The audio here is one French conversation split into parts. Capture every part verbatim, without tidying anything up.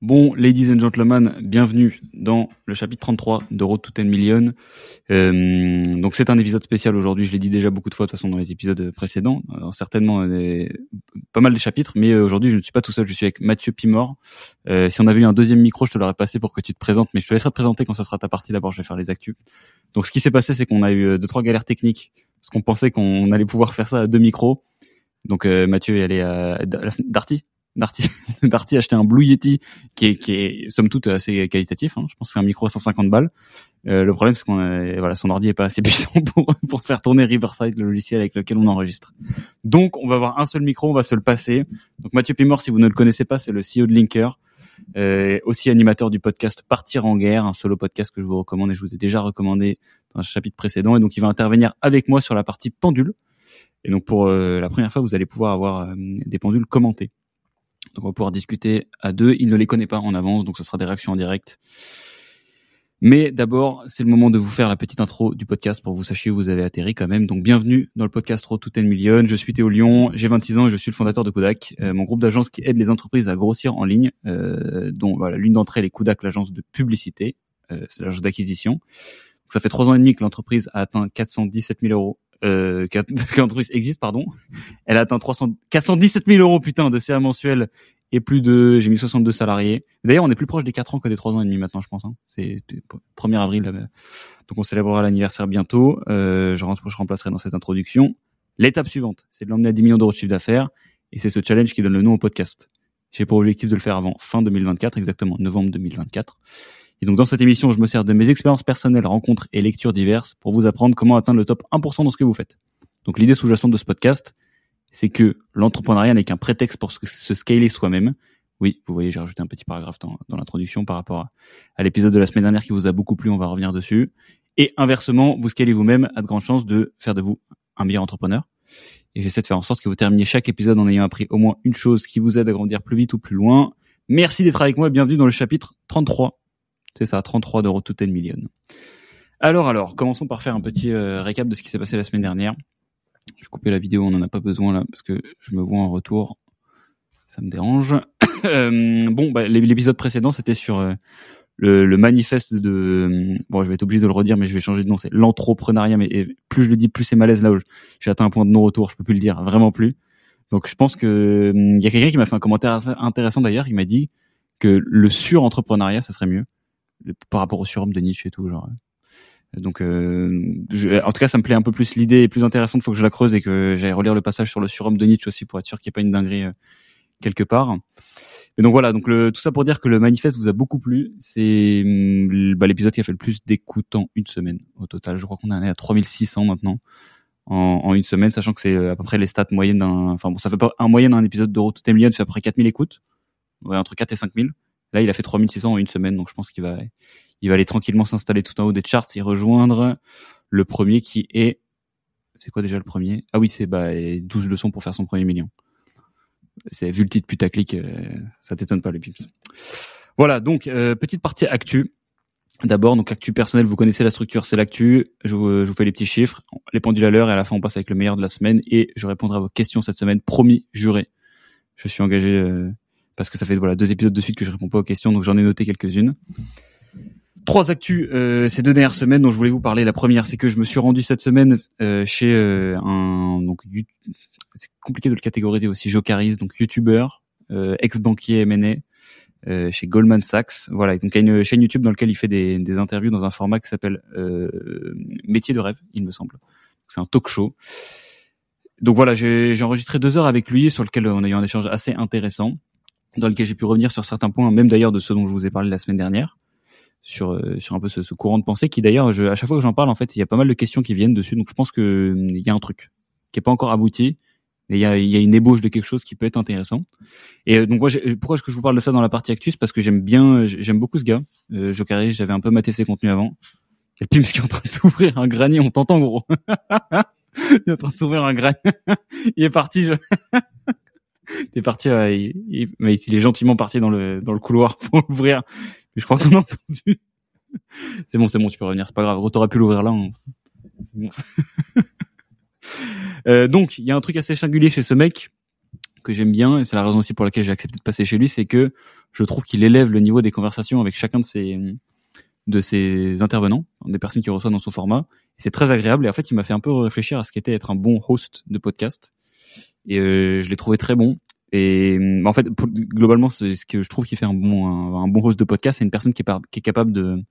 Bon, ladies and gentlemen, bienvenue dans le chapitre trente-trois de Road to ten million. Euh, donc c'est un épisode spécial aujourd'hui, je l'ai dit déjà beaucoup de fois de toute façon dans les épisodes précédents, alors, certainement des, pas mal de chapitres, mais aujourd'hui je ne suis pas tout seul, je suis avec Mathieu Pimor. Euh, si on avait eu un deuxième micro, je te l'aurais passé pour que tu te présentes, mais je te laisserai te présenter quand ce sera ta partie. D'abord je vais faire les actus. Donc ce qui s'est passé, c'est qu'on a eu deux trois galères techniques, parce qu'on pensait qu'on allait pouvoir faire ça à deux micros. Donc euh, Mathieu est allé à Darty Darty, Darty a acheté un Blue Yeti qui est, qui est somme toute assez qualitatif. Hein. Je pense que c'est un micro à cent cinquante balles. Euh, le problème, c'est qu'on a, voilà, son ordi est pas assez puissant pour pour faire tourner Riverside, le logiciel avec lequel on enregistre. Donc, on va avoir un seul micro, on va se le passer. Donc, Mathieu Pimor, si vous ne le connaissez pas, c'est le C E O de Linker, euh, aussi animateur du podcast Partir en guerre, un solo podcast que je vous recommande et je vous ai déjà recommandé dans un chapitre précédent. Et donc, il va intervenir avec moi sur la partie pendule. Et donc, pour euh, la première fois, vous allez pouvoir avoir euh, des pendules commentées. Donc on va pouvoir discuter à deux. Il ne les connaît pas en avance, donc ce sera des réactions en direct. Mais d'abord, c'est le moment de vous faire la petite intro du podcast pour que vous sachiez où vous avez atterri quand même. Donc bienvenue dans le podcast Road to ten million. Je suis Théo Lyon, j'ai vingt-six ans et je suis le fondateur de Kudak, euh, mon groupe d'agences qui aide les entreprises à grossir en ligne, euh, dont voilà, l'une d'entre elles est Kudak, l'agence de publicité, euh, c'est l'agence d'acquisition. Donc, ça fait trois ans et demi que l'entreprise a atteint quatre cent dix-sept mille euros. Euh, que l'entreprise existe, pardon. Elle a atteint trois cents, quatre cent dix-sept mille euros, putain, de C A mensuel et plus de, j'ai mis soixante-deux salariés. D'ailleurs, on est plus proche des quatre ans que des trois ans et demi maintenant, je pense, hein. C'est premier avril, donc on célébrera l'anniversaire bientôt. Euh, je, je remplacerai dans cette introduction. L'étape suivante, c'est de l'emmener à dix millions d'euros de chiffre d'affaires et c'est ce challenge qui donne le nom au podcast. J'ai pour objectif de le faire avant fin deux mille vingt-quatre, exactement novembre deux mille vingt-quatre. Et donc, dans cette émission, je me sers de mes expériences personnelles, rencontres et lectures diverses pour vous apprendre comment atteindre le top un pour cent dans ce que vous faites. Donc, l'idée sous-jacente de ce podcast, c'est que l'entrepreneuriat n'est qu'un prétexte pour se scaler soi-même. Oui, vous voyez, j'ai rajouté un petit paragraphe dans, dans l'introduction par rapport à, à l'épisode de la semaine dernière qui vous a beaucoup plu, on va revenir dessus. Et inversement, vous scalez vous-même à de grandes chances de faire de vous un meilleur entrepreneur. Et j'essaie de faire en sorte que vous terminiez chaque épisode en ayant appris au moins une chose qui vous aide à grandir plus vite ou plus loin. Merci d'être avec moi et bienvenue dans le chapitre trente-trois. C'est ça, trente-trois de Road to ten million. Alors, alors, commençons par faire un petit euh, récap de ce qui s'est passé la semaine dernière. Je vais couper la vidéo, on n'en a pas besoin là, parce que je me vois en retour. Ça me dérange. euh, bon, bah, l'épisode précédent, c'était sur euh, le, le manifeste de... Euh, bon, je vais être obligé de le redire, mais je vais changer de nom. C'est l'entrepreneuriat, mais et plus je le dis, plus c'est malaise là où j'ai atteint un point de non-retour. Je peux plus le dire, vraiment plus. Donc, je pense que il euh, y a quelqu'un qui m'a fait un commentaire assez intéressant d'ailleurs. Il m'a dit que le sur-entrepreneuriat, ça serait mieux. Par rapport au surhomme de Nietzsche et tout, genre. Donc, euh, je, en tout cas, ça me plaît un peu plus. L'idée est plus intéressante. Faut que je la creuse et que j'aille relire le passage sur le surhomme de Nietzsche aussi pour être sûr qu'il n'y ait pas une dinguerie euh, quelque part. Et donc voilà. Donc le, tout ça pour dire que le manifeste vous a beaucoup plu. C'est bah, l'épisode qui a fait le plus d'écoute en une semaine au total. Je crois qu'on en est à trois mille six cents maintenant en, en une semaine, sachant que c'est à peu près les stats moyennes d'un. Enfin bon, ça fait pas un moyenne d'un épisode de Road to ten million, fait à peu près quatre mille écoutes, ouais, entre quatre et cinq mille. Là, il a fait trois mille six cents en une semaine, donc je pense qu'il va, il va aller tranquillement s'installer tout en haut des charts et rejoindre le premier qui est, c'est quoi déjà le premier? Ah oui, c'est bah douze leçons pour faire son premier million. C'est vu le titre putaclic, euh, ça t'étonne pas le pips. Voilà, donc euh, petite partie actu. D'abord, donc actu personnel, vous connaissez la structure, c'est l'actu. Je vous, je vous fais les petits chiffres, les pendules à l'heure et à la fin on passe avec le meilleur de la semaine et je répondrai à vos questions cette semaine, promis, juré. Je suis engagé. Euh, parce que ça fait voilà deux épisodes de suite que je réponds pas aux questions, donc j'en ai noté quelques-unes. Trois actus euh, ces deux dernières semaines dont je voulais vous parler. La première, c'est que je me suis rendu cette semaine euh, chez euh, un donc c'est compliqué de le catégoriser aussi, Jocaris, donc youtubeur, euh, ex-banquier M and A euh, chez Goldman Sachs. Voilà, donc il y a une chaîne YouTube dans laquelle il fait des, des interviews dans un format qui s'appelle euh, Métier de rêve, il me semble. C'est un talk show. Donc voilà, j'ai, j'ai enregistré deux heures avec lui sur lequel on a eu un échange assez intéressant, dans lequel j'ai pu revenir sur certains points, même d'ailleurs de ceux dont je vous ai parlé la semaine dernière, sur euh, sur un peu ce, ce courant de pensée qui d'ailleurs, je, à chaque fois que j'en parle, en fait, il y a pas mal de questions qui viennent dessus, donc je pense que il y a un truc qui est pas encore abouti, mais il y a il y a une ébauche de quelque chose qui peut être intéressant. Et euh, donc moi, j'ai, pourquoi est-ce que je vous parle de ça dans la partie actus? Parce que j'aime bien, j'aime beaucoup ce gars, euh, Jocaris. J'avais un peu maté ses contenus avant. Et le Pims qui est en train de s'ouvrir un granier, on t'entend gros. Il est en train de s'ouvrir un granier. Il est parti. Je... T'es parti, euh, il, il, mais il est gentiment parti dans le dans le couloir pour l'ouvrir. Mais je crois qu'on a entendu. C'est bon, c'est bon, tu peux revenir, c'est pas grave. T'aurais pu l'ouvrir là. On... Bon. euh, donc, il y a un truc assez singulier chez ce mec que j'aime bien, et c'est la raison aussi pour laquelle j'ai accepté de passer chez lui, c'est que je trouve qu'il élève le niveau des conversations avec chacun de ses de ses intervenants, des personnes qu'il reçoit dans son format. C'est très agréable et en fait, il m'a fait un peu réfléchir à ce qu'était être un bon host de podcast. Et euh, je l'ai trouvé très bon. Et en fait, pour, globalement, c'est ce que je trouve qui fait un bon un, un bon host de podcast, c'est une personne qui est, par, qui est capable de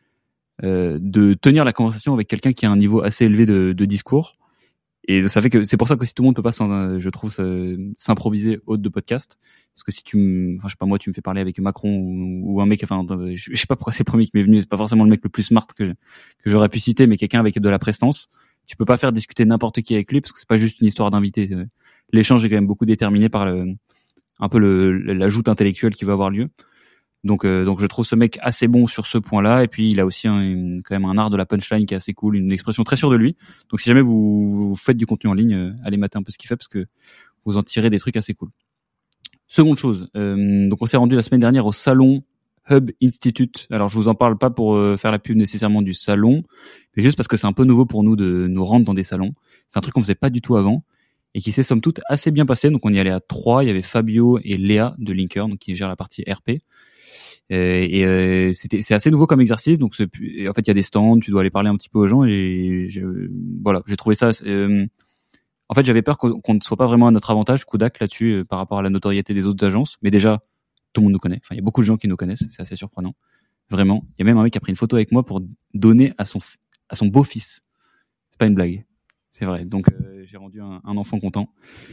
euh, de tenir la conversation avec quelqu'un qui a un niveau assez élevé de, de discours. Et ça fait que c'est pour ça que si tout le monde peut pas, je trouve, s'improviser hôte de podcast, parce que si tu, me, enfin je sais pas moi, tu me fais parler avec Macron ou, ou un mec, enfin je, je sais pas pourquoi c'est le premier qui m'est venu, c'est pas forcément le mec le plus smart que je, que j'aurais pu citer, mais quelqu'un avec de la prestance. Tu peux pas faire discuter n'importe qui avec lui parce que c'est pas juste une histoire d'invité. L'échange est quand même beaucoup déterminé par le, un peu le, l'ajout intellectuelle qui va avoir lieu. Donc, euh, donc je trouve ce mec assez bon sur ce point-là. Et puis il a aussi un, une, quand même un art de la punchline qui est assez cool, une expression très sûre de lui. Donc si jamais vous, vous faites du contenu en ligne, euh, allez mater un peu ce qu'il fait parce que vous en tirez des trucs assez cool. Seconde chose, euh, donc on s'est rendu la semaine dernière au salon Hub Institute. Alors je vous en parle pas pour euh, faire la pub nécessairement du salon, mais juste parce que c'est un peu nouveau pour nous de nous rendre dans des salons. C'est un truc qu'on faisait pas du tout avant et qui s'est somme toute assez bien passé. Donc on y allait à trois. Il y avait Fabio et Léa de Linker, donc qui gèrent la partie R P. Euh, et euh, c'était c'est assez nouveau comme exercice, donc c'est, en fait il y a des stands, tu dois aller parler un petit peu aux gens et j'ai, voilà, j'ai trouvé ça euh, en fait j'avais peur qu'on, qu'on ne soit pas vraiment à notre avantage Kudak là-dessus euh, par rapport à la notoriété des autres agences, mais déjà tout le monde nous connaît, enfin il y a beaucoup de gens qui nous connaissent, c'est assez surprenant vraiment. Il y a même un mec qui a pris une photo avec moi pour donner à son à son beau-fils, c'est pas une blague, c'est vrai. Donc euh, j'ai rendu un, un enfant content,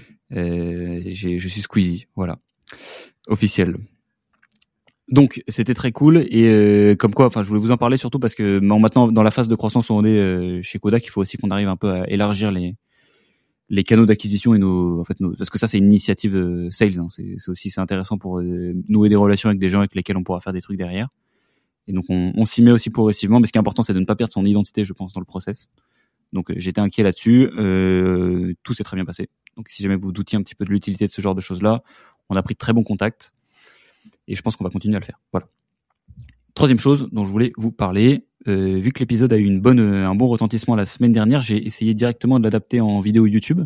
euh, j'ai, je suis Squeezie, voilà, officiel. Donc c'était très cool et euh, comme quoi, enfin je voulais vous en parler surtout parce que bon, maintenant dans la phase de croissance où on est euh, chez Kodak, il faut aussi qu'on arrive un peu à élargir les les canaux d'acquisition et nos en fait nos, parce que ça c'est une initiative euh, sales, hein, c'est, c'est aussi c'est intéressant pour euh, nouer des relations avec des gens avec lesquels on pourra faire des trucs derrière. Et donc on, on s'y met aussi progressivement, mais ce qui est important c'est de ne pas perdre son identité, je pense, dans le process. Donc euh, j'étais inquiet là-dessus, euh, tout s'est très bien passé. Donc si jamais vous doutiez un petit peu de l'utilité de ce genre de choses-là, on a pris de très bons contacts. Et je pense qu'on va continuer à le faire. Voilà. Troisième chose dont je voulais vous parler, euh, vu que l'épisode a eu une bonne, euh, un bon retentissement la semaine dernière, j'ai essayé directement de l'adapter en vidéo YouTube.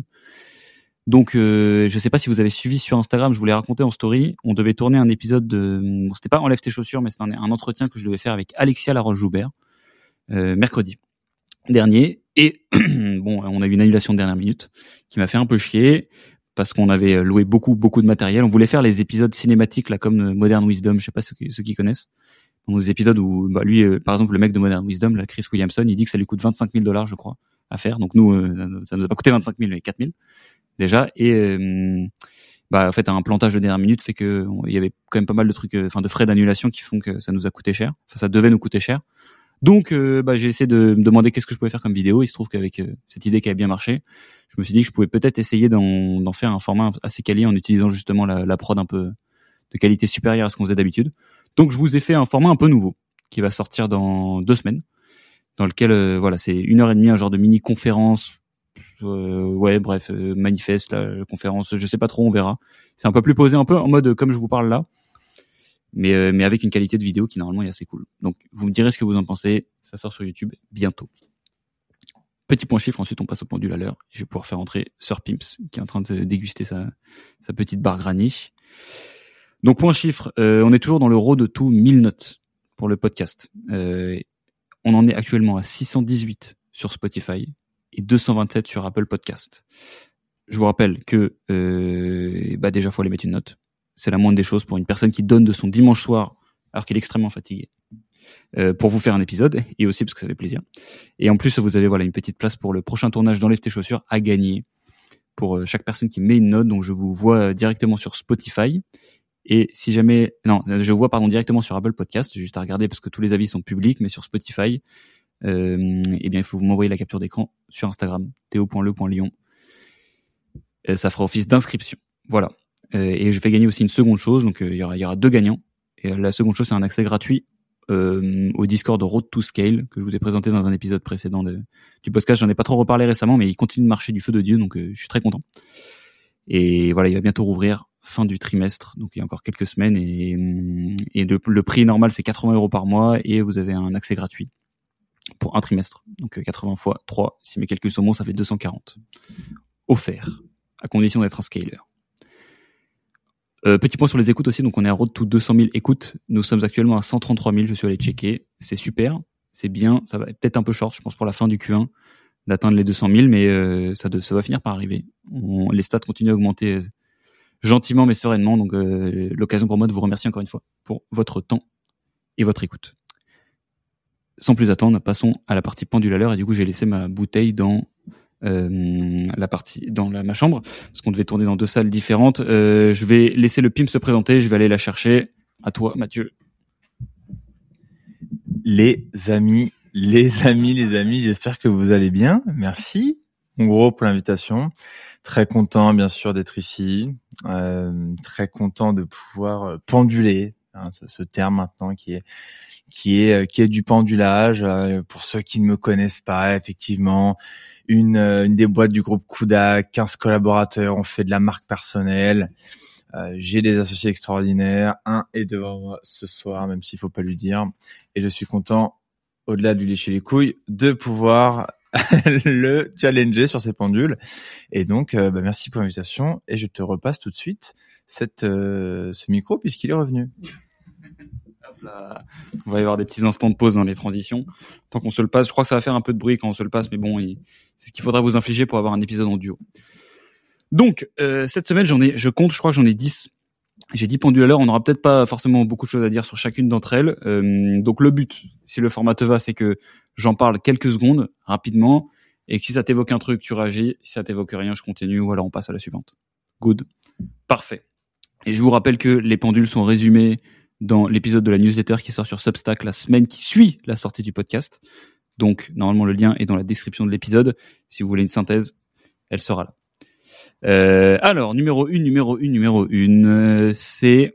Donc, euh, je sais pas si vous avez suivi sur Instagram, je vous l'ai raconté en story. On devait tourner un épisode de, bon, c'était pas Enlève tes chaussures, mais c'était un, un entretien que je devais faire avec Alexia Laroche-Joubert euh, mercredi dernier. Et bon, on a eu une annulation de dernière minute qui m'a fait un peu chier. Parce qu'on avait loué beaucoup, beaucoup de matériel. On voulait faire les épisodes cinématiques, là, comme Modern Wisdom. Je sais pas ceux qui, ceux qui connaissent. Donc, des épisodes où, bah, lui, euh, par exemple, le mec de Modern Wisdom, là, Chris Williamson, il dit que ça lui coûte vingt-cinq mille dollars, je crois, à faire. Donc, nous, euh, ça nous a pas coûté vingt-cinq mille, mais quatre mille, déjà. Et, euh, bah, en fait, un plantage de dernière minute fait que, il y avait quand même pas mal de trucs, enfin, euh, de frais d'annulation qui font que ça nous a coûté cher. Enfin, ça devait nous coûter cher. Donc, euh, bah, j'ai essayé de me demander qu'est-ce que je pouvais faire comme vidéo. Il se trouve qu'avec euh, cette idée qui a bien marché, je me suis dit que je pouvais peut-être essayer d'en, d'en faire un format assez quali en utilisant justement la, la prod un peu de qualité supérieure à ce qu'on faisait d'habitude. Donc, je vous ai fait un format un peu nouveau qui va sortir dans deux semaines, dans lequel, euh, voilà, c'est une heure et demie, un genre de mini-conférence, euh, ouais, bref, euh, manifeste, là, conférence, je sais pas trop, on verra. C'est un peu plus posé, un peu en mode comme je vous parle là. Mais, euh, mais avec une qualité de vidéo qui normalement est assez cool. Donc vous me direz ce que vous en pensez, ça sort sur YouTube bientôt. Petit point chiffre, ensuite on passe au pendule à l'heure. Je vais pouvoir faire entrer Sir Pimps qui est en train de déguster sa, sa petite barre granny. Donc point chiffre, euh, on est toujours dans le road to mille notes pour le podcast. Euh, on en est actuellement à six cent dix-huit sur Spotify et deux cent vingt-sept sur Apple Podcast. Je vous rappelle que euh, bah déjà faut aller mettre une note. C'est la moindre des choses pour une personne qui donne de son dimanche soir alors qu'elle est extrêmement fatiguée euh, pour vous faire un épisode et aussi parce que ça fait plaisir. Et en plus, vous avez voilà une petite place pour le prochain tournage d'Enlève tes chaussures à gagner pour euh, chaque personne qui met une note. Donc je vous vois directement sur Spotify et si jamais non, je vois pardon directement sur Apple Podcast. Juste à regarder parce que tous les avis sont publics, mais sur Spotify, euh, eh bien il faut vous m'envoyer la capture d'écran sur Instagram théo point le point lion. Euh, ça fera office d'inscription. Voilà. Euh, et je vais gagner aussi une seconde chose, donc il euh, y aura, y aura deux gagnants. Et euh, la seconde chose, c'est un accès gratuit euh, au Discord de Road to Scale que je vous ai présenté dans un épisode précédent de, du podcast. J'en ai pas trop reparlé récemment, mais il continue de marcher du feu de Dieu, donc euh, je suis très content. Et voilà, il va bientôt rouvrir fin du trimestre, donc il y a encore quelques semaines. Et, et le, le prix normal, c'est quatre-vingts euros par mois, et vous avez un accès gratuit pour un trimestre. Donc quatre-vingts fois trois, si mes calculs sont bons, ça fait deux cent quarante. Offert, à condition d'être un scaler. Euh, petit point sur les écoutes aussi, donc on est à road to deux cent mille écoutes. Nous sommes actuellement à cent trente-trois mille, je suis allé checker. C'est super, c'est bien, ça va être peut-être un peu short, je pense, pour la fin du Q un, d'atteindre les deux cent mille, mais euh, ça, de, ça va finir par arriver. On, les stats continuent à augmenter euh, gentiment mais sereinement, donc euh, l'occasion pour moi de vous remercier encore une fois pour votre temps et votre écoute. Sans plus attendre, passons à la partie pendule à l'heure, et du coup j'ai laissé ma bouteille dans euh, la partie dans la, ma chambre, parce qu'on devait tourner dans deux salles différentes. Euh, je vais laisser le P I M se présenter, je vais aller la chercher. À toi, Mathieu. Les amis, les amis, les amis, j'espère que vous allez bien. Merci, mon gros, pour l'invitation. Très content, bien sûr, d'être ici. Euh, très content de pouvoir penduler, hein, ce, ce terme maintenant qui est qui est qui est du pendulage. Euh, pour ceux qui ne me connaissent pas, effectivement, une une des boîtes du groupe Kuda, quinze collaborateurs, on fait de la marque personnelle. Euh, j'ai des associés extraordinaires. Un est devant moi ce soir, même s'il faut pas lui dire. Et je suis content, au-delà de lui lécher les couilles, de pouvoir le challenger sur ses pendules. Et donc, euh, bah, merci pour l'invitation. Et je te repasse tout de suite cette, euh, ce micro puisqu'il est revenu. Hop là. On va y avoir des petits instants de pause dans les transitions. Tant qu'on se le passe, je crois que ça va faire un peu de bruit quand on se le passe, mais bon, il... c'est ce qu'il faudra vous infliger pour avoir un épisode en duo. Donc, euh, cette semaine, j'en ai, je compte, je crois que j'en ai dix. J'ai dix pendules à l'heure. On n'aura peut-être pas forcément beaucoup de choses à dire sur chacune d'entre elles. Euh, donc, le but, si le format te va, c'est que j'en parle quelques secondes, rapidement, et que si ça t'évoque un truc, tu réagis. Si ça t'évoque rien, je continue, ou alors on passe à la suivante. Good. Parfait. Et je vous rappelle que les pendules sont résumées dans l'épisode de la newsletter qui sort sur Substack la semaine qui suit la sortie du podcast. Donc, normalement, le lien est dans la description de l'épisode. Si vous voulez une synthèse, elle sera là. Euh, alors, numéro une, numéro une, numéro une, euh, c'est...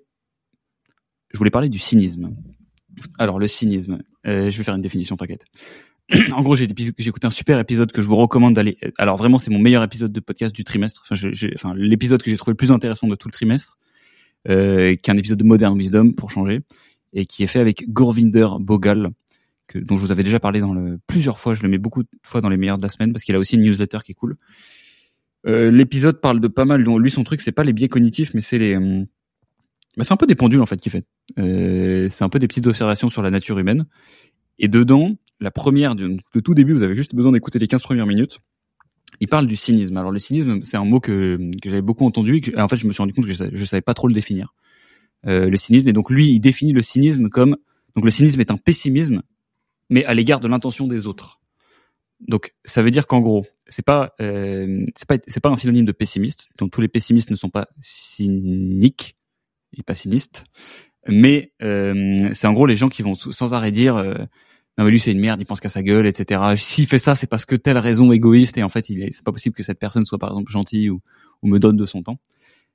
Je voulais parler du cynisme. Alors, le cynisme, euh, je vais faire une définition, t'inquiète. En gros, j'ai, j'ai écouté un super épisode que je vous recommande d'aller... Alors, vraiment, c'est mon meilleur épisode de podcast du trimestre. Enfin, je, j'ai... enfin l'épisode que j'ai trouvé le plus intéressant de tout le trimestre, euh, qui est un épisode de Modern Wisdom, pour changer, et qui est fait avec Gurvinder Bhogal, que, dont je vous avais déjà parlé dans le... plusieurs fois. Je le mets beaucoup de fois dans les meilleurs de la semaine, parce qu'il a aussi une newsletter qui est cool. Euh, l'épisode parle de pas mal, dont lui son truc c'est pas les biais cognitifs, mais c'est les, euh, bah, c'est un peu des pendules en fait qu'il fait. Euh, c'est un peu des petites observations sur la nature humaine. Et dedans, la première de, de tout début, vous avez juste besoin d'écouter les quinze premières minutes. Il parle du cynisme. Alors le cynisme, c'est un mot que que j'avais beaucoup entendu. Et que, en fait, je me suis rendu compte que je, je savais pas trop le définir. Euh, le cynisme, et donc lui, il définit le cynisme comme donc le cynisme est un pessimisme, mais à l'égard de l'intention des autres. Donc, ça veut dire qu'en gros, c'est pas, euh, c'est pas, c'est pas un synonyme de pessimiste. Donc, tous les pessimistes ne sont pas cyniques et pas cynistes. Mais euh, c'est en gros les gens qui vont sans arrêt dire euh, non mais lui c'est une merde, il pense qu'à sa gueule, et cetera. S'il fait ça, c'est parce que telle raison égoïste et en fait, il est, c'est pas possible que cette personne soit par exemple gentille ou, ou me donne de son temps.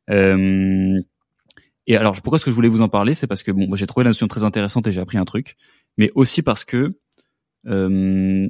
Euh, et alors, pourquoi est-ce que je voulais vous en parler? C'est parce que bon, moi j'ai trouvé la notion très intéressante et j'ai appris un truc, mais aussi parce que euh,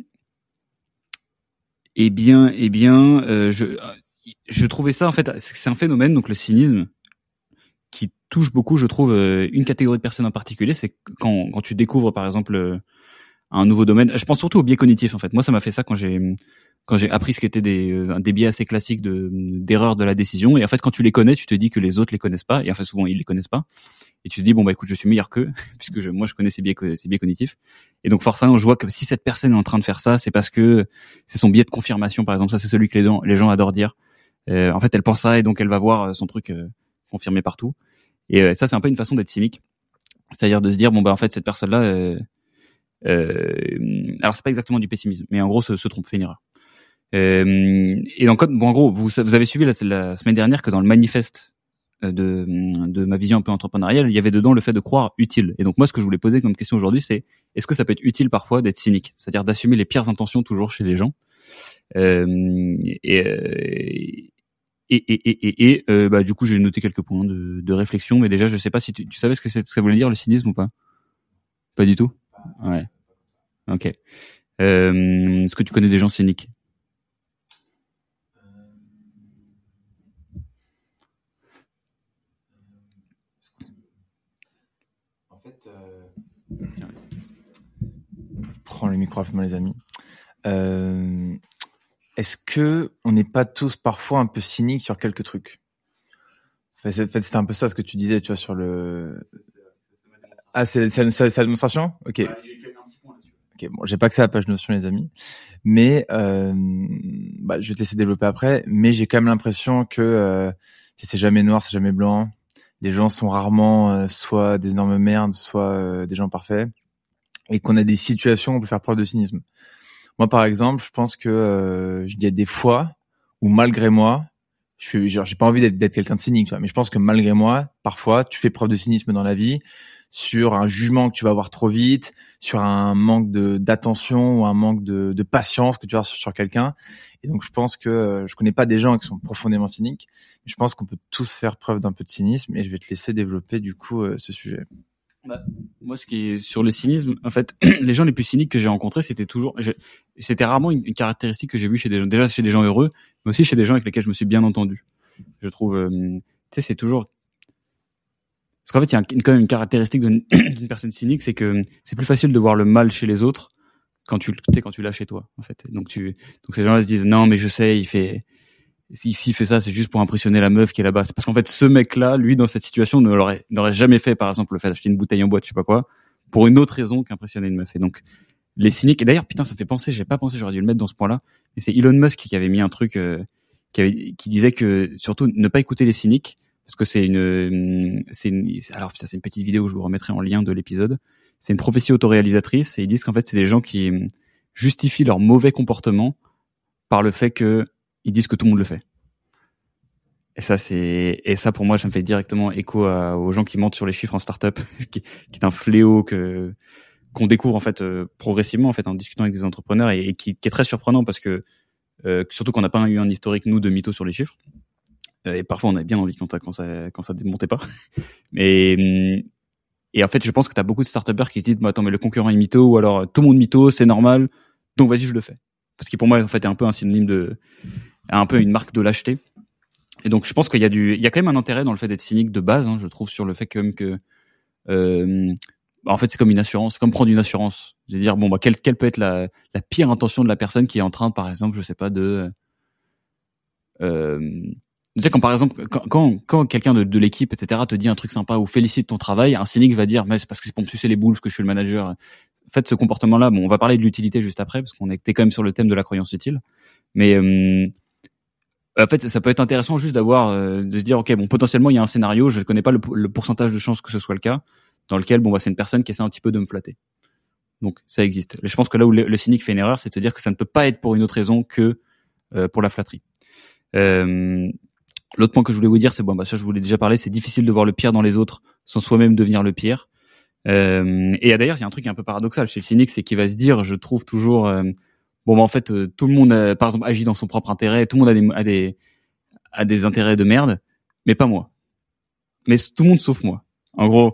Eh bien, eh bien, euh, je, je trouvais ça en fait, c'est un phénomène, donc le cynisme, qui touche beaucoup, je trouve, euh, une catégorie de personnes en particulier. C'est quand, quand tu découvres, par exemple, euh, un nouveau domaine. Je pense surtout aux biais cognitifs, en fait. Moi, ça m'a fait ça quand j'ai quand j'ai appris ce qu'étaient des euh, des biais assez classiques de d'erreurs de la décision. Et en fait, quand tu les connais, tu te dis que les autres les connaissent pas. Et en fait, souvent, ils les connaissent pas. Et tu te dis bon bah écoute, je suis meilleur qu'eux puisque je, moi je connais ces biais ces biais cognitifs. Et donc forcément, je vois que si cette personne est en train de faire ça, c'est parce que c'est son biais de confirmation, par exemple. Ça, c'est celui que les gens, les gens adorent dire. Euh, en fait, elle pense ça et donc elle va voir son truc euh, confirmé partout. Et euh, ça, c'est un peu une façon d'être cynique, c'est-à-dire de se dire bon bah en fait cette personne-là, euh, euh, alors c'est pas exactement du pessimisme, mais en gros se, se trompe, fait une erreur. Euh, et donc bon en gros, vous, vous avez suivi la, la semaine dernière que dans le manifeste de, de ma vision un peu entrepreneuriale, il y avait dedans le fait de croire utile. Et donc moi, ce que je voulais poser comme question aujourd'hui, c'est est-ce que ça peut être utile parfois d'être cynique, c'est-à-dire d'assumer les pires intentions toujours chez les gens, euh, et, et, et, et, et, et euh, bah du coup j'ai noté quelques points de, de réflexion, mais déjà je sais pas si tu, tu savais ce que, c'est, ce que ça voulait dire le cynisme ou pas? Pas du tout. Ouais. Ok. Euh, est-ce que tu connais des gens cyniques? En fait, euh... prends le micro rapidement, les amis. Euh... Est-ce que on n'est pas tous parfois un peu cyniques sur quelques trucs? En fait, c'était un peu ça ce que tu disais, tu vois, sur le. Ah, c'est c'est, c'est, c'est la démonstration. Ok. Ouais, j'ai écrit un petit point là-dessus. Ok. Bon, j'ai pas que ça à la page Notion, les amis, mais euh, bah, je vais te laisser développer après. Mais j'ai quand même l'impression que euh, c'est jamais noir, c'est jamais blanc. Les gens sont rarement euh, soit des énormes merdes, soit euh, des gens parfaits, et qu'on a des situations où on peut faire preuve de cynisme. Moi, par exemple, je pense que euh, il y a des fois où malgré moi, je suis genre j'ai pas envie d'être, d'être quelqu'un de cynique, tu vois, mais je pense que malgré moi, parfois, tu fais preuve de cynisme dans la vie sur un jugement que tu vas avoir trop vite, sur un manque de d'attention ou un manque de, de patience que tu as sur, sur quelqu'un. Et donc, je pense que euh, je connais pas des gens qui sont profondément cyniques, mais je pense qu'on peut tous faire preuve d'un peu de cynisme. Et je vais te laisser développer du coup euh, ce sujet. Bah, moi, ce qui est sur le cynisme, en fait, les gens les plus cyniques que j'ai rencontrés, c'était toujours, je, c'était rarement une, une caractéristique que j'ai vue chez des gens, déjà chez des gens heureux, mais aussi chez des gens avec lesquels je me suis bien entendu. Je trouve, euh, tu sais, c'est toujours, parce qu'en fait, il y a une, quand même une caractéristique d'une, d'une personne cynique, c'est que c'est plus facile de voir le mal chez les autres quand tu, tu sais, quand tu l'as chez toi, en fait. Donc tu, donc ces gens-là se disent, non, mais je sais, il fait, s'il fait ça, c'est juste pour impressionner la meuf qui est là-bas. C'est parce qu'en fait, ce mec-là, lui, dans cette situation, ne l'aurait, n'aurait jamais fait, par exemple, le fait d'acheter une bouteille en boîte, je sais pas quoi, pour une autre raison qu'impressionner une meuf. Et donc, les cyniques, et d'ailleurs, putain, ça fait penser, j'ai pas pensé, j'aurais dû le mettre dans ce point-là, mais c'est Elon Musk qui avait mis un truc, euh, qui avait, qui disait que, surtout, ne pas écouter les cyniques, parce que c'est une, c'est une, alors, putain, c'est une petite vidéo, je vous remettrai en lien de l'épisode. C'est une prophétie autoréalisatrice, et ils disent qu'en fait, c'est des gens qui justifient leur mauvais comportement par le fait que ils disent que tout le monde le fait. Et ça, c'est, et ça, pour moi, ça me fait directement écho à, aux gens qui mentent sur les chiffres en start-up, qui, qui est un fléau que, qu'on découvre, en fait, euh, progressivement, en fait, en discutant avec des entrepreneurs et, et qui, qui est très surprenant parce que, euh, surtout qu'on n'a pas eu un historique, nous, de mythos sur les chiffres. Euh, et parfois, on avait bien envie quand ça, quand ça, quand ça démontait pas. Mais, et en fait, je pense que t'as beaucoup de start-upers qui se disent, bah, attends, mais le concurrent est mytho, ou alors, tout le monde mytho, c'est normal, donc vas-y, je le fais. Parce que pour moi, en fait, est un peu un synonyme de, un peu une marque de lâcheté. Et donc, je pense qu'il y a du, il y a quand même un intérêt dans le fait d'être cynique de base, hein, je trouve, sur le fait quand même que, euh, bah, en fait, c'est comme une assurance, c'est comme prendre une assurance. Je veux dire, bon, bah, quelle, quelle peut être la, la pire intention de la personne qui est en train, par exemple, je sais pas, de, euh, tu sais, quand par exemple, quand, quand, quand quelqu'un de, de l'équipe, et cetera, te dit un truc sympa ou félicite ton travail, un cynique va dire, mais c'est parce que c'est pour me sucer les boules, parce que je suis le manager. En fait, ce comportement-là, bon, on va parler de l'utilité juste après, parce qu'on était quand même sur le thème de la croyance utile. Mais, euh, en fait, ça peut être intéressant juste d'avoir, euh, de se dire, ok, bon, potentiellement, il y a un scénario, je ne connais pas le, le pourcentage de chances que ce soit le cas, dans lequel, bon, bah, c'est une personne qui essaie un petit peu de me flatter. Donc, ça existe. Je pense que là où le, le cynique fait une erreur, c'est de dire que ça ne peut pas être pour une autre raison que euh, pour la flatterie. Euh, l'autre point que je voulais vous dire, c'est, bon, bah, ça, je vous l'ai déjà parlé, c'est difficile de voir le pire dans les autres sans soi-même devenir le pire. Euh, et d'ailleurs, il y a un truc un peu paradoxal chez le cynique, c'est qu'il va se dire, je trouve toujours, euh, bon, bah, en fait, euh, tout le monde, a, par exemple, agit dans son propre intérêt, tout le monde a des, a des, a des intérêts de merde, mais pas moi. Mais tout le monde sauf moi. En gros,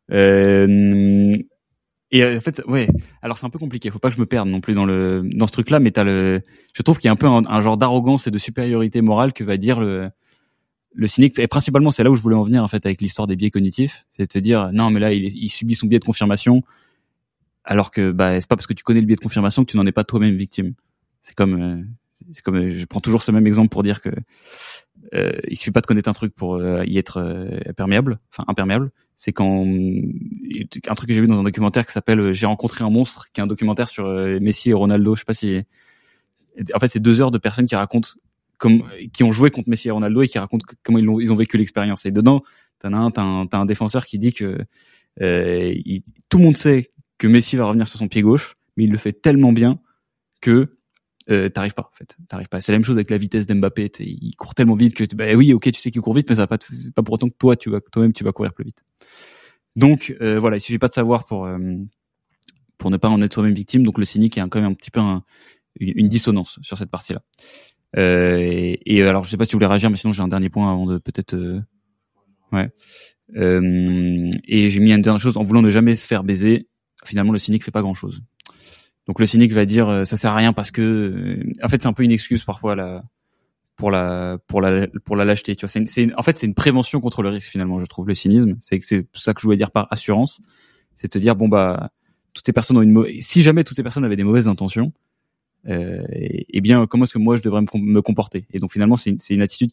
euh, et en fait, ouais. Alors c'est un peu compliqué. Faut pas que je me perde non plus dans le dans ce truc-là, mais t'as le. Je trouve qu'il y a un peu un, un genre d'arrogance et de supériorité morale que va dire le le cynique. Et principalement, c'est là où je voulais en venir en fait avec l'histoire des biais cognitifs, c'est de se dire non, mais là, il, il subit son biais de confirmation, alors que bah c'est pas parce que tu connais le biais de confirmation que tu n'en es pas toi-même victime. C'est comme euh, c'est comme je prends toujours ce même exemple pour dire que euh, il suffit pas de connaître un truc pour euh, y être euh, perméable, enfin imperméable. C'est quand un truc que j'ai vu dans un documentaire qui s'appelle euh, J'ai rencontré un monstre, qui est un documentaire sur euh, Messi et Ronaldo. Je sais pas si, en fait, c'est deux heures de personnes qui racontent comme qui ont joué contre Messi et Ronaldo et qui racontent comment ils ont ils ont vécu l'expérience. Et dedans, t'en as un, t'as un, t'as un défenseur qui dit que euh, il, tout le monde sait que Messi va revenir sur son pied gauche, mais il le fait tellement bien que Euh, t'arrives pas, en fait. T'arrives pas. C'est la même chose avec la vitesse d'Mbappé. Il court tellement vite que, bah oui, ok, tu sais qu'il court vite, mais ça va pas, c'est pas pour autant que toi, tu vas, toi-même, tu vas courir plus vite. Donc, euh, voilà, il suffit pas de savoir pour, euh, pour ne pas en être soi-même victime. Donc, le cynique est quand même un petit peu un, une, une dissonance sur cette partie-là. Euh, et, et alors, je sais pas si vous voulez réagir, mais sinon, j'ai un dernier point avant de peut-être, euh, ouais. Euh, et j'ai mis une dernière chose, en voulant ne jamais se faire baiser, finalement, le cynique fait pas grand-chose. Donc le cynique va dire euh, ça sert à rien parce que euh, en fait c'est un peu une excuse parfois la pour la pour la pour la lâcheté, tu vois. C'est, une, c'est une, en fait c'est une prévention contre le risque finalement, je trouve, le cynisme. C'est que c'est ça que je voulais dire par assurance, c'est de te dire bon bah toutes ces personnes ont une mau- si jamais toutes ces personnes avaient des mauvaises intentions, euh, et, et bien comment est-ce que moi je devrais me, me comporter. Et donc finalement c'est une, c'est une attitude qui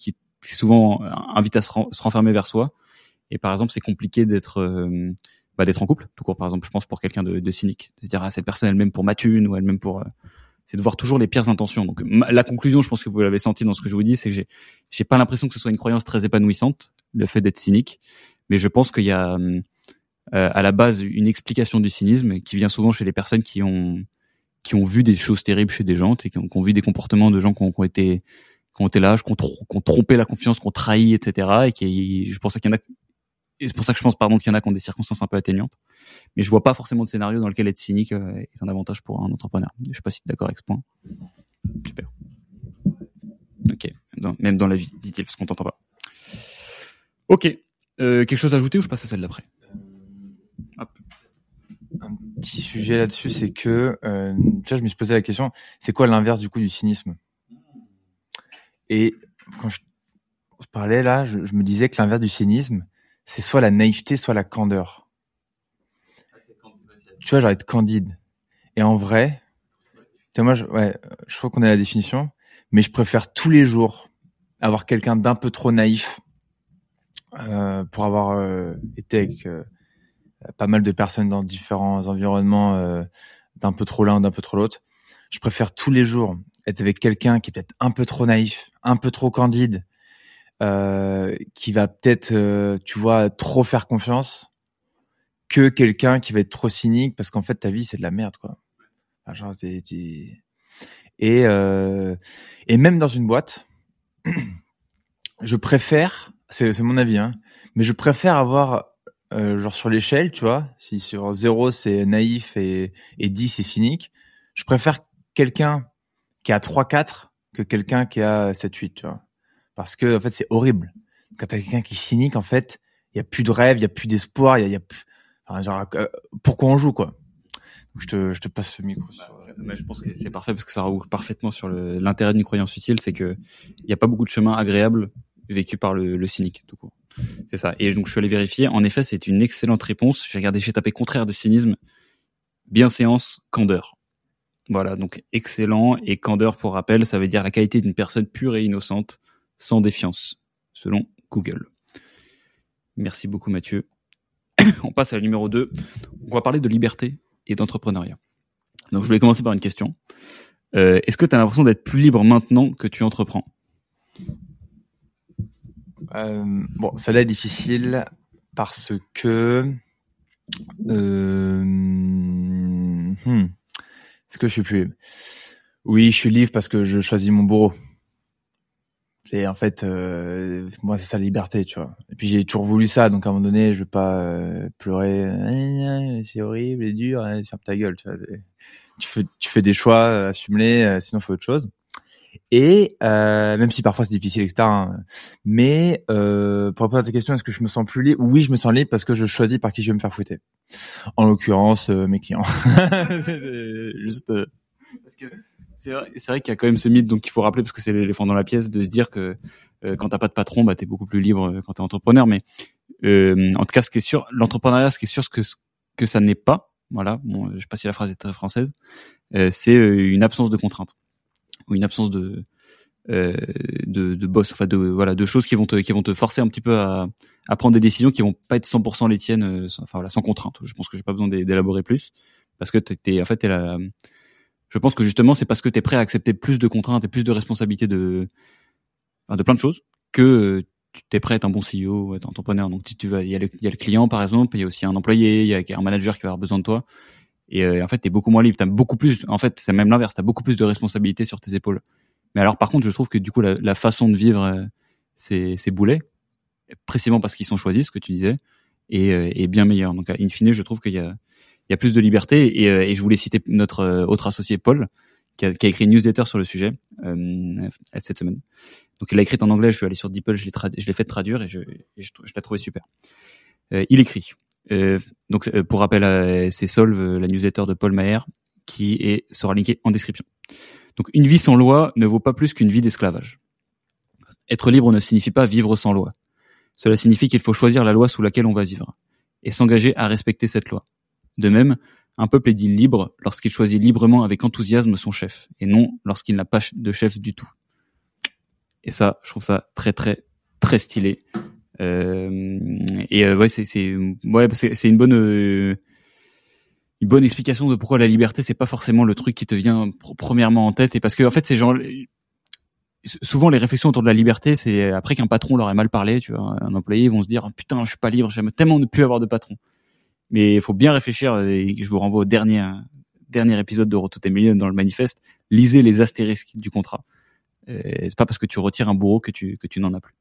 qui souvent invite à se, ren- se renfermer vers soi. Et par exemple, c'est compliqué d'être euh, bah, d'être en couple, tout court. Par exemple, je pense pour quelqu'un de, de cynique, de se dire ah cette personne elle m'aime pour ma thune ou elle m'aime pour, euh, c'est de voir toujours les pires intentions. Donc ma, la conclusion, je pense que vous l'avez senti dans ce que je vous dis, c'est que j'ai j'ai pas l'impression que ce soit une croyance très épanouissante, le fait d'être cynique, mais je pense qu'il y a euh, à la base une explication du cynisme qui vient souvent chez les personnes qui ont qui ont vu des choses terribles chez des gens, et qui ont, qui ont vu des comportements de gens qui ont, qui ont été qui ont été lâches, qui ont, tro- qui ont trompé la confiance, qui ont trahi, et cetera. Et qui, je pense qu'il y en a, et c'est pour ça que je pense pardon qu'il y en a qui ont des circonstances un peu atteignantes. Mais je vois pas forcément de scénario dans lequel être cynique euh, est un avantage pour un entrepreneur. Je sais pas si tu es d'accord avec ce point. Super. Ok. Dans, même dans la vie, dit-il, parce qu'on t'entend pas. Ok. Euh, quelque chose à ajouter ou je passe à celle d'après? Hop. Un petit sujet là-dessus, c'est que, euh, tu vois, je me suis posé la question, c'est quoi l'inverse du coup du cynisme? Et quand je, je parlais là, je, je me disais que l'inverse du cynisme, c'est soit la naïveté, soit la candeur. Tu vois, genre être candide. Et en vrai, tu vois, moi, je, ouais, je crois qu'on a la définition, mais je préfère tous les jours avoir quelqu'un d'un peu trop naïf euh, pour avoir euh, été avec euh, pas mal de personnes dans différents environnements, euh, d'un peu trop l'un, d'un peu trop l'autre. Je préfère tous les jours être avec quelqu'un qui est peut-être un peu trop naïf, un peu trop candide, euh, qui va peut-être, euh, tu vois, trop faire confiance, que quelqu'un qui va être trop cynique, parce qu'en fait, ta vie, c'est de la merde, quoi. Enfin, genre, t'es, t'es... Et, euh, et même dans une boîte, je préfère, c'est, c'est mon avis, hein, mais je préfère avoir, euh, genre sur l'échelle, tu vois, si sur zéro c'est naïf et, et dix c'est cynique, je préfère quelqu'un qui a trois quatre que quelqu'un qui a sept huit, tu vois. Parce que, en fait, c'est horrible. Quand t'as quelqu'un qui est cynique, en fait, il y a plus de rêve, il y a plus d'espoir, il y a, y a plus, enfin, genre, euh, pourquoi on joue, quoi. Donc, je te, je te passe ce micro. Bah, mais je pense que c'est parfait parce que ça recouvre parfaitement sur le, l'intérêt d'une croyance utile, c'est que il n'y a pas beaucoup de chemins agréables vécus par le, le cynique, tout court. C'est ça. Et donc, je suis allé vérifier. En effet, c'est une excellente réponse. J'ai regardé, j'ai tapé contraire de cynisme, bienséance, candeur. Voilà. Donc, excellent. Et candeur, pour rappel, ça veut dire la qualité d'une personne pure et innocente, sans défiance, selon Google. Merci beaucoup, Mathieu. On passe à la numéro deux. On va parler de liberté et d'entrepreneuriat. Donc, je voulais commencer par une question. Euh, est-ce que tu as l'impression d'être plus libre maintenant que tu entreprends? Euh, bon, ça là est difficile parce que euh, hmm, est-ce que je suis plus libre? Oui, je suis libre parce que je choisis mon bourreau. C'est en fait, euh, moi c'est ça la liberté, tu vois. Et puis j'ai toujours voulu ça, donc à un moment donné, je vais pas euh, pleurer. Ah, c'est horrible, et dur. Hein, ferme ta gueule, tu vois. Tu fais, tu fais des choix, euh, assume-les, euh, sinon fais autre chose. Et euh, même si parfois c'est difficile, et cetera. Hein, mais euh, pour répondre à ta question, est-ce que je me sens plus libre? Oui, je me sens libre parce que je choisis par qui je vais me faire fouetter. En l'occurrence, euh, mes clients. C'est juste. Euh... Parce que c'est vrai, c'est vrai qu'il y a quand même ce mythe, donc il faut rappeler parce que c'est l'éléphant dans la pièce, de se dire que euh, quand t'as pas de patron, bah t'es beaucoup plus libre euh, quand t'es entrepreneur. Mais euh, en tout cas, ce qui est sûr, l'entrepreneuriat, ce qui est sûr, ce que que ça n'est pas, voilà. Bon, je sais pas si la phrase est très française. Euh, c'est une absence de contraintes ou une absence de euh, de, de boss, enfin de voilà, de choses qui vont te qui vont te forcer un petit peu à, à prendre des décisions qui vont pas être cent pour cent les tiennes, euh, sans, enfin voilà, sans contrainte. Je pense que j'ai pas besoin d'élaborer plus parce que t'es, t'es en fait t'es la je pense que justement, c'est parce que tu es prêt à accepter plus de contraintes et plus de responsabilités de, enfin, de plein de choses que tu es prêt à être un bon C E O ou être entrepreneur. Donc, si tu vas, il y a le, il y a le client, par exemple, il y a aussi un employé, il y a un manager qui va avoir besoin de toi. Et euh, en fait, tu es beaucoup moins libre. Tu as beaucoup plus, en fait, c'est même l'inverse. Tu as beaucoup plus de responsabilités sur tes épaules. Mais alors, par contre, je trouve que du coup, la, la façon de vivre, euh, c'est, c'est boulet, précisément parce qu'ils sont choisis, ce que tu disais, et, euh, et bien meilleur. Donc, in fine, je trouve qu'il y a, il y a plus de liberté et, euh, et je voulais citer notre euh, autre associé Paul qui a, qui a écrit une newsletter sur le sujet euh, cette semaine. Donc il l'a écrite en anglais, je suis allé sur DeepL, je l'ai, trad- je l'ai fait traduire et je, et je, je l'ai trouvé super. Euh, il écrit, euh, donc pour rappel, euh, c'est Solve, la newsletter de Paul Maher qui est, sera linkée en description. Donc une vie sans loi ne vaut pas plus qu'une vie d'esclavage. Être libre ne signifie pas vivre sans loi. Cela signifie qu'il faut choisir la loi sous laquelle on va vivre et s'engager à respecter cette loi. De même, un peuple est dit libre lorsqu'il choisit librement avec enthousiasme son chef, et non lorsqu'il n'a pas de chef du tout. Et ça, je trouve ça très très très stylé. Euh, et euh, ouais, c'est c'est ouais, c'est, c'est une bonne euh, une bonne explication de pourquoi la liberté c'est pas forcément le truc qui te vient pr- premièrement en tête. Et parce que en fait, ces gens, souvent les réflexions autour de la liberté, c'est après qu'un patron leur ait mal parlé, tu vois, un employé, ils vont se dire putain, je suis pas libre, j'aime tellement ne plus avoir de patron. Mais il faut bien réfléchir, et je vous renvoie au dernier dernier épisode de Road to ten million dans le manifeste. Lisez les astérisques du contrat. Et c'est pas parce que tu retires un bourreau que tu que tu n'en as plus.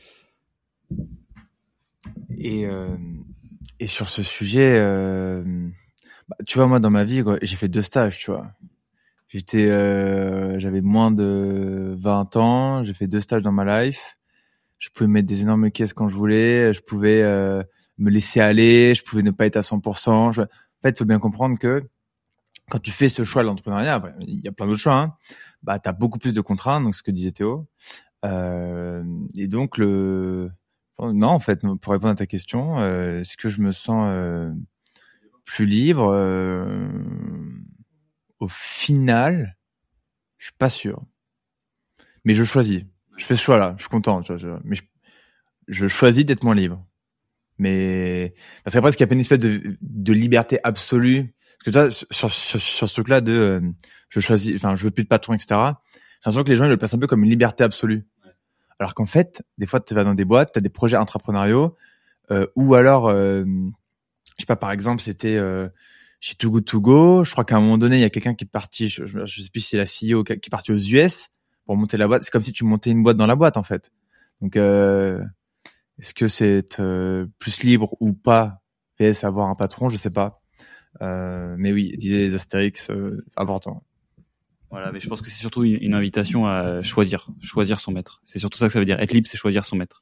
Et euh, et sur ce sujet, euh, bah, tu vois, moi dans ma vie, quoi, j'ai fait deux stages, tu vois. J'étais, euh, j'avais moins de vingt ans, j'ai fait deux stages dans ma life. Je pouvais mettre des énormes caisses quand je voulais, je pouvais euh, me laisser aller, je pouvais ne pas être à cent pour cent. Je... En fait, il faut bien comprendre que quand tu fais ce choix de l'entrepreneuriat, il y a plein d'autres choix, hein, bah, tu as beaucoup plus de contraintes, donc ce que disait Théo. Euh, et donc, le... non, en fait, pour répondre à ta question, euh, est-ce que je me sens euh, plus libre euh, au final, je suis pas sûr. Mais je choisis. Je fais ce choix-là. Je suis content. Tu vois, je... Mais je... je choisis d'être moins libre. Mais parce qu'après, est-ce qu'il y a pas une espèce de, de liberté absolue? Parce que tu vois, sur, sur, sur ce truc-là de euh, je choisis, enfin, je veux plus de patron, et cetera. J'ai l'impression que les gens ils le placent un peu comme une liberté absolue. Ouais. Alors qu'en fait, des fois, tu vas dans des boîtes, tu as des projets entrepreneuriaux, euh, ou alors, euh, je sais pas, par exemple, c'était euh, chez Too Good To Go. Je crois qu'à un moment donné, il y a quelqu'un qui est parti, je, je, je sais plus si c'est la C E O qui est parti aux U S pour monter la boîte. C'est comme si tu montais une boîte dans la boîte, en fait. Donc, euh, est-ce que c'est être euh, plus libre ou pas, V S avoir un patron, je sais pas. Euh, mais oui, disait les Astérix, euh, c'est important. Voilà, mais je pense que c'est surtout une, une invitation à choisir, choisir son maître. C'est surtout ça que ça veut dire. Être libre, c'est choisir son maître.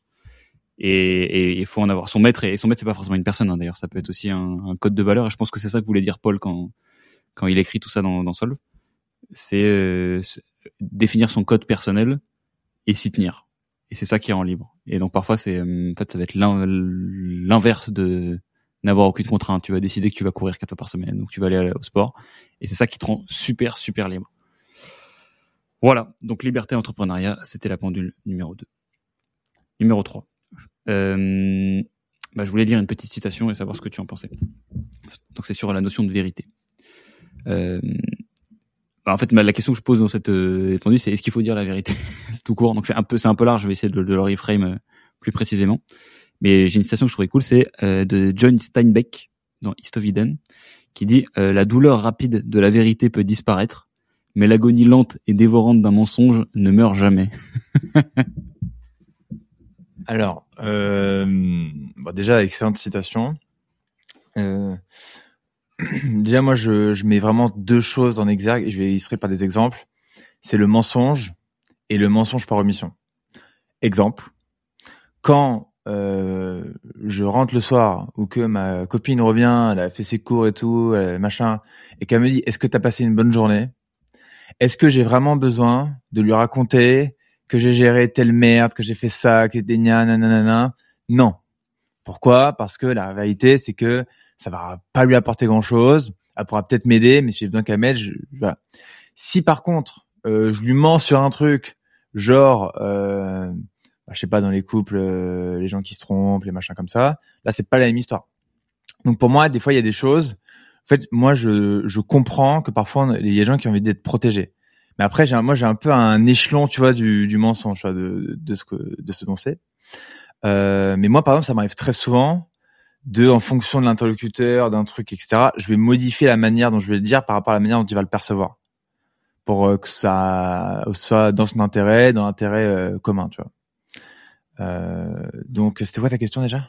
Et il faut en avoir son maître. Et son maître, c'est pas forcément une personne, hein, d'ailleurs. Ça peut être aussi un, un code de valeur. Et je pense que c'est ça que voulait dire Paul quand quand il écrit tout ça dans, dans Solve. C'est euh, définir son code personnel et s'y tenir. Et c'est ça qui rend libre. Et donc parfois, c'est en fait, ça va être l'inverse de n'avoir aucune contrainte. Tu vas décider que tu vas courir quatre fois par semaine ou que tu vas aller au sport. Et c'est ça qui te rend super, super libre. Voilà. Donc, liberté, entrepreneuriat, c'était la pendule numéro deux. Numéro trois. Euh, bah, je voulais lire une petite citation et savoir ce que tu en pensais. Donc, c'est sur la notion de vérité. Euh, bah, en fait, la question que je pose dans cette euh, pendule, c'est est-ce qu'il faut dire la vérité tout court? Donc, c'est un peu, c'est un peu large. Je vais essayer de, de le reframe euh, plus précisément. Mais j'ai une citation que je trouvais cool, c'est euh, de John Steinbeck dans East of Eden, qui dit euh, la douleur rapide de la vérité peut disparaître, mais l'agonie lente et dévorante d'un mensonge ne meurt jamais. Alors, euh, bon, déjà, excellente citation. Euh, déjà, moi, je, je mets vraiment deux choses en exergue et je vais illustrer par des exemples. C'est le mensonge et le mensonge par omission. Exemple, quand euh, je rentre le soir ou que ma copine revient, elle a fait ses cours et tout, elle, machin, et qu'elle me dit « Est-ce que t'as passé une bonne journée ?» Est-ce que j'ai vraiment besoin de lui raconter que j'ai géré telle merde, que j'ai fait ça, que des gna nanana? Non. Pourquoi? Parce que la réalité, c'est que ça va pas lui apporter grand-chose. Elle pourra peut-être m'aider, mais si j'ai besoin qu'elle m'aide, je, voilà. Si par contre, euh, je lui mens sur un truc, genre, euh, bah, je sais pas, dans les couples, euh, les gens qui se trompent, les machins comme ça, là, c'est pas la même histoire. Donc pour moi, des fois, il y a des choses. En fait, moi, je, je comprends que parfois, il y a des gens qui ont envie d'être protégés. Mais après, j'ai, moi, j'ai un peu un échelon, tu vois, du, du mensonge, tu vois, de, de ce que, de ce dont c'est. Euh, mais moi, par exemple, ça m'arrive très souvent de, en fonction de l'interlocuteur, d'un truc, et cetera, je vais modifier la manière dont je vais le dire par rapport à la manière dont il va le percevoir, pour euh, que ça soit dans son intérêt, dans l'intérêt euh, commun, tu vois. Euh, donc, c'était quoi ta question déjà?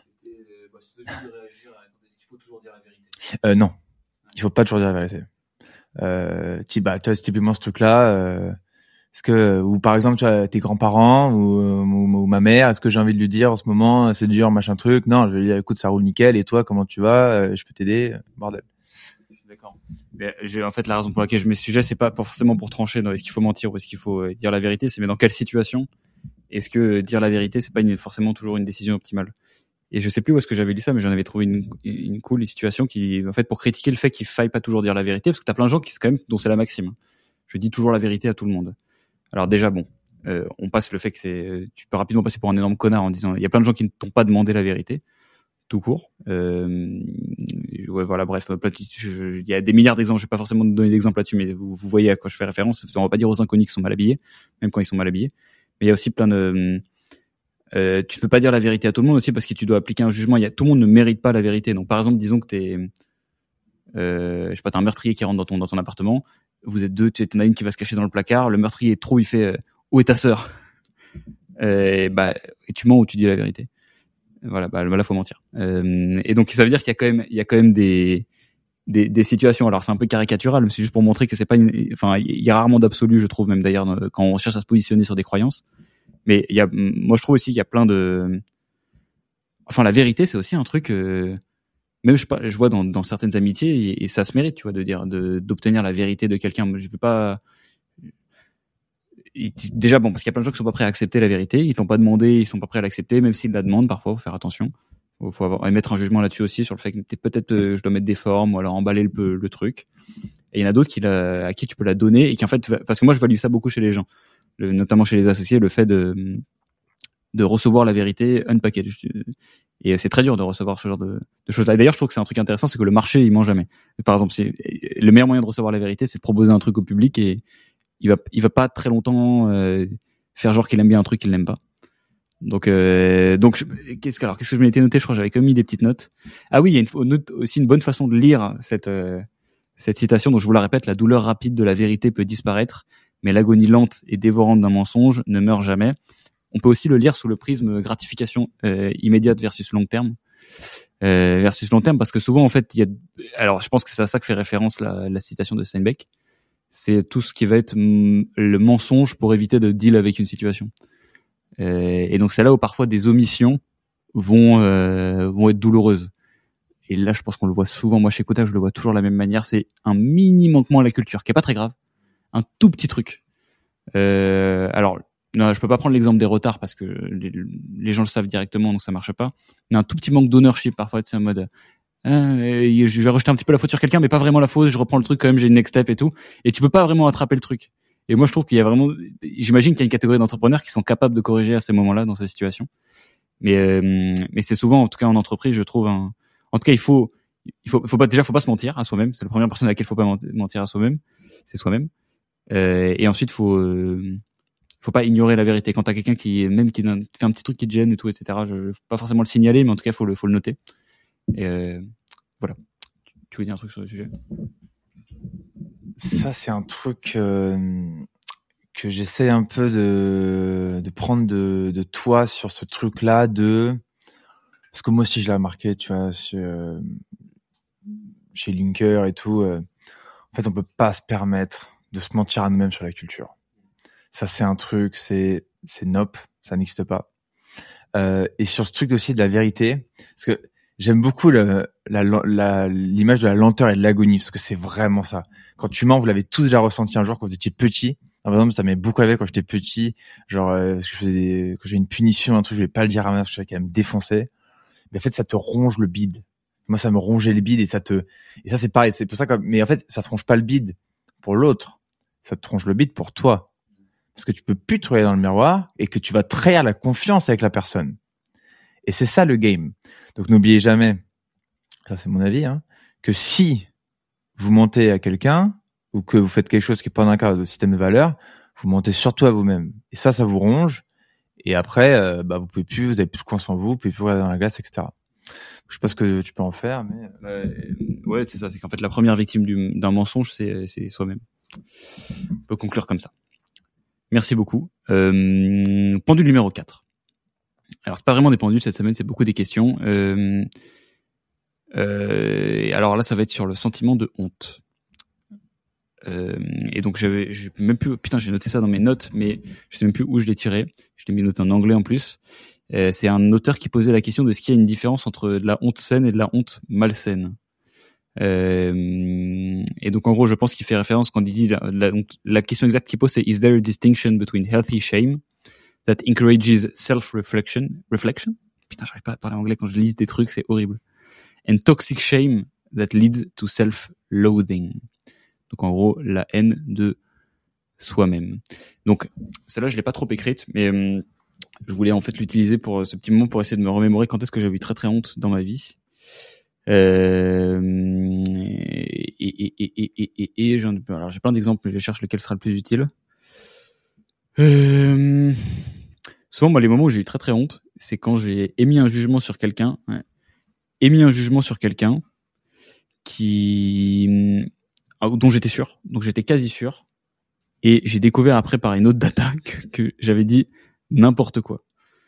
Euh, non, il faut pas toujours dire la vérité. Euh, tu, bah, tu vois, typiquement ce truc-là. Euh, est-ce que, ou par exemple, tu vois, tes grands-parents ou, ou, ou ma mère, est-ce que j'ai envie de lui dire en ce moment, c'est dur, machin truc? Non, je vais lui dire, écoute, ça roule nickel. Et toi, comment tu vas? Euh, je peux t'aider, bordel. D'accord. Mais j'ai, en fait, la raison pour laquelle je mets ce sujet, c'est pas forcément pour trancher dans est-ce qu'il faut mentir ou est-ce qu'il faut dire la vérité, c'est mais dans quelle situation est-ce que dire la vérité, c'est pas une, forcément toujours une décision optimale. Et je sais plus où est-ce que j'avais lu ça, mais j'en avais trouvé une, une cool situation qui, en fait, pour critiquer le fait qu'il faille pas toujours dire la vérité, parce que t'as plein de gens qui, quand même, dont c'est la maxime. Je dis toujours la vérité à tout le monde. Alors déjà, bon, euh, on passe le fait que c'est, tu peux rapidement passer pour un énorme connard en disant, il y a plein de gens qui ne t'ont pas demandé la vérité, tout court. Euh, ouais, voilà, bref, il y a des milliards d'exemples. Je vais pas forcément donner d'exemples là-dessus, mais vous, vous voyez à quoi je fais référence. On va pas dire aux inconnus qui sont mal habillés, même quand ils sont mal habillés. Mais il y a aussi plein de, euh, tu ne peux pas dire la vérité à tout le monde aussi parce que tu dois appliquer un jugement. Il y a, tout le monde ne mérite pas la vérité. Donc, par exemple, disons que t'es, euh, je sais pas, t'as un meurtrier qui rentre dans ton, dans ton appartement. Vous êtes deux, tu en as une qui va se cacher dans le placard. Le meurtrier est trop, il fait, euh, où est ta sœur? Euh, bah, et tu mens ou tu dis la vérité. Voilà, bah là faut mentir. Euh, et donc ça veut dire qu'il y a quand même, il y a quand même des, des, des situations. Alors c'est un peu caricatural, mais c'est juste pour montrer que c'est pas, une, enfin il y a rarement d'absolu, je trouve même d'ailleurs quand on cherche à se positionner sur des croyances. Mais il y a, moi je trouve aussi qu'il y a plein de, enfin la vérité c'est aussi un truc, euh, même je, je vois dans, dans certaines amitiés et, et ça se mérite, tu vois, de dire, de, d'obtenir la vérité de quelqu'un. Je peux pas. Déjà bon parce qu'il y a plein de gens qui sont pas prêts à accepter la vérité, ils t'ont pas demandé, ils sont pas prêts à l'accepter, même s'ils la demandent parfois, faut faire attention. Il faut avoir, émettre un jugement là-dessus aussi sur le fait que peut-être euh, je dois mettre des formes ou alors emballer le, le truc. Et il y en a d'autres qui la, à qui tu peux la donner et qui en fait, parce que moi je value ça beaucoup chez les gens, le, notamment chez les associés, le fait de de recevoir la vérité unpackaged. Et c'est très dur de recevoir ce genre de, de choses-là. Et d'ailleurs, je trouve que c'est un truc intéressant, c'est que le marché il ment jamais. Par exemple, c'est, le meilleur moyen de recevoir la vérité, c'est de proposer un truc au public et il va il va pas très longtemps euh, faire genre qu'il aime bien un truc qu'il n'aime pas. Donc euh, donc qu'est-ce que alors qu'est-ce que je m'étais noté, je crois que j'avais quand même mis des petites notes. Ah oui, il y a une, une, aussi une bonne façon de lire cette euh, cette citation, donc je vous la répète: la douleur rapide de la vérité peut disparaître, mais l'agonie lente et dévorante d'un mensonge ne meurt jamais. On peut aussi le lire sous le prisme gratification euh, immédiate versus long terme. Euh, versus long terme, parce que souvent en fait il y a, alors je pense que c'est à ça que fait référence la, la citation de Steinbeck. C'est tout ce qui va être m- le mensonge pour éviter de deal avec une situation. Euh, et donc c'est là où parfois des omissions vont euh, vont être douloureuses. Et là, je pense qu'on le voit souvent. Moi, chez Kotak, je le vois toujours de la même manière. C'est un mini manquement à la culture, qui est pas très grave, un tout petit truc. Euh, alors, non, je peux pas prendre l'exemple des retards parce que les, les gens le savent directement, donc ça marche pas. Mais un tout petit manque d'ownership parfois, c'est en mode. Euh, je vais rejeter un petit peu la faute sur quelqu'un, mais pas vraiment la faute. Je reprends le truc quand même, j'ai une next step et tout. Et tu peux pas vraiment attraper le truc. Et moi, je trouve qu'il y a vraiment, j'imagine qu'il y a une catégorie d'entrepreneurs qui sont capables de corriger à ces moments-là, dans ces situations. Mais, euh, mais c'est souvent, en tout cas en entreprise, je trouve un, en tout cas, il faut, il faut, faut pas, déjà, faut pas se mentir à soi-même. C'est la première personne à laquelle il faut pas mentir à soi-même. C'est soi-même. Euh, et ensuite, faut, euh, faut pas ignorer la vérité. Quand t'as quelqu'un qui, même qui fait un petit truc qui te gêne et tout, et cetera, je, faut pas forcément le signaler, mais en tout cas, faut le, faut le noter. Et, euh, voilà. Tu veux dire un truc sur le sujet? Ça, c'est un truc euh, que j'essaie un peu de, de prendre de, de toi sur ce truc-là de... Parce que moi aussi, je l'ai remarqué, tu vois, sur, euh, chez Linker et tout. Euh, en fait, on peut pas se permettre de se mentir à nous-mêmes sur la culture. Ça, c'est un truc, c'est c'est nope, ça n'existe pas. Euh, et sur ce truc aussi de la vérité, parce que j'aime beaucoup le, la, la, l'image de la lenteur et de l'agonie, parce que c'est vraiment ça. Quand tu mens, vous l'avez tous déjà ressenti un jour quand vous étiez petit. Par exemple, ça m'est beaucoup avec quand j'étais petit, genre euh, parce que je faisais des, quand j'ai une punition, un truc, je vais pas le dire à ma mère parce que je savais qu'elle me défonçait. Mais en fait, ça te ronge le bide. Moi, ça me rongeait le bide et ça te, et ça c'est pareil. C'est pour ça que, mais en fait, ça te ronge pas le bide pour l'autre, ça te ronge le bide pour toi, parce que tu peux plus te regarder dans le miroir et que tu vas trahir la confiance avec la personne. Et c'est ça le game. Donc n'oubliez jamais, ça c'est mon avis, hein, que si vous mentez à quelqu'un ou que vous faites quelque chose qui est pas dans le cadre de votre système de valeurs, vous mentez surtout à vous-même. Et ça, ça vous ronge. Et après, euh, bah vous pouvez plus, vous avez plus de confiance en vous, vous pouvez plus regarder dans la glace, et cetera. Je sais pas ce que tu peux en faire, mais euh, ouais, c'est ça. C'est qu'en fait, la première victime du, d'un mensonge, c'est, c'est soi-même. On peut conclure comme ça. Merci beaucoup. Euh, pendule numéro quatre. Alors, c'est pas vraiment des pendules cette semaine, c'est beaucoup des questions. Euh, euh, alors là, ça va être sur le sentiment de honte. Euh, et donc, j'avais, j'ai même plus, putain, j'ai noté ça dans mes notes, mais je sais même plus où je l'ai tiré. Je l'ai mis noté en anglais en plus. Euh, c'est un auteur qui posait la question de ce qu'il y a une différence entre de la honte saine et de la honte malsaine. Euh, et donc en gros, je pense qu'il fait référence quand il dit la, la, donc, la question exacte qu'il pose, c'est is there a distinction between healthy shame that encourages self-reflection, reflection? Putain, j'arrive pas à parler anglais quand je lis des trucs, c'est horrible. And toxic shame that leads to self-loathing. Donc en gros, la haine de soi-même. Donc, celle-là, je l'ai pas trop écrite, mais euh, je voulais en fait l'utiliser pour ce petit moment pour essayer de me remémorer quand est-ce que j'avais eu très très honte dans ma vie. Euh, et, et, et, et, et, et, et j'en, alors j'ai plein d'exemples, mais je cherche lequel sera le plus utile. Euh, souvent, moi, les moments où j'ai eu très très honte, c'est quand j'ai émis un jugement sur quelqu'un, ouais, émis un jugement sur quelqu'un qui, dont j'étais sûr, donc j'étais quasi sûr, et j'ai découvert après par une autre data que, que j'avais dit n'importe quoi.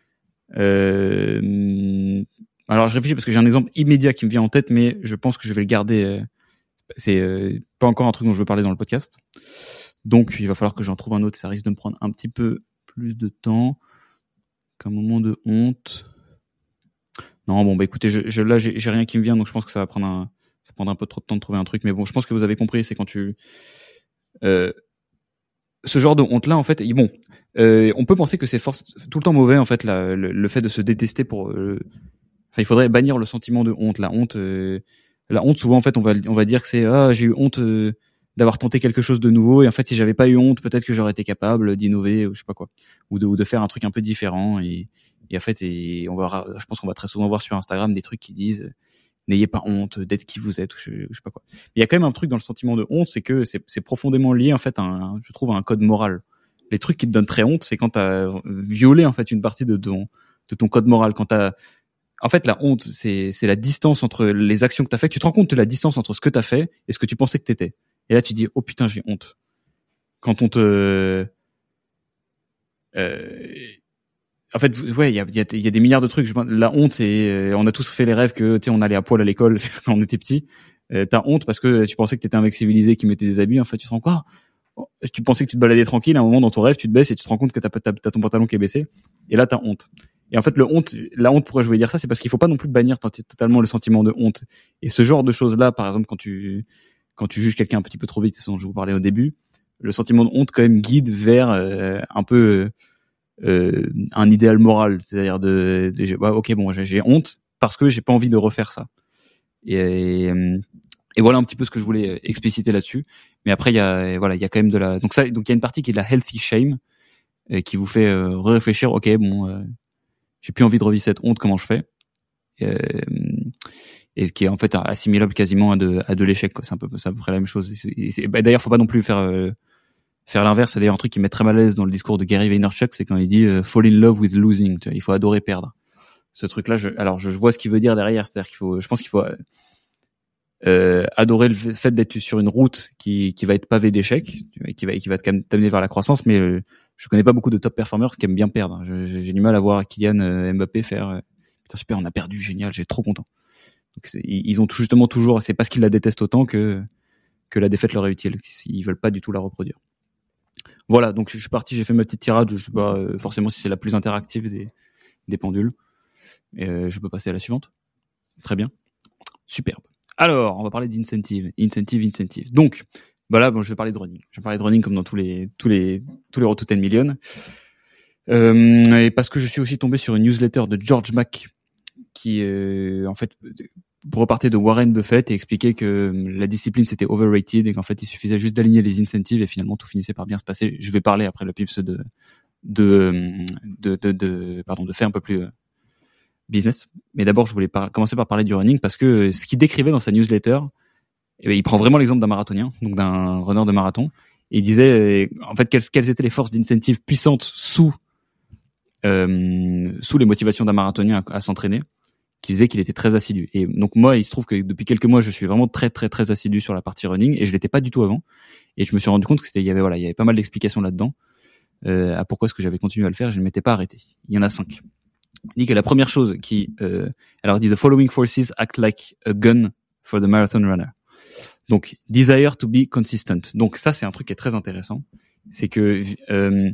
Euh, alors je réfléchis parce que j'ai un exemple immédiat qui me vient en tête, mais je pense que je vais le garder. C'est euh, pas encore un truc dont je veux parler dans le podcast. Donc il va falloir que j'en trouve un autre. Ça risque de me prendre un petit peu plus de temps. Qu'un moment de honte. Non, bon bah écoutez, je, je, là j'ai, j'ai rien qui me vient, donc je pense que ça va prendre un, ça prendra un peu trop de temps de trouver un truc. Mais bon, je pense que vous avez compris. C'est quand tu euh, ce genre de honte-là, en fait, bon, euh, on peut penser que c'est force, tout le temps mauvais, en fait, la, le, le fait de se détester pour. Euh, enfin, il faudrait bannir le sentiment de honte. La honte, euh, la honte, souvent, en fait, on va, on va dire que c'est ah, j'ai eu honte euh, d'avoir tenté quelque chose de nouveau, et en fait, si j'avais pas eu honte, peut-être que j'aurais été capable d'innover ou je sais pas quoi, ou de, ou de faire un truc un peu différent. Et, et en fait, et on va, je pense qu'on va très souvent voir sur Instagram des trucs qui disent n'ayez pas honte d'être qui vous êtes, ou je, je sais pas quoi. Il y a quand même un truc dans le sentiment de honte, c'est que c'est, c'est profondément lié en fait à un, je trouve, à un code moral. Les trucs qui te donnent très honte, c'est quand t'as violé en fait une partie de ton de ton code moral. Quand t'as, en fait, la honte, c'est c'est la distance entre les actions que t'as faites. Tu te rends compte de la distance entre ce que t'as fait et ce que tu pensais que t'étais. Et là, tu dis oh putain, j'ai honte. Quand on te euh, en fait, ouais, il y a, y, a, y a des milliards de trucs. Je, la honte, c'est, euh, on a tous fait les rêves que, tu sais, on allait à poil à l'école quand on était petit. Euh, t'as honte parce que tu pensais que t'étais un mec civilisé qui mettait des habits. En fait, tu te rends compte, oh, tu pensais que tu te baladais tranquille. À un moment dans ton rêve, tu te baisses et tu te rends compte que t'as, t'as, t'as ton pantalon qui est baissé. Et là, t'as honte. Et en fait, le honte, la honte, pourquoi je voulais dire ça, c'est parce qu'il faut pas non plus bannir totalement le sentiment de honte. Et ce genre de choses-là, par exemple, quand tu, quand tu juges quelqu'un un petit peu trop vite, c'est ce dont je vous parlais au début, le sentiment de honte quand même guide vers euh, un peu euh, Euh, un idéal moral, c'est-à-dire de, de ouais, ok bon j'ai, j'ai honte parce que j'ai pas envie de refaire ça. Et, et, et voilà un petit peu ce que je voulais expliciter là-dessus. Mais après il y a voilà il y a quand même de la donc ça donc il y a une partie qui est de la healthy shame euh, qui vous fait euh, réfléchir. Ok bon euh, j'ai plus envie de revivre cette honte, comment je fais euh, et qui est en fait assimilable quasiment à de à de l'échec quoi. C'est un peu c'est à peu près la même chose. Et c'est, bah, d'ailleurs faut pas non plus faire euh, faire l'inverse. C'est d'ailleurs un truc qui met très mal à l'aise dans le discours de Gary Vaynerchuk, c'est quand il dit euh, fall in love with losing. Tu vois, il faut adorer perdre. Ce truc-là, je, alors je, je vois ce qu'il veut dire derrière. C'est-à-dire qu'il faut, je pense qu'il faut euh, adorer le fait d'être sur une route qui qui va être pavée d'échecs, qui va qui va t'amener vers la croissance. Mais euh, je connais pas beaucoup de top performers qui aiment bien perdre. Je, j'ai du mal à voir Kylian euh, Mbappé faire euh, putain super, on a perdu, génial, j'ai trop content. Donc c'est, ils ont tout, justement toujours, c'est parce qu'ils la détestent autant que que la défaite leur est utile. Ils veulent pas du tout la reproduire. Voilà, donc je suis parti, j'ai fait ma petite tirade, je sais pas euh, forcément si c'est la plus interactive des, des pendules. Et euh, je peux passer à la suivante. Très bien. Superbe. Alors, on va parler d'incentive. Incentive, incentive. Donc, voilà, bon, je vais parler de running. Je vais parler de running comme dans tous les, tous les, tous les Road to ten million. Euh, et parce que je suis aussi tombé sur une newsletter de George Mack qui, euh, en fait, repartait de Warren Buffett et expliquait que la discipline c'était overrated et qu'en fait il suffisait juste d'aligner les incentives et finalement tout finissait par bien se passer. Je vais parler après le pips de de de de, de pardon de faire un peu plus business. Mais d'abord je voulais par- commencer par parler du running parce que ce qu'il décrivait dans sa newsletter, eh bien, il prend vraiment l'exemple d'un marathonien, donc d'un runner de marathon, et il disait en fait quelles, quelles étaient les forces d'incentive puissantes sous euh, sous les motivations d'un marathonien à, à s'entraîner, qui disait qu'il était très assidu. Et donc moi, il se trouve que depuis quelques mois, je suis vraiment très très très assidu sur la partie running et je l'étais pas du tout avant. Et je me suis rendu compte que c'était, il y avait voilà, il y avait pas mal d'explications là-dedans euh, à pourquoi est-ce que j'avais continué à le faire. Je ne m'étais pas arrêté. Il y en a cinq. Il dit que la première chose qui, euh, alors il dit the following forces act like a gun for the marathon runner. Donc desire to be consistent. Donc ça c'est un truc qui est très intéressant. C'est que euh,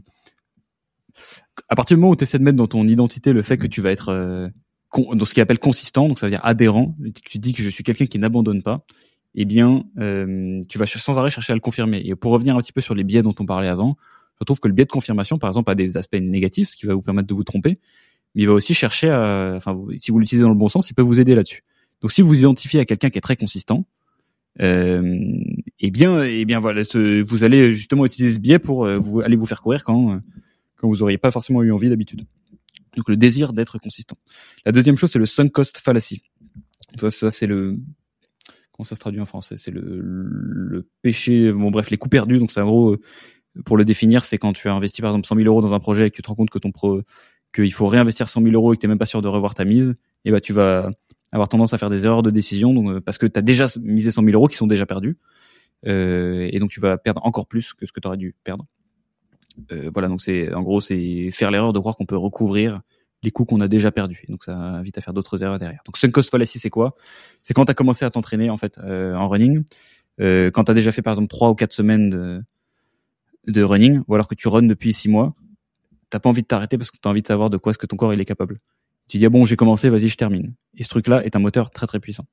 à partir du moment où tu essaies de mettre dans ton identité le fait que tu vas être euh, dans ce qu'il appelle consistant, donc ça veut dire adhérent, tu dis que je suis quelqu'un qui n'abandonne pas, eh bien, euh, tu vas sans arrêt chercher à le confirmer. Et pour revenir un petit peu sur les biais dont on parlait avant, je trouve que le biais de confirmation, par exemple, a des aspects négatifs, ce qui va vous permettre de vous tromper, mais il va aussi chercher à, enfin, si vous l'utilisez dans le bon sens, il peut vous aider là-dessus. Donc, si vous vous identifiez à quelqu'un qui est très consistant, euh, et bien, et bien voilà, ce, vous allez justement utiliser ce biais pour euh, vous aller vous faire courir quand euh, quand vous auriez pas forcément eu envie d'habitude. Donc le désir d'être consistant. La deuxième chose, c'est le sunk cost fallacy. Ça, ça c'est le comment ça se traduit en français? C'est le, le péché. Bon bref, les coûts perdus. Donc c'est en gros, pour le définir, c'est quand tu as investi par exemple cent mille euros dans un projet et que tu te rends compte que ton pro qu'il faut réinvestir cent mille euros et que t'es même pas sûr de revoir ta mise, et bah tu vas avoir tendance à faire des erreurs de décision, donc parce que t'as déjà misé cent mille euros qui sont déjà perdus, euh, et donc tu vas perdre encore plus que ce que t'aurais dû perdre. Euh, voilà, donc c'est en gros c'est faire l'erreur de croire qu'on peut recouvrir les coûts qu'on a déjà perdus. Et donc ça invite à faire d'autres erreurs derrière. Donc sunk cost fallacy, c'est quoi? C'est quand t'as commencé à t'entraîner en fait euh, en running, euh, quand t'as déjà fait par exemple trois ou quatre semaines de, de running, ou alors que tu runs depuis six mois, t'as pas envie de t'arrêter parce que t'as envie de savoir de quoi est-ce que ton corps il est capable. Tu dis ah bon j'ai commencé, vas-y je termine. Et ce truc là est un moteur très très puissant.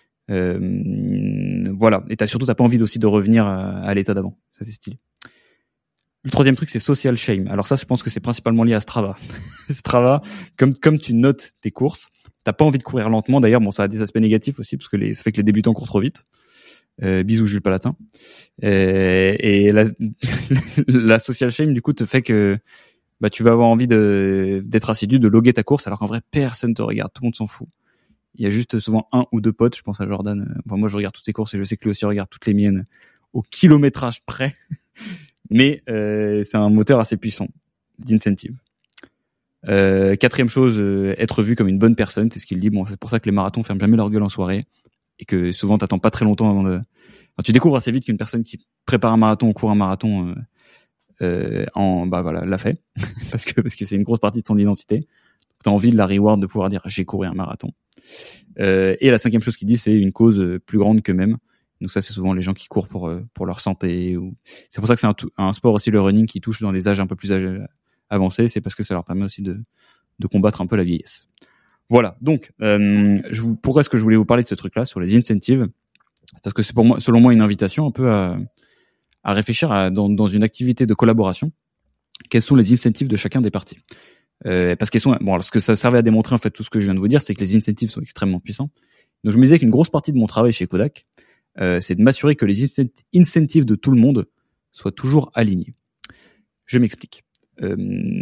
Euh, voilà, et t'as surtout t'as pas envie aussi de revenir à, à l'état d'avant. Ça c'est stylé. Le troisième truc, c'est social shame. Alors ça, je pense que c'est principalement lié à Strava. Strava, comme comme tu notes tes courses, t'as pas envie de courir lentement. D'ailleurs, bon, ça a des aspects négatifs aussi parce que les, ça fait que les débutants courent trop vite. Euh, bisous Jules Palatin. Euh, et la, la social shame, du coup, te fait que bah tu vas avoir envie de d'être assidu, de loguer ta course, alors qu'en vrai, personne te regarde, tout le monde s'en fout. Il y a juste souvent un ou deux potes. Je pense à Jordan. Enfin, moi, je regarde toutes ses courses et je sais que lui aussi regarde toutes les miennes au kilométrage près. Mais euh, c'est un moteur assez puissant d'incentive. Euh, quatrième chose, euh, être vu comme une bonne personne, c'est ce qu'il dit. Bon, c'est pour ça que les marathons ferment jamais leur gueule en soirée et que souvent t'attends pas très longtemps avant de. Enfin, tu découvres assez vite qu'une personne qui prépare un marathon ou court un marathon, euh, euh, en bah voilà, l'a fait parce que parce que c'est une grosse partie de ton identité. T'as envie de la reward de pouvoir dire j'ai couru un marathon. Euh, et la cinquième chose qu'il dit, c'est une cause plus grande qu'eux-mêmes. Donc ça, c'est souvent les gens qui courent pour pour leur santé. Ou c'est pour ça que c'est un, un sport aussi, le running, qui touche dans les âges un peu plus âgés, avancés. C'est parce que ça leur permet aussi de de combattre un peu la vieillesse. Voilà. Donc, euh, je vous, pourquoi est-ce que je voulais vous parler de ce truc-là sur les incentives? Parce que c'est pour moi, selon moi, une invitation un peu à à réfléchir à, dans dans une activité de collaboration. Quels sont les incentives de chacun des parties? Euh, parce qu'ils sont bon. Alors, ce que ça servait à démontrer en fait tout ce que je viens de vous dire, c'est que les incentives sont extrêmement puissants. Donc, je me disais qu'une grosse partie de mon travail chez Kodak, Euh, c'est de m'assurer que les incentives de tout le monde soient toujours alignés. Je m'explique. Euh,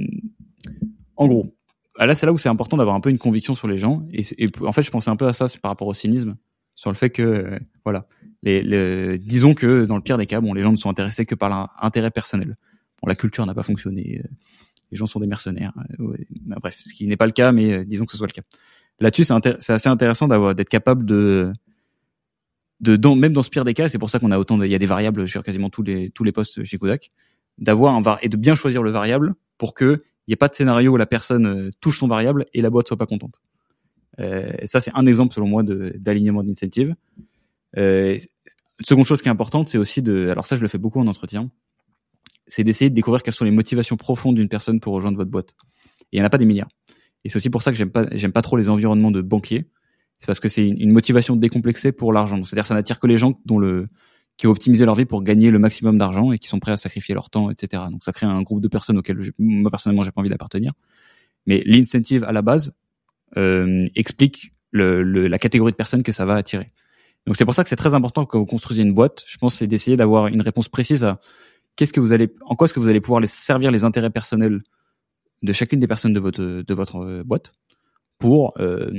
en gros, là c'est là où c'est important d'avoir un peu une conviction sur les gens. Et, et en fait, je pensais un peu à ça par rapport au cynisme, sur le fait que, euh, voilà, les, les, disons que dans le pire des cas, bon, les gens ne sont intéressés que par leur intérêt personnel. Bon, la culture n'a pas fonctionné. Les gens sont des mercenaires. Euh, ouais, bah, bref, ce qui n'est pas le cas, mais euh, disons que ce soit le cas. Là-dessus, c'est, intér- c'est assez intéressant d'avoir d'être capable de de dans, même dans ce pire des cas, c'est pour ça qu'on a autant de, il y a des variables sur quasiment tous les tous les postes chez Kodak, d'avoir un var et de bien choisir le variable pour que il y ait pas de scénario où la personne euh, touche son variable et la boîte soit pas contente. Euh, et ça c'est un exemple selon moi de d'alignement d'incentive. Euh, seconde chose qui est importante, c'est aussi de, alors ça je le fais beaucoup en entretien, c'est d'essayer de découvrir quelles sont les motivations profondes d'une personne pour rejoindre votre boîte. Et il y en a pas des milliards. Et c'est aussi pour ça que j'aime pas j'aime pas trop les environnements de banquiers. C'est parce que c'est une motivation décomplexée pour l'argent. Donc, c'est-à-dire que ça n'attire que les gens dont le, qui ont optimisé leur vie pour gagner le maximum d'argent et qui sont prêts à sacrifier leur temps, et cetera. Donc ça crée un groupe de personnes auxquelles je, moi personnellement j'ai pas envie d'appartenir. Mais l'incentive à la base euh, explique le, le, la catégorie de personnes que ça va attirer. Donc c'est pour ça que c'est très important quand vous construisez une boîte, je pense, c'est d'essayer d'avoir une réponse précise à qu'est-ce que vous allez, en quoi est-ce que vous allez pouvoir les servir les intérêts personnels de chacune des personnes de votre de votre boîte. Pour euh,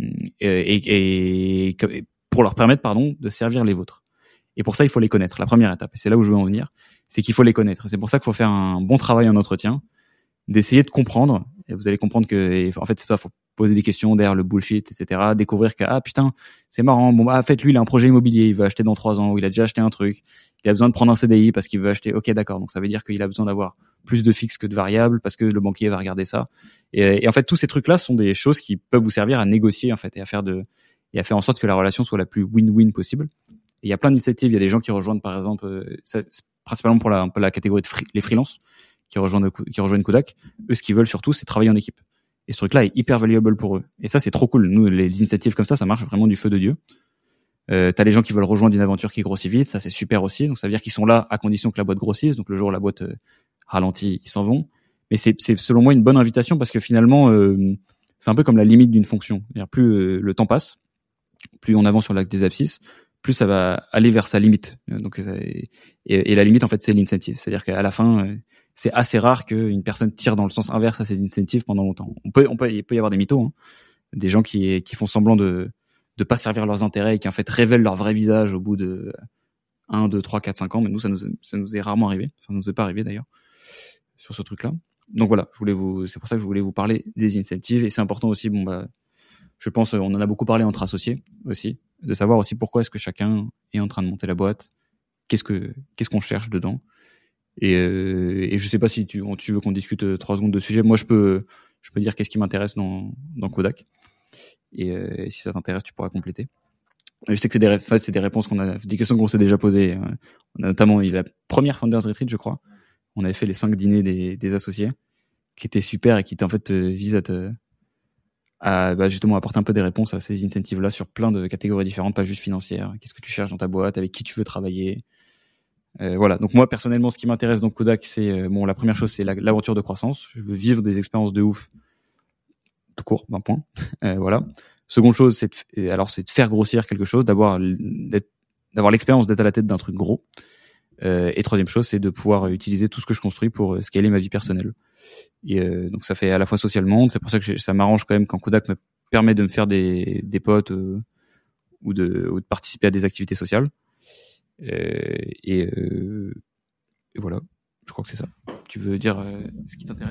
et, et, et pour leur permettre pardon de servir les vôtres. Et pour ça il faut les connaître. La première étape, et c'est là où je veux en venir, c'est qu'il faut les connaître. C'est pour ça qu'il faut faire un bon travail en entretien, d'essayer de comprendre. Et vous allez comprendre que en fait c'est pas, faut poser des questions derrière le bullshit, et cetera. Découvrir que ah putain c'est marrant. Bon bah en fait lui il a un projet immobilier, il veut acheter dans trois ans ou il a déjà acheté un truc. Il a besoin de prendre un C D I parce qu'il veut acheter. Ok d'accord, donc ça veut dire qu'il a besoin d'avoir plus de fixe que de variable parce que le banquier va regarder ça. Et, et en fait, tous ces trucs-là sont des choses qui peuvent vous servir à négocier en fait et à faire de et à faire en sorte que la relation soit la plus win-win possible. Et il y a plein d'initiatives. Il y a des gens qui rejoignent, par exemple, euh, ça, principalement pour la, un peu la catégorie de free, les freelances qui rejoignent qui rejoignent Kodak. Eux, ce qu'ils veulent surtout, c'est travailler en équipe. Et ce truc-là est hyper valuable pour eux. Et ça, c'est trop cool. Nous, les initiatives comme ça, ça marche vraiment du feu de Dieu. Euh, t'as les gens qui veulent rejoindre une aventure qui grossit vite, ça c'est super aussi. Donc ça veut dire qu'ils sont là à condition que la boîte grossisse. Donc le jour où la boîte euh, ralentit, ils s'en vont. Mais c'est, c'est selon moi une bonne invitation parce que finalement, euh, c'est un peu comme la limite d'une fonction. C'est-à-dire plus euh, le temps passe, plus on avance sur l'axe des abscisses, plus ça va aller vers sa limite. Donc, et, et la limite, en fait, c'est l'incentive. C'est-à-dire qu'à la fin, c'est assez rare qu'une personne tire dans le sens inverse à ses incentives pendant longtemps. On peut, on peut, il peut y avoir des mythos, hein, des gens qui, qui font semblant de de pas servir leurs intérêts et qui en fait révèlent leur vrai visage au bout de un, deux, trois, quatre, cinq ans. Mais nous, ça nous, ça nous est rarement arrivé. Ça nous est pas arrivé d'ailleurs sur ce truc-là. Donc voilà, je voulais vous, c'est pour ça que je voulais vous parler des incentives et c'est important aussi. Bon bah, je pense, on en a beaucoup parlé entre associés aussi, de savoir aussi pourquoi est-ce que chacun est en train de monter la boîte, qu'est-ce que, qu'est-ce qu'on cherche dedans. Et, euh, et je sais pas si tu, tu veux qu'on discute euh, trois secondes de sujet. Moi, je peux, je peux dire qu'est-ce qui m'intéresse dans, dans Kodak. Et, euh, et si ça t'intéresse, tu pourras compléter. Je sais que c'est des, ré- c'est des réponses qu'on a, des questions qu'on s'est déjà posées. On a notamment eu la première Founders Retreat, je crois. On avait fait les cinq dîners des, des associés, qui étaient super et qui en fait euh, visent à te, à bah, justement apporter un peu des réponses à ces incentives-là sur plein de catégories différentes, pas juste financières. Qu'est-ce que tu cherches dans ta boîte, avec qui tu veux travailler. Euh, voilà. Donc moi personnellement, ce qui m'intéresse dans Kodak, c'est euh, bon, la première chose, c'est la, l'aventure de croissance. Je veux vivre des expériences de ouf. Tout court, vingt points. Euh, voilà. Seconde chose, c'est de, alors c'est de faire grossir quelque chose, d'avoir d'avoir l'expérience d'être à la tête d'un truc gros. Euh, et troisième chose, c'est de pouvoir utiliser tout ce que je construis pour scaler ma vie personnelle. Et euh, donc ça fait à la fois socialement, c'est pour ça que j'ai, ça m'arrange quand même quand Kodak me permet de me faire des, des potes euh, ou, de, ou de participer à des activités sociales. Euh, et, euh, et voilà, je crois que c'est ça. Tu veux dire euh, ce qui t'intéresse ?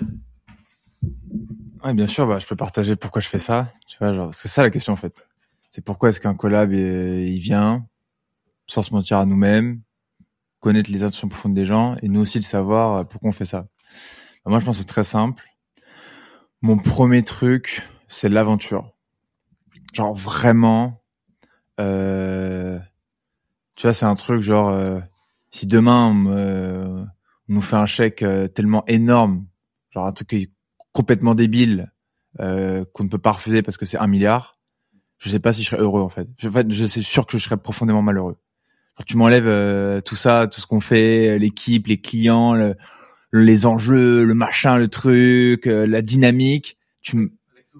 Ouais, bien sûr, bah, je peux partager pourquoi je fais ça. Tu vois, genre, c'est ça la question en fait. C'est pourquoi est-ce qu'un collab il, il vient sans se mentir à nous-mêmes, connaître les intentions profondes des gens et nous aussi le savoir pourquoi on fait ça. Bah, moi, je pense que c'est très simple. Mon premier truc, c'est l'aventure. Genre vraiment, euh, tu vois, c'est un truc genre euh, si demain on, me, on nous fait un chèque euh, tellement énorme, genre un truc qui est complètement débile euh, qu'on ne peut pas refuser parce que c'est un milliard, je sais pas si je serais heureux en fait. Je, en fait, je suis sûr que je serais profondément malheureux. Genre, tu m'enlèves euh, tout ça, tout ce qu'on fait, l'équipe, les clients, le, les enjeux, le machin, le truc, euh, la dynamique. Tu m...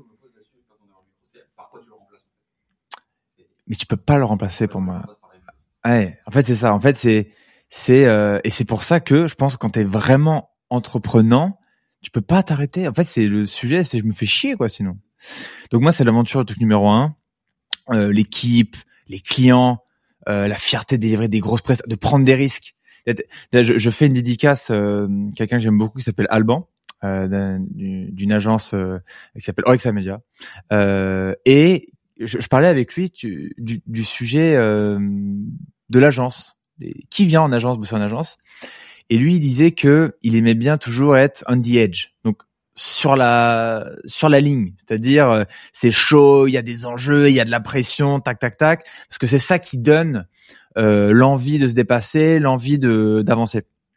Mais tu peux pas le remplacer pour moi. Ouais, en fait c'est ça. En fait c'est c'est euh, et c'est pour ça que je pense que quand t'es vraiment entreprenant, tu peux pas t'arrêter. En fait c'est le sujet, c'est je me fais chier quoi sinon. Donc moi c'est l'aventure le truc numéro un. Euh, l'équipe, les clients, euh, la fierté de délivrer des grosses prestations, de prendre des risques. Je, je fais une dédicace, euh, quelqu'un que j'aime beaucoup qui s'appelle Alban, euh, d'un, d'une agence euh, qui s'appelle Orexa Media. Euh, et je, je parlais avec lui du, du, du sujet euh, de l'agence. Qui vient en agence, bosser en agence. Et lui, il disait que il aimait bien toujours être on the edge. Donc, sur la sur la ligne, c'est-à-dire euh, c'est chaud, il y a des enjeux, il y a de la pression, tac tac tac, parce que c'est ça qui donne euh, l'envie de se dépasser, l'envie de d'avancer.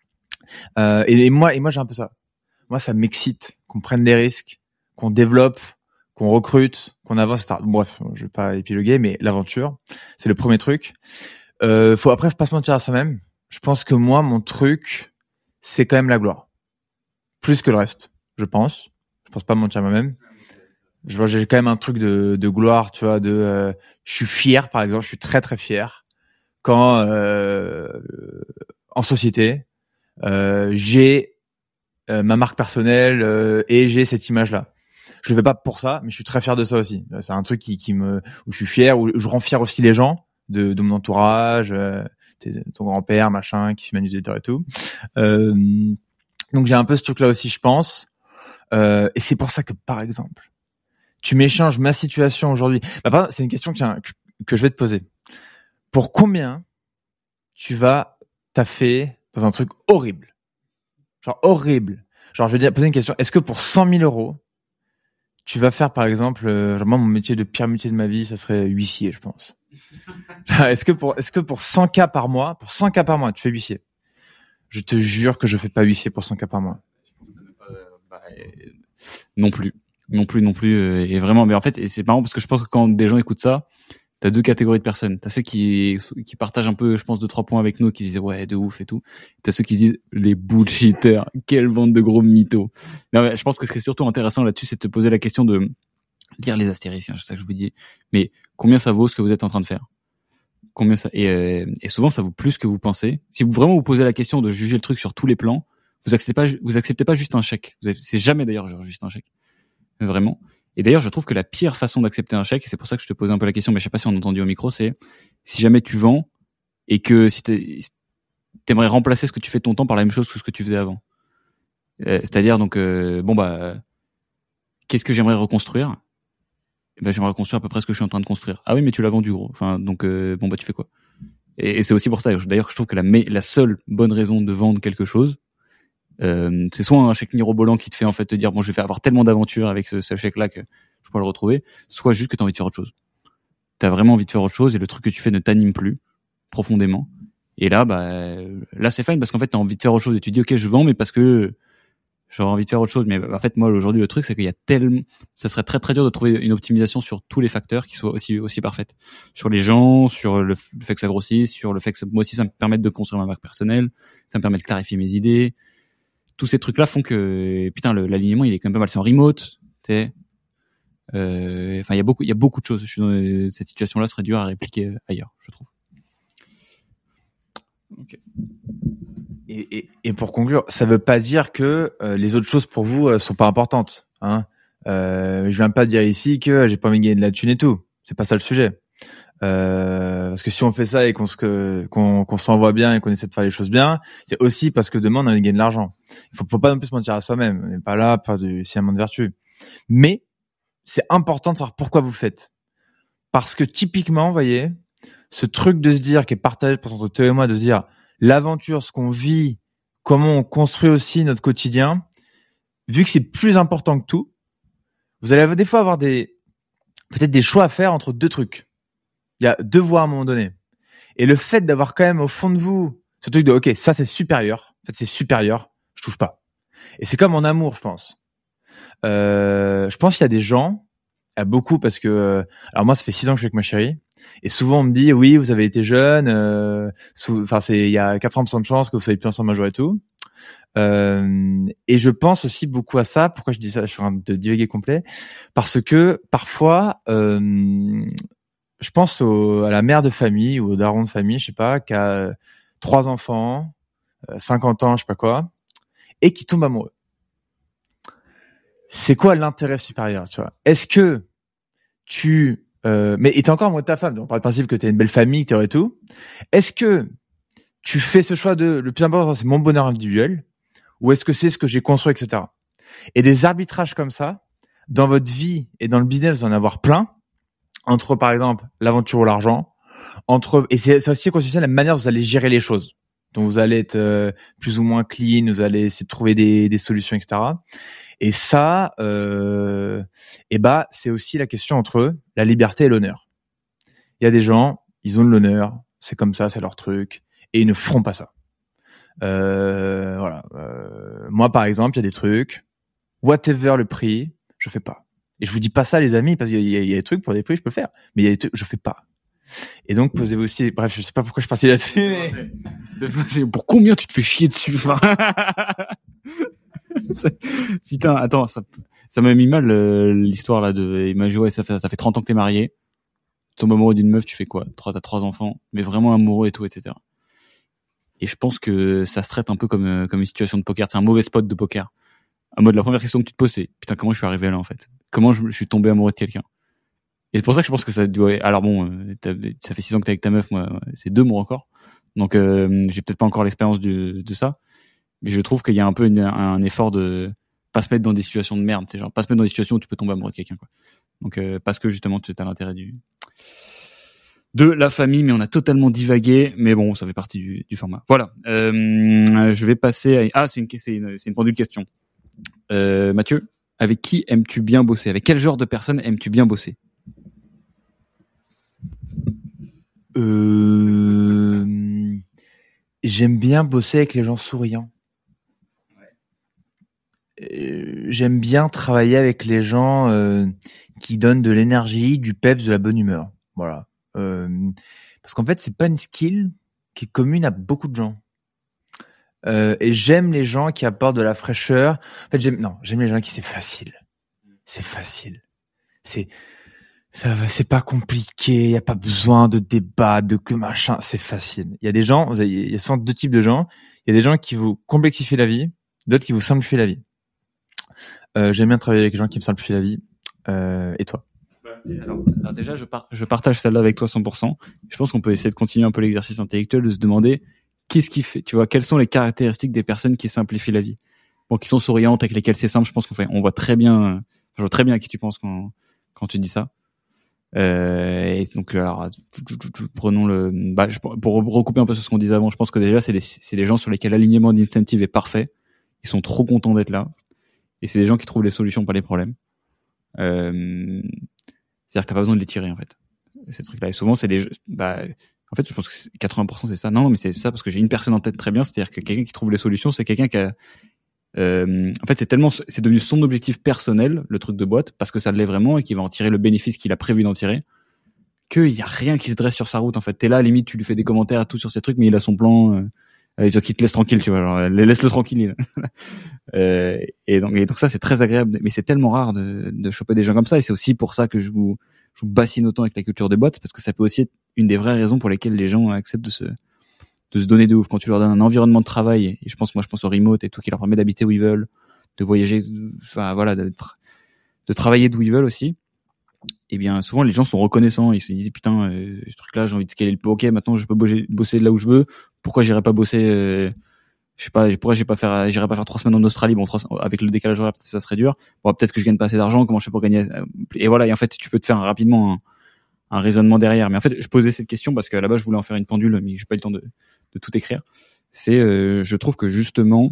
Euh, et, et moi et moi j'ai un peu ça. Moi ça m'excite qu'on prenne des risques, qu'on développe, qu'on recrute, qu'on avance. et cetera. Bref, je vais pas épiloguer, mais l'aventure, c'est le premier truc. Euh, faut après faut pas se mentir à soi-même. Je pense que moi mon truc c'est quand même la gloire, plus que le reste. Je pense. Je pense pas me mentir à moi-même. Je vois, j'ai quand même un truc de, de gloire, tu vois, de, euh, je suis fier, par exemple, je suis très très fier quand, euh, en société, euh, j'ai euh, ma marque personnelle euh, et j'ai cette image-là. Je le fais pas pour ça, mais je suis très fier de ça aussi. C'est un truc qui, qui me, où je suis fier, où je rends fier aussi les gens de, de mon entourage, euh, ton grand-père, machin, qui fait ma newsletter et tout. Euh, donc j'ai un peu ce truc-là aussi, je pense. Euh, et c'est pour ça que, par exemple, tu m'échanges ma situation aujourd'hui. Bah, par exemple, c'est une question que, que je vais te poser. Pour combien tu vas taffer dans un truc horrible? Genre horrible. Genre, je vais dire, poser une question. Est-ce que pour cent mille euros, tu vas faire, par exemple, euh, genre moi, mon métier de pire métier de ma vie, ça serait huissier, je pense. est-ce que pour, est-ce que pour cent K par mois, pour cent K par mois, tu fais huissier? Je te jure que je fais pas huissier pour cent K par mois. Non plus, non plus, non plus. Euh, et vraiment, mais en fait, et c'est marrant parce que je pense que quand des gens écoutent ça, t'as deux catégories de personnes. T'as ceux qui qui partagent un peu, je pense, deux trois points avec nous, qui disent ouais, de ouf et tout. T'as ceux qui disent les bullshitters, quelle bande de gros mythos. Non, mais je pense que ce qui est surtout intéressant là-dessus, c'est de te poser la question de lire les astérisques. C'est ça que je vous dis. Mais combien ça vaut ce que vous êtes en train de faire? combien ça et, euh, et souvent ça vaut plus que vous pensez. Si vous vraiment vous posez la question de juger le truc sur tous les plans, vous acceptez pas vous acceptez pas juste un chèque. Vous avez, c'est jamais d'ailleurs genre juste un chèque. Vraiment. Et d'ailleurs, je trouve que la pire façon d'accepter un chèque, et c'est pour ça que je te posais un peu la question, mais je sais pas si on a entendu au micro, c'est si jamais tu vends et que si t'es, t'aimerais remplacer ce que tu fais de ton temps par la même chose que ce que tu faisais avant. Euh, c'est-à-dire donc euh, bon bah qu'est-ce que j'aimerais reconstruire? Eh ben j'aimerais reconstruire à peu près ce que je suis en train de construire. Ah oui, mais tu l'as vendu gros. Enfin donc euh, bon bah tu fais quoi? Et, et c'est aussi pour ça. D'ailleurs, je trouve que la me- la seule bonne raison de vendre quelque chose, Euh, c'est soit un chèque mirobolant qui te fait en fait te dire bon je vais avoir tellement d'aventures avec ce, ce chèque là que je pourrais le retrouver, soit juste que t'as envie de faire autre chose. T'as vraiment envie de faire autre chose et le truc que tu fais ne t'anime plus profondément. Et là bah là c'est fine parce qu'en fait t'as envie de faire autre chose et tu dis ok je vends mais parce que j'aurais envie de faire autre chose. Mais en fait moi aujourd'hui le truc c'est qu'il y a tellement, ça serait très très dur de trouver une optimisation sur tous les facteurs qui soient aussi aussi parfaite. Sur les gens, sur le, le fait que ça grossisse, sur le fait que ça, moi aussi ça me permette de construire ma marque personnelle, ça me permet de clarifier mes idées. Tous ces trucs-là font que putain le, l'alignement il est quand même pas mal. C'est en remote, tu sais. Euh, enfin il y a beaucoup il y a beaucoup de choses. Je suis dans euh, cette situation-là serait dur à répliquer ailleurs, je trouve. Okay. Et, et, et pour conclure, ça veut pas dire que euh, les autres choses pour vous euh, sont pas importantes. Hein. Euh, je viens pas de dire ici que j'ai pas envie de gagner de la thune et tout. C'est pas ça le sujet. Euh, parce que si on fait ça et qu'on se qu'on, qu'on s'envoie bien et qu'on essaie de faire les choses bien, c'est aussi parce que demain on a envie de gagner de l'argent. Il faut, faut pas non plus se mentir à soi-même. On n'est pas là pour faire du cinéma de vertu. Mais c'est important de savoir pourquoi vous le faites. Parce que typiquement, vous voyez, ce truc de se dire, qui est partagé entre Théo et moi, de se dire l'aventure, ce qu'on vit, comment on construit aussi notre quotidien, vu que c'est plus important que tout, vous allez des fois avoir des peut-être des choix à faire entre deux trucs. Il y a deux voies à un moment donné. Et le fait d'avoir quand même au fond de vous ce truc de ok, ça c'est supérieur, en fait c'est supérieur, je touche pas. Et c'est comme en amour, je pense. Euh, je pense qu'il y a des gens, il y a beaucoup parce que euh, alors moi ça fait six ans que je suis avec ma chérie et souvent on me dit oui vous avez été jeune, euh, enfin c'est il y a quatre-vingts pour cent de chances que vous soyez plus ensemble un jour et tout. Euh, et je pense aussi beaucoup à ça. Pourquoi je dis ça? Je suis en train de divaguer complet parce que parfois euh, je pense au, à la mère de famille ou au daron de famille, je sais pas, qui a trois enfants, cinquante ans, je sais pas quoi, et qui tombe amoureux. C'est quoi l'intérêt supérieur, tu vois? Est-ce que tu... Euh, mais t'es encore amoureux de ta femme, donc on parle du principe que t'as une belle famille, que t'aurais tout. Est-ce que tu fais ce choix de... Le plus important, c'est mon bonheur individuel, ou est-ce que c'est ce que j'ai construit, et cetera. Et des arbitrages comme ça, dans votre vie et dans le business, vous en avoir plein, entre, par exemple, l'aventure ou l'argent, entre... Et c'est, c'est aussi constitué la manière dont vous allez gérer les choses. Donc vous allez être euh, plus ou moins clean, vous allez essayer de trouver des, des solutions, et cetera. Et ça, euh, et bah, c'est aussi la question entre la liberté et l'honneur. Il y a des gens, ils ont de l'honneur, c'est comme ça, c'est leur truc, et ils ne feront pas ça. Euh, voilà. Euh, moi, par exemple, il y a des trucs, whatever le prix, je fais pas. Et je vous dis pas ça, les amis, parce qu'il y a, il y a des trucs pour des prix, je peux le faire, mais il y a des trucs, je fais pas. Et donc, posez-vous aussi. Bref, je sais pas pourquoi je suis parti là-dessus. Mais... C'est, c'est, pour combien tu te fais chier dessus? Enfin... Putain, attends, ça, ça m'a mis mal euh, l'histoire là de. Il m'a joué, ça fait, ça fait trente ans que t'es marié. Tu tombes amoureux d'une meuf, tu fais quoi? Trois, t'as trois enfants, mais vraiment amoureux et tout, et cetera. Et je pense que ça se traite un peu comme euh, comme une situation de poker. C'est un mauvais spot de poker. En mode, la première question que tu te poses, c'est putain, comment je suis arrivé là en fait? Comment je, je suis tombé amoureux de quelqu'un? Et c'est pour ça que je pense que ça doit. Alors bon, euh, ça fait six ans que t'es avec ta meuf, moi, c'est deux mois encore. Donc euh, j'ai peut-être pas encore l'expérience de, de ça, mais je trouve qu'il y a un peu une, un effort de pas se mettre dans des situations de merde, c'est genre pas se mettre dans des situations où tu peux tomber amoureux de quelqu'un, quoi. Donc euh, parce que justement tu as l'intérêt du de la famille, mais on a totalement divagué, mais bon, ça fait partie du, du format. Voilà. Euh, je vais passer à ah c'est une c'est une, c'est une pendule question. Euh, Mathieu, avec qui aimes-tu bien bosser? Avec quel genre de personne aimes-tu bien bosser? Euh... J'aime bien bosser avec les gens souriants. Euh, j'aime bien travailler avec les gens euh, qui donnent de l'énergie, du peps, de la bonne humeur. Voilà. Euh, parce qu'en fait, c'est pas une skill qui est commune à beaucoup de gens. Euh, et j'aime les gens qui apportent de la fraîcheur. En fait, j'aime non, j'aime les gens qui c'est facile. C'est facile. C'est Ça, c'est pas compliqué, il y a pas besoin de débat, de que machin, c'est facile. Il y a des gens, il y a souvent deux types de gens. Il y a des gens qui vous complexifient la vie, d'autres qui vous simplifient la vie. Euh, j'aime bien travailler avec des gens qui me simplifient la vie. Euh, et toi? Alors, alors déjà, je, par- je partage celle-là avec toi cent pour cent. Je pense qu'on peut essayer de continuer un peu l'exercice intellectuel, de se demander qu'est-ce qui fait, tu vois, quelles sont les caractéristiques des personnes qui simplifient la vie. Bon, qui sont souriantes, avec lesquelles c'est simple. Je pense qu'on fait, on voit très bien, je vois très bien à qui tu penses quand, quand tu dis ça. Euh, et donc, alors, prenons le, bah, je- pour recouper un peu sur ce qu'on disait avant, je pense que déjà, c'est des, c'est des gens sur lesquels l'alignement d'incentive est parfait. Ils sont trop contents d'être là. Et c'est des gens qui trouvent les solutions, pas les problèmes. Euh, c'est-à-dire que t'as pas besoin de les tirer, en fait. Ces trucs-là. Et souvent, c'est des, bah, en fait, je pense que c'est- quatre-vingts pour cent c'est ça. Non, mais c'est ça parce que j'ai une personne en tête très bien. C'est-à-dire que quelqu'un qui trouve les solutions, c'est quelqu'un qui a, euh, en fait, c'est tellement, c'est devenu son objectif personnel, le truc de boîte, parce que ça l'est vraiment et qu'il va en tirer le bénéfice qu'il a prévu d'en tirer, qu'il y a rien qui se dresse sur sa route, en fait. T'es là, à la limite, tu lui fais des commentaires et tout sur ces trucs, mais il a son plan, euh, euh, qui te laisse tranquille, tu vois, genre, euh, laisse-le tranquille. euh, et donc, et donc ça, c'est très agréable, mais c'est tellement rare de, de choper des gens comme ça, et c'est aussi pour ça que je vous, je vous bassine autant avec la culture de boîte, parce que ça peut aussi être une des vraies raisons pour lesquelles les gens acceptent de se, de se donner de ouf. Quand tu leur donnes un environnement de travail, et je pense, moi, je pense au remote et tout, qui leur permet d'habiter où ils veulent, de voyager, enfin, voilà, de, de travailler d'où ils veulent aussi. Et bien, souvent, les gens sont reconnaissants. Ils se disent, putain, euh, ce truc-là, j'ai envie de scaler le pot. Ok, maintenant, je peux bosser, bosser de là où je veux. Pourquoi j'irais pas bosser, euh, je sais pas, pourquoi j'ai pas faire, j'irais pas faire trois semaines en Australie. Bon, trois, avec le décalage horaire, ça serait dur. Bon, peut-être que je gagne pas assez d'argent. Comment je fais pour gagner? Et voilà. Et en fait, tu peux te faire rapidement un, un raisonnement derrière. Mais en fait, je posais cette question parce qu'à la base, je voulais en faire une pendule, mais j'ai pas eu le temps de, de tout écrire. C'est, euh, je trouve que justement,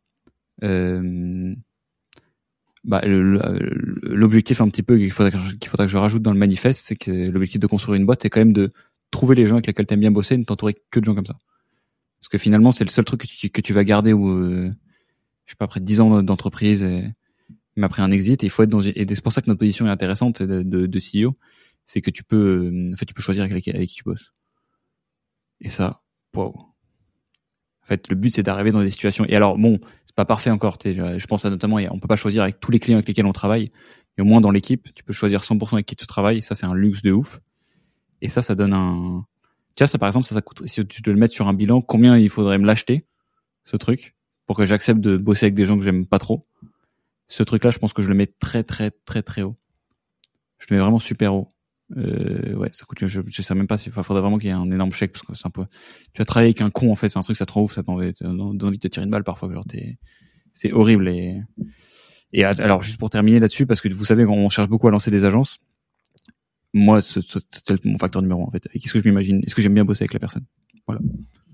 euh, bah, l'objectif un petit peu qu'il faudrait, qu'il faudrait que je rajoute dans le manifeste, c'est que l'objectif de construire une boîte, c'est quand même de trouver les gens avec lesquels t'aimes bien bosser et ne t'entourer que de gens comme ça. Parce que finalement, c'est le seul truc que tu, que tu vas garder où, euh, je sais pas, après dix ans d'entreprise et, mais après un exit, et il faut être dans, et c'est pour ça que notre position est intéressante de, de, de C E O, c'est que tu peux, en fait, tu peux choisir avec, avec qui tu bosses. Et ça, waouh. En fait, le but, c'est d'arriver dans des situations. Et alors, bon, c'est pas parfait encore. Je, je pense à notamment, on peut pas choisir avec tous les clients avec lesquels on travaille, mais au moins dans l'équipe, tu peux choisir cent pour cent avec qui tu travailles. Et ça, c'est un luxe de ouf. Et ça, ça donne un. Tu vois, ça, par exemple, ça, ça coûte. Si tu dois le mettre sur un bilan, combien il faudrait me l'acheter, ce truc, pour que j'accepte de bosser avec des gens que j'aime pas trop. Ce truc-là, je pense que je le mets très, très, très, très haut. Je le mets vraiment super haut. Euh, ouais, ça coûte, je, je sais même pas si, enfin, faudrait vraiment qu'il y ait un énorme chèque parce que c'est un peu, tu vas travailler avec un con, en fait, c'est un truc, ça te rend ouf, ça t'envie, t'as envie de te tirer une balle parfois, genre t'es, c'est horrible et, et alors, juste pour terminer là-dessus, parce que vous savez, on cherche beaucoup à lancer des agences. Moi, c'est, c'est mon facteur numéro un, en fait. Et qu'est-ce que je m'imagine? Est-ce que j'aime bien bosser avec la personne? Voilà.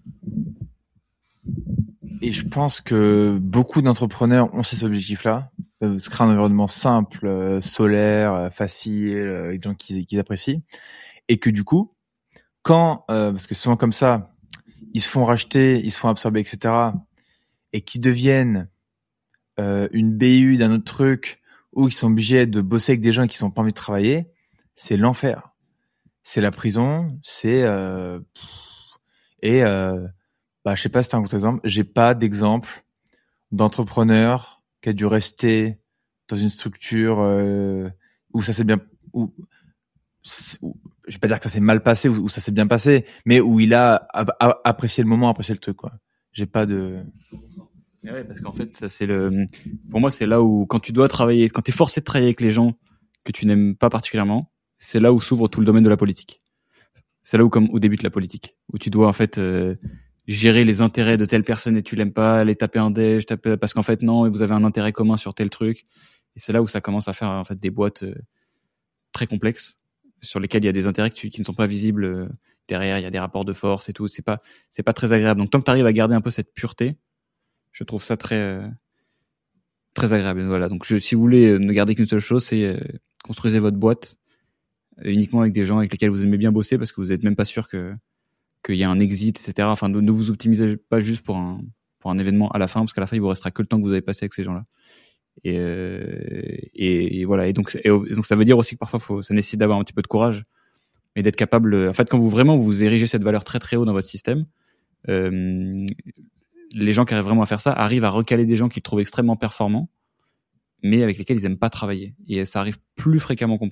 Et je pense que beaucoup d'entrepreneurs ont ces objectifs-là. Euh, se créer un environnement simple, euh, solaire, euh, facile, euh, avec des gens qu'ils, qu'ils apprécient. Et que du coup, quand, euh, parce que souvent comme ça, ils se font racheter, ils se font absorber, et cetera, et qui deviennent euh, une B U d'un autre truc, où ils sont obligés de bosser avec des gens qui n'ont pas envie de travailler, c'est l'enfer. C'est la prison, c'est... Euh, et euh, bah, je sais pas si t'as un contre-exemple, j'ai pas d'exemple d'entrepreneur qui a dû rester dans une structure euh, où ça s'est bien... Où, où, je vais pas dire que ça s'est mal passé ou, ou ça s'est bien passé, mais où il a, a, a apprécié le moment, apprécié le truc, quoi. J'ai pas de... Mais ouais, parce qu'en fait, ça c'est le, pour moi, c'est là où, quand tu dois travailler, quand t'es forcé de travailler avec les gens que tu n'aimes pas particulièrement, c'est là où s'ouvre tout le domaine de la politique. C'est là où, comme, où débute la politique, où tu dois, en fait, euh, gérer les intérêts de telle personne et tu l'aimes pas, les taper un déj, taper, parce qu'en fait, non, vous avez un intérêt commun sur tel truc. Et c'est là où ça commence à faire, en fait, des boîtes euh, très complexes, sur lesquelles il y a des intérêts qui, qui ne sont pas visibles euh, derrière, il y a des rapports de force et tout, c'est pas, c'est pas très agréable. Donc, tant que tu arrives à garder un peu cette pureté, je trouve ça très euh, très agréable. Voilà. Donc, je, si vous voulez ne garder qu'une seule chose, c'est euh, construisez votre boîte euh, uniquement avec des gens avec lesquels vous aimez bien bosser, parce que vous n'êtes même pas sûr que qu'il y a un exit, et cetera. Enfin, ne, ne vous optimisez pas juste pour un pour un événement à la fin, parce qu'à la fin, il vous restera que le temps que vous avez passé avec ces gens-là. Et, euh, et, et voilà. Et donc, et donc, ça veut dire aussi que parfois, faut, ça nécessite d'avoir un petit peu de courage, mais d'être capable. En fait, quand vous vraiment vous érigez cette valeur très très haut dans votre système. Euh, les gens qui arrivent vraiment à faire ça arrivent à recaler des gens qu'ils trouvent extrêmement performants, mais avec lesquels ils aiment pas travailler. Et ça arrive plus fréquemment qu'on pense.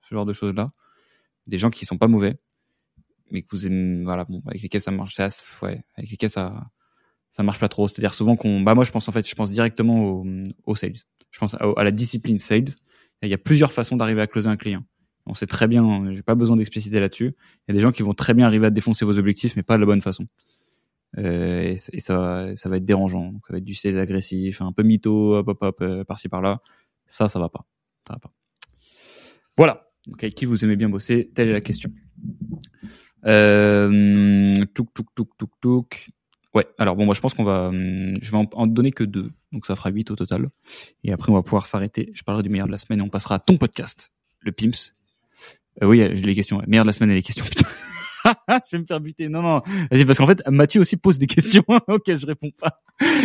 ce genre de choses-là. Des gens qui sont pas mauvais, mais que vous aimez, voilà, bon, avec lesquels ça marche, c'est assez, ouais, avec lesquels ça, ça marche pas trop. C'est-à-dire souvent qu'on, bah moi je pense en fait, je pense directement au, au sales. Je pense à, à la discipline sales. Il y a plusieurs façons d'arriver à closer un client. On sait très bien, j'ai pas besoin d'expliciter là-dessus. Il y a des gens qui vont très bien arriver à défoncer vos objectifs, mais pas de la bonne façon. Euh, et, et ça, ça va être dérangeant. Donc, ça va être du sales agressif, un peu mytho, hop hop hop, euh, par-ci par-là. Ça, ça va pas. Ça va pas. Voilà. Donc avec qui vous aimez bien bosser, telle est la question. Euh, touk touk touk touk touk. Ouais. Alors bon, moi je pense qu'on va, je vais en, en donner que deux, donc ça fera huit au total. Et après on va pouvoir s'arrêter. Je parlerai du meilleur de la semaine et on passera à ton podcast, le Pimps. Euh, oui, j'ai les questions. Ouais. Meilleur de la semaine et les questions. Putain. Je vais me faire buter. Non, non. Vas-y, parce qu'en fait, Mathieu aussi pose des questions auxquelles je réponds pas.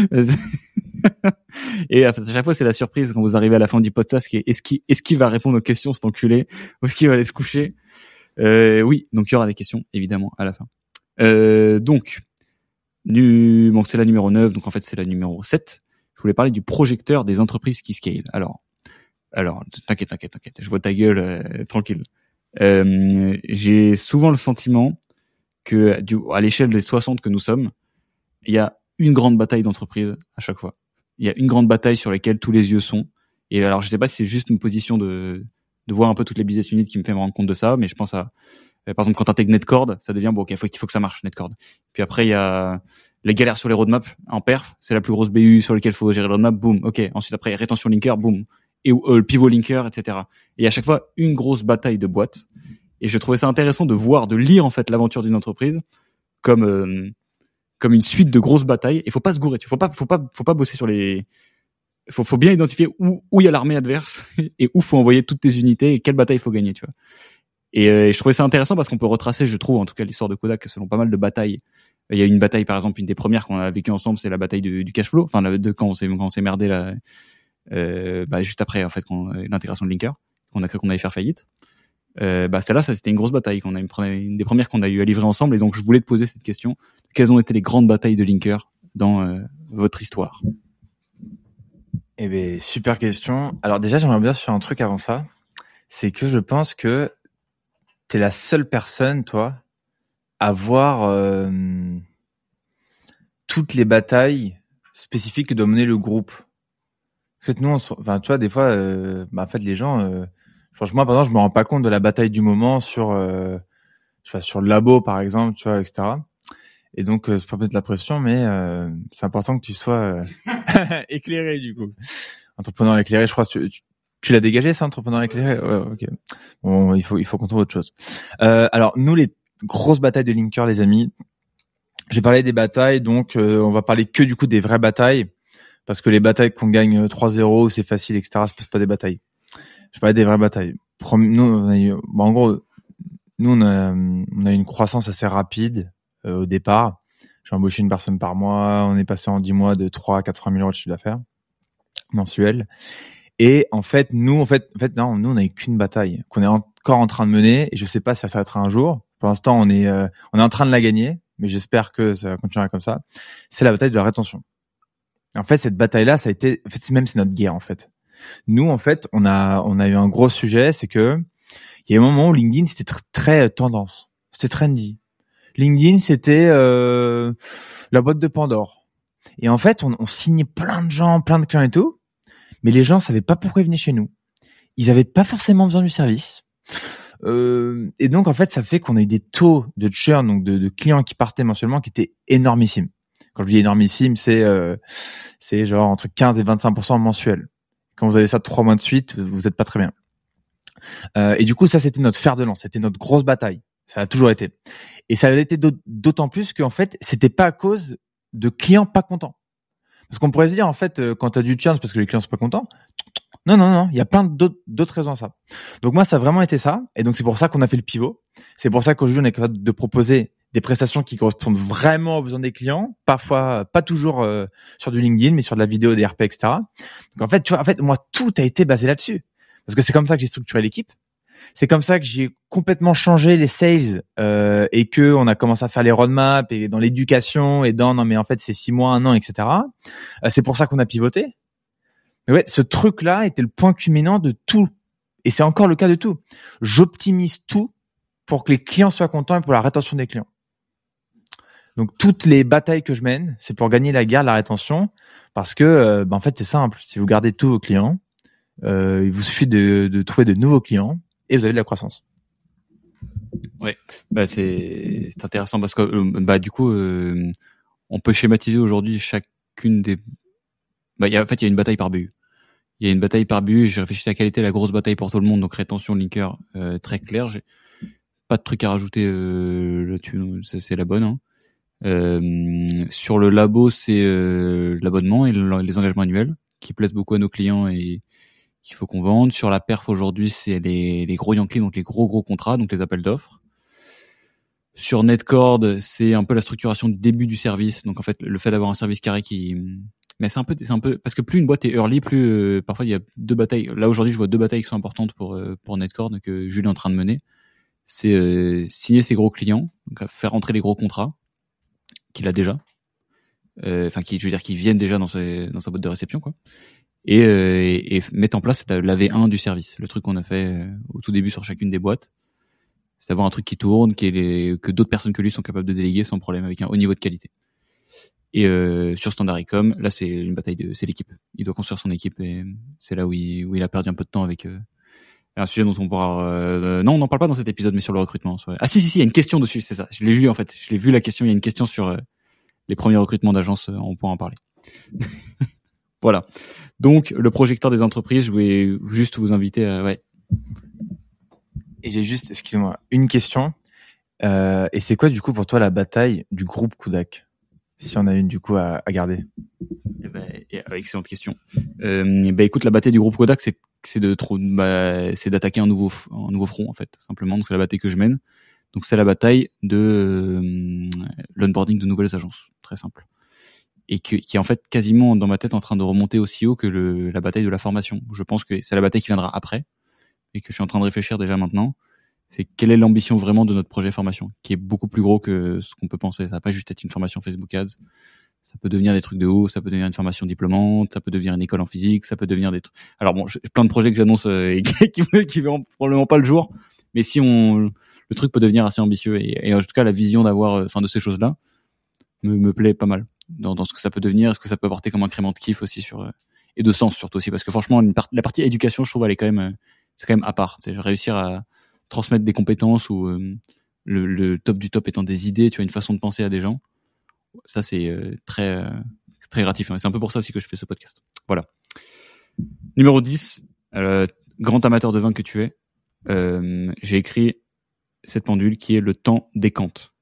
Et à chaque fois, c'est la surprise quand vous arrivez à la fin du podcast. Qui est, est-ce qu'il, est-ce qu'il va répondre aux questions, cet enculé, ou est-ce qu'il va aller se coucher? Euh, oui, donc il y aura des questions, évidemment, à la fin. Euh, donc, nu, bon, c'est la numéro neuf, donc en fait, c'est la numéro sept. Je voulais parler du projecteur des entreprises qui scale. Alors, alors, t'inquiète, t'inquiète, t'inquiète. Je vois ta gueule, euh, tranquille. Euh, j'ai souvent le sentiment que, du, à l'échelle des soixante que nous sommes, il y a une grande bataille d'entreprise à chaque fois. Il y a une grande bataille sur laquelle tous les yeux sont. Et alors, je sais pas si c'est juste une position de, de voir un peu toutes les business units qui me fait me rendre compte de ça, mais je pense à, euh, par exemple, quand t'intègres Netcord, ça devient, bon, ok, il faut, qu'il faut que ça marche, Netcord. Puis après, il y a les galères sur les roadmaps en perf, c'est la plus grosse B U sur laquelle il faut gérer le roadmap, boum, ok. Ensuite, après, rétention linker, boum. Et euh, le pivot linker, et cetera. Et à chaque fois, une grosse bataille de boîtes. Et je trouvais ça intéressant de voir, de lire, en fait, l'aventure d'une entreprise comme, euh, comme une suite de grosses batailles. Et faut pas se gourer, tu faut pas, faut pas, faut pas bosser sur les, faut, faut bien identifier où, où il y a l'armée adverse et où faut envoyer toutes tes unités et quelle bataille il faut gagner, tu vois. Et, euh, et je trouvais ça intéressant parce qu'on peut retracer, je trouve, en tout cas, l'histoire de Kodak selon pas mal de batailles. Il y a une bataille, par exemple, une des premières qu'on a vécues ensemble, c'est la bataille du, du cash flow. Enfin, la, de quand on s'est, quand on s'est merdé là, euh, bah, juste après, en fait, quand, l'intégration de Linker, qu'on a cru qu'on allait faire faillite. Euh, bah, celle-là, ça, c'était une grosse bataille qu'on a, une, une des premières qu'on a eu à livrer ensemble. Et donc, je voulais te poser cette question. Quelles ont été les grandes batailles de Linker dans euh, votre histoire? Eh ben, super question. Alors déjà, j'aimerais bien sur un truc avant ça. C'est que je pense que t'es la seule personne, toi, à voir euh, toutes les batailles spécifiques que doit mener le groupe. En fait, nous, on, enfin, tu vois, des fois, euh, bah, en fait, les gens, euh, franchement, par exemple, je me rends pas compte de la bataille du moment sur, euh, je sais pas, sur le labo, par exemple, tu vois, et cetera. Et donc, euh, c'est pas peut-être la pression, mais euh, c'est important que tu sois euh, éclairé, du coup. Entrepreneur éclairé, je crois, tu, tu, tu l'as dégagé, ça, entrepreneur éclairé? Ouais, ok. Bon, il faut, il faut qu'on trouve autre chose. Euh, alors, nous, les grosses batailles de Linker, les amis, j'ai parlé des batailles, donc euh, on va parler que du coup des vraies batailles, parce que les batailles qu'on gagne trois zéro, c'est facile, et cetera, c'est pas des batailles. Je parlais des vraies batailles. Nous, on a eu, bon, en gros, nous, on a, on a eu une croissance assez rapide euh, au départ. J'ai embauché une personne par mois, on est passé en dix mois de trois à quatre-vingt mille euros de chiffre d'affaires mensuel. Et en fait, nous, en fait, en fait, non, nous, on n'a eu qu'une bataille qu'on est encore en train de mener, et je sais pas si ça s'arrêtera un jour. Pour l'instant, on est, euh, on est en train de la gagner, mais j'espère que ça continuera comme ça. C'est la bataille de la rétention. En fait, cette bataille-là, ça a été, en fait, même c'est notre guerre, en fait. Nous, en fait, on a, on a eu un gros sujet, c'est que il y a un moment où LinkedIn, c'était tr- très tendance, c'était trendy. LinkedIn, c'était euh, la boîte de Pandore. Et en fait, on, on signait plein de gens, plein de clients et tout, mais les gens savaient pas pourquoi ils venaient chez nous. Ils avaient pas forcément besoin du service. Euh, et donc, en fait, ça fait qu'on a eu des taux de churn, donc de, de clients qui partaient mensuellement, qui étaient énormissimes. Quand je dis énormissime, c'est euh, c'est genre entre quinze et vingt-cinq pour cent mensuel. Quand vous avez ça trois mois de suite, vous êtes pas très bien. Euh, et du coup, ça, c'était notre fer de lance, c'était notre grosse bataille. Ça a toujours été. Et ça a été d'autant plus qu'en fait, c'était pas à cause de clients pas contents. Parce qu'on pourrait se dire, en fait, quand tu as du churn, c'est parce que les clients sont pas contents. Non, non, non, il y a plein d'autres, d'autres raisons à ça. Donc moi, ça a vraiment été ça. Et donc, c'est pour ça qu'on a fait le pivot. C'est pour ça qu'aujourd'hui, on est capable de proposer des prestations qui correspondent vraiment aux besoins des clients. Parfois, pas toujours euh, sur du LinkedIn, mais sur de la vidéo, des R P, et cetera. Donc en fait, tu vois, en fait, moi, tout a été basé là-dessus. Parce que c'est comme ça que j'ai structuré l'équipe. C'est comme ça que j'ai complètement changé les sales euh, et que on a commencé à faire les roadmaps et dans l'éducation et dans non mais en fait c'est six mois, un an, et cetera. Euh, c'est pour ça qu'on a pivoté. Mais ouais, ce truc-là était le point culminant de tout. Et c'est encore le cas de tout. J'optimise tout pour que les clients soient contents et pour la rétention des clients. Donc, toutes les batailles que je mène, c'est pour gagner la guerre de la rétention parce que, euh, bah, en fait, c'est simple. Si vous gardez tous vos clients, euh, il vous suffit de, de trouver de nouveaux clients et vous avez de la croissance. Ouais, bah c'est, c'est intéressant parce que euh, bah du coup, euh, on peut schématiser aujourd'hui chacune des. Bah, y a, en fait, il y a une bataille par B U. Il y a une bataille par B U. J'ai réfléchi à quelle était la grosse bataille pour tout le monde. Donc rétention, linker, euh, très clair. J'ai pas de truc à rajouter euh, là-dessus. C'est, c'est la bonne. Hein. Euh, sur le labo, c'est euh, l'abonnement et le, les engagements annuels qui plaisent beaucoup à nos clients et qu'il faut qu'on vende. Sur la perf aujourd'hui, c'est les, les gros Yankees, donc les gros gros contrats, donc les appels d'offres. Sur Netcord, c'est un peu la structuration du début du service. Donc en fait, le fait d'avoir un service carré qui, mais c'est un peu, c'est un peu parce que plus une boîte est early, plus euh, parfois il y a deux batailles. Là aujourd'hui, je vois deux batailles qui sont importantes pour euh, pour Netcord que Jules est en train de mener. C'est euh, signer ses gros clients, donc faire rentrer les gros contrats qu'il a déjà, enfin euh, qui, je veux dire, qui viennent déjà dans ses, dans sa boîte de réception, quoi. Et, euh, et, et mettre en place la, la V un du service, le truc qu'on a fait euh, au tout début sur chacune des boîtes. C'est d'avoir un truc qui tourne, qui est les, que d'autres personnes que lui sont capables de déléguer sans problème, avec un haut niveau de qualité. Et euh, sur Standard Ecom, là c'est une bataille de, c'est l'équipe. Il doit construire son équipe et c'est là où il, où il a perdu un peu de temps avec euh, un sujet dont on pourra. Euh, non, on n'en parle pas dans cet épisode, mais sur le recrutement. Sur... Ah si si si, il y a une question dessus, c'est ça. Je l'ai vu en fait. Je l'ai vu la question. Il y a une question sur euh, les premiers recrutements d'agence. Euh, on pourra en parler. Voilà. Donc le projecteur des entreprises, je voulais juste vous inviter à ouais. Et j'ai juste, excusez-moi, une question. Euh, et c'est quoi du coup pour toi la bataille du groupe Kudak, si on a une du coup à, à garder? Eh ben, excellente question. Euh, ben écoute, la bataille du groupe Kodak, c'est c'est de trop, bah, c'est d'attaquer un nouveau un nouveau front en fait, simplement. Donc c'est la bataille que je mène. Donc c'est la bataille de euh, l'onboarding de nouvelles agences, très simple, et que, qui est en fait quasiment dans ma tête en train de remonter aussi haut que le, la bataille de la formation. Je pense que c'est la bataille qui viendra après et que je suis en train de réfléchir déjà maintenant. C'est quelle est l'ambition vraiment de notre projet formation, qui est beaucoup plus gros que ce qu'on peut penser. Ça va pas juste être une formation Facebook Ads. Ça peut devenir des trucs de haut, ça peut devenir une formation diplômante, ça peut devenir une école en physique, ça peut devenir des trucs. Alors bon, j'ai plein de projets que j'annonce euh, et qui, qui verront probablement pas le jour, mais si on, le truc peut devenir assez ambitieux et, et en tout cas la vision d'avoir, enfin de ces choses-là, me, me plaît pas mal dans, dans ce que ça peut devenir, est-ce que ça peut apporter comme incrément de kiff aussi sur et de sens surtout aussi, parce que franchement une part, la partie éducation, je trouve, elle est quand même, c'est quand même à part. C'est réussir à transmettre des compétences ou euh, le, le top du top étant des idées, tu vois, une façon de penser à des gens. Ça, c'est euh, très, euh, très gratifiant. Et c'est un peu pour ça aussi que je fais ce podcast. Voilà. Numéro dix, euh, grand amateur de vin que tu es, euh, j'ai écrit cette pendule qui est le temps décante.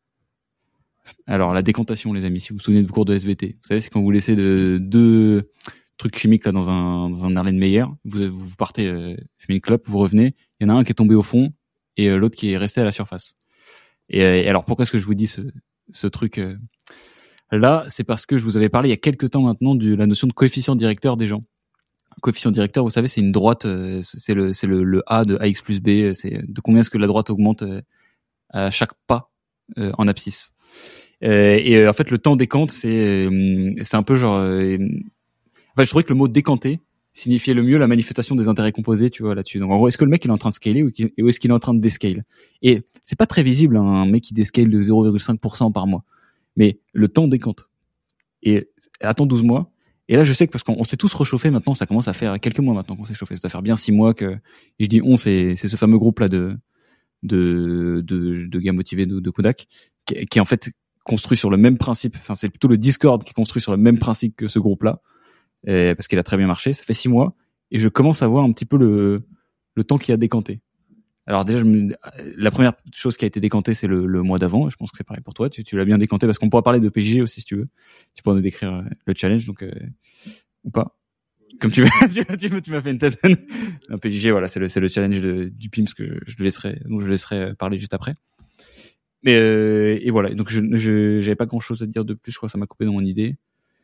Alors, la décantation, les amis, si vous vous souvenez de cours de S V T, vous savez, c'est quand vous laissez de, deux trucs chimiques là dans un, dans un Erlenmeyer, vous, vous partez euh, fumer une clope, vous revenez, il y en a un qui est tombé au fond et euh, l'autre qui est resté à la surface. Et, euh, et alors, pourquoi est-ce que je vous dis ce, ce truc euh, là, c'est parce que je vous avais parlé il y a quelques temps maintenant de la notion de coefficient directeur des gens. Coefficient directeur, vous savez, c'est une droite, euh, c'est le c'est le, le A de ax plus b, c'est de combien est-ce que la droite augmente euh, à chaque pas euh, en abscisse. Euh, et euh, en fait, le temps décante, c'est euh, c'est un peu genre. Euh, enfin, je trouvais que le mot décanter signifiait le mieux la manifestation des intérêts composés, tu vois, là-dessus. Donc en gros, est-ce que le mec il est en train de scaler ou, ou est-ce qu'il est en train de descale? Et c'est pas très visible, hein, un mec qui descale de zéro virgule cinq pour cent par mois. Mais le temps décante. Et attends douze mois. Et là, je sais que parce qu'on s'est tous réchauffés maintenant, ça commence à faire quelques mois maintenant qu'on s'est chauffé. Ça doit faire bien six mois que, et je dis on, c'est, c'est ce fameux groupe-là de, de, de, de gars motivés de, de Kodak, qui, qui est en fait construit sur le même principe. Enfin, c'est plutôt le Discord qui est construit sur le même principe que ce groupe-là. Et, parce qu'il a très bien marché. Ça fait six mois. Et je commence à voir un petit peu le, le temps qui a décanté. Alors déjà, je me... la première chose qui a été décantée, c'est le, le mois d'avant. Je pense que c'est pareil pour toi. Tu, tu l'as bien décanté parce qu'on pourra parler de P J G aussi si tu veux. Tu pourras nous décrire le challenge, donc euh... ou pas. Comme tu veux, tu, tu, tu m'as fait une tête. Un P J G, voilà, c'est le, c'est le challenge de, du P I M S que je, je le laisserai, donc je laisserai parler juste après. Mais euh, et voilà. Donc je, je, j'avais pas grand chose à dire de plus. Je crois que ça m'a coupé dans mon idée.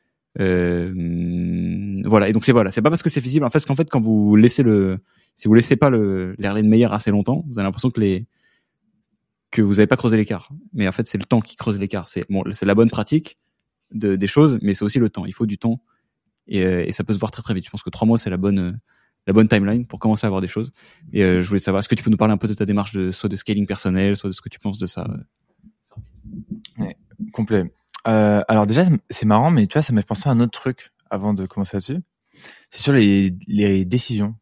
Euh, voilà. Et donc c'est voilà, c'est pas parce que c'est visible. En fait, parce qu'en fait, quand vous laissez le Si vous laissez pas le l'Erlenmeyer assez longtemps, vous avez l'impression que les que vous avez pas creusé l'écart. Mais en fait, c'est le temps qui creuse l'écart. C'est bon, c'est la bonne pratique de des choses, mais c'est aussi le temps. Il faut du temps et, euh, et ça peut se voir très très vite. Je pense que trois mois c'est la bonne la bonne timeline pour commencer à avoir des choses. Et euh, je voulais savoir, est-ce que tu peux nous parler un peu de ta démarche de soit de scaling personnel, soit de ce que tu penses de ça? Ouais, complet. Euh, alors déjà, c'est marrant, mais tu vois, ça m'a fait penser à un autre truc avant de commencer là-dessus. C'est sur les, les décisions.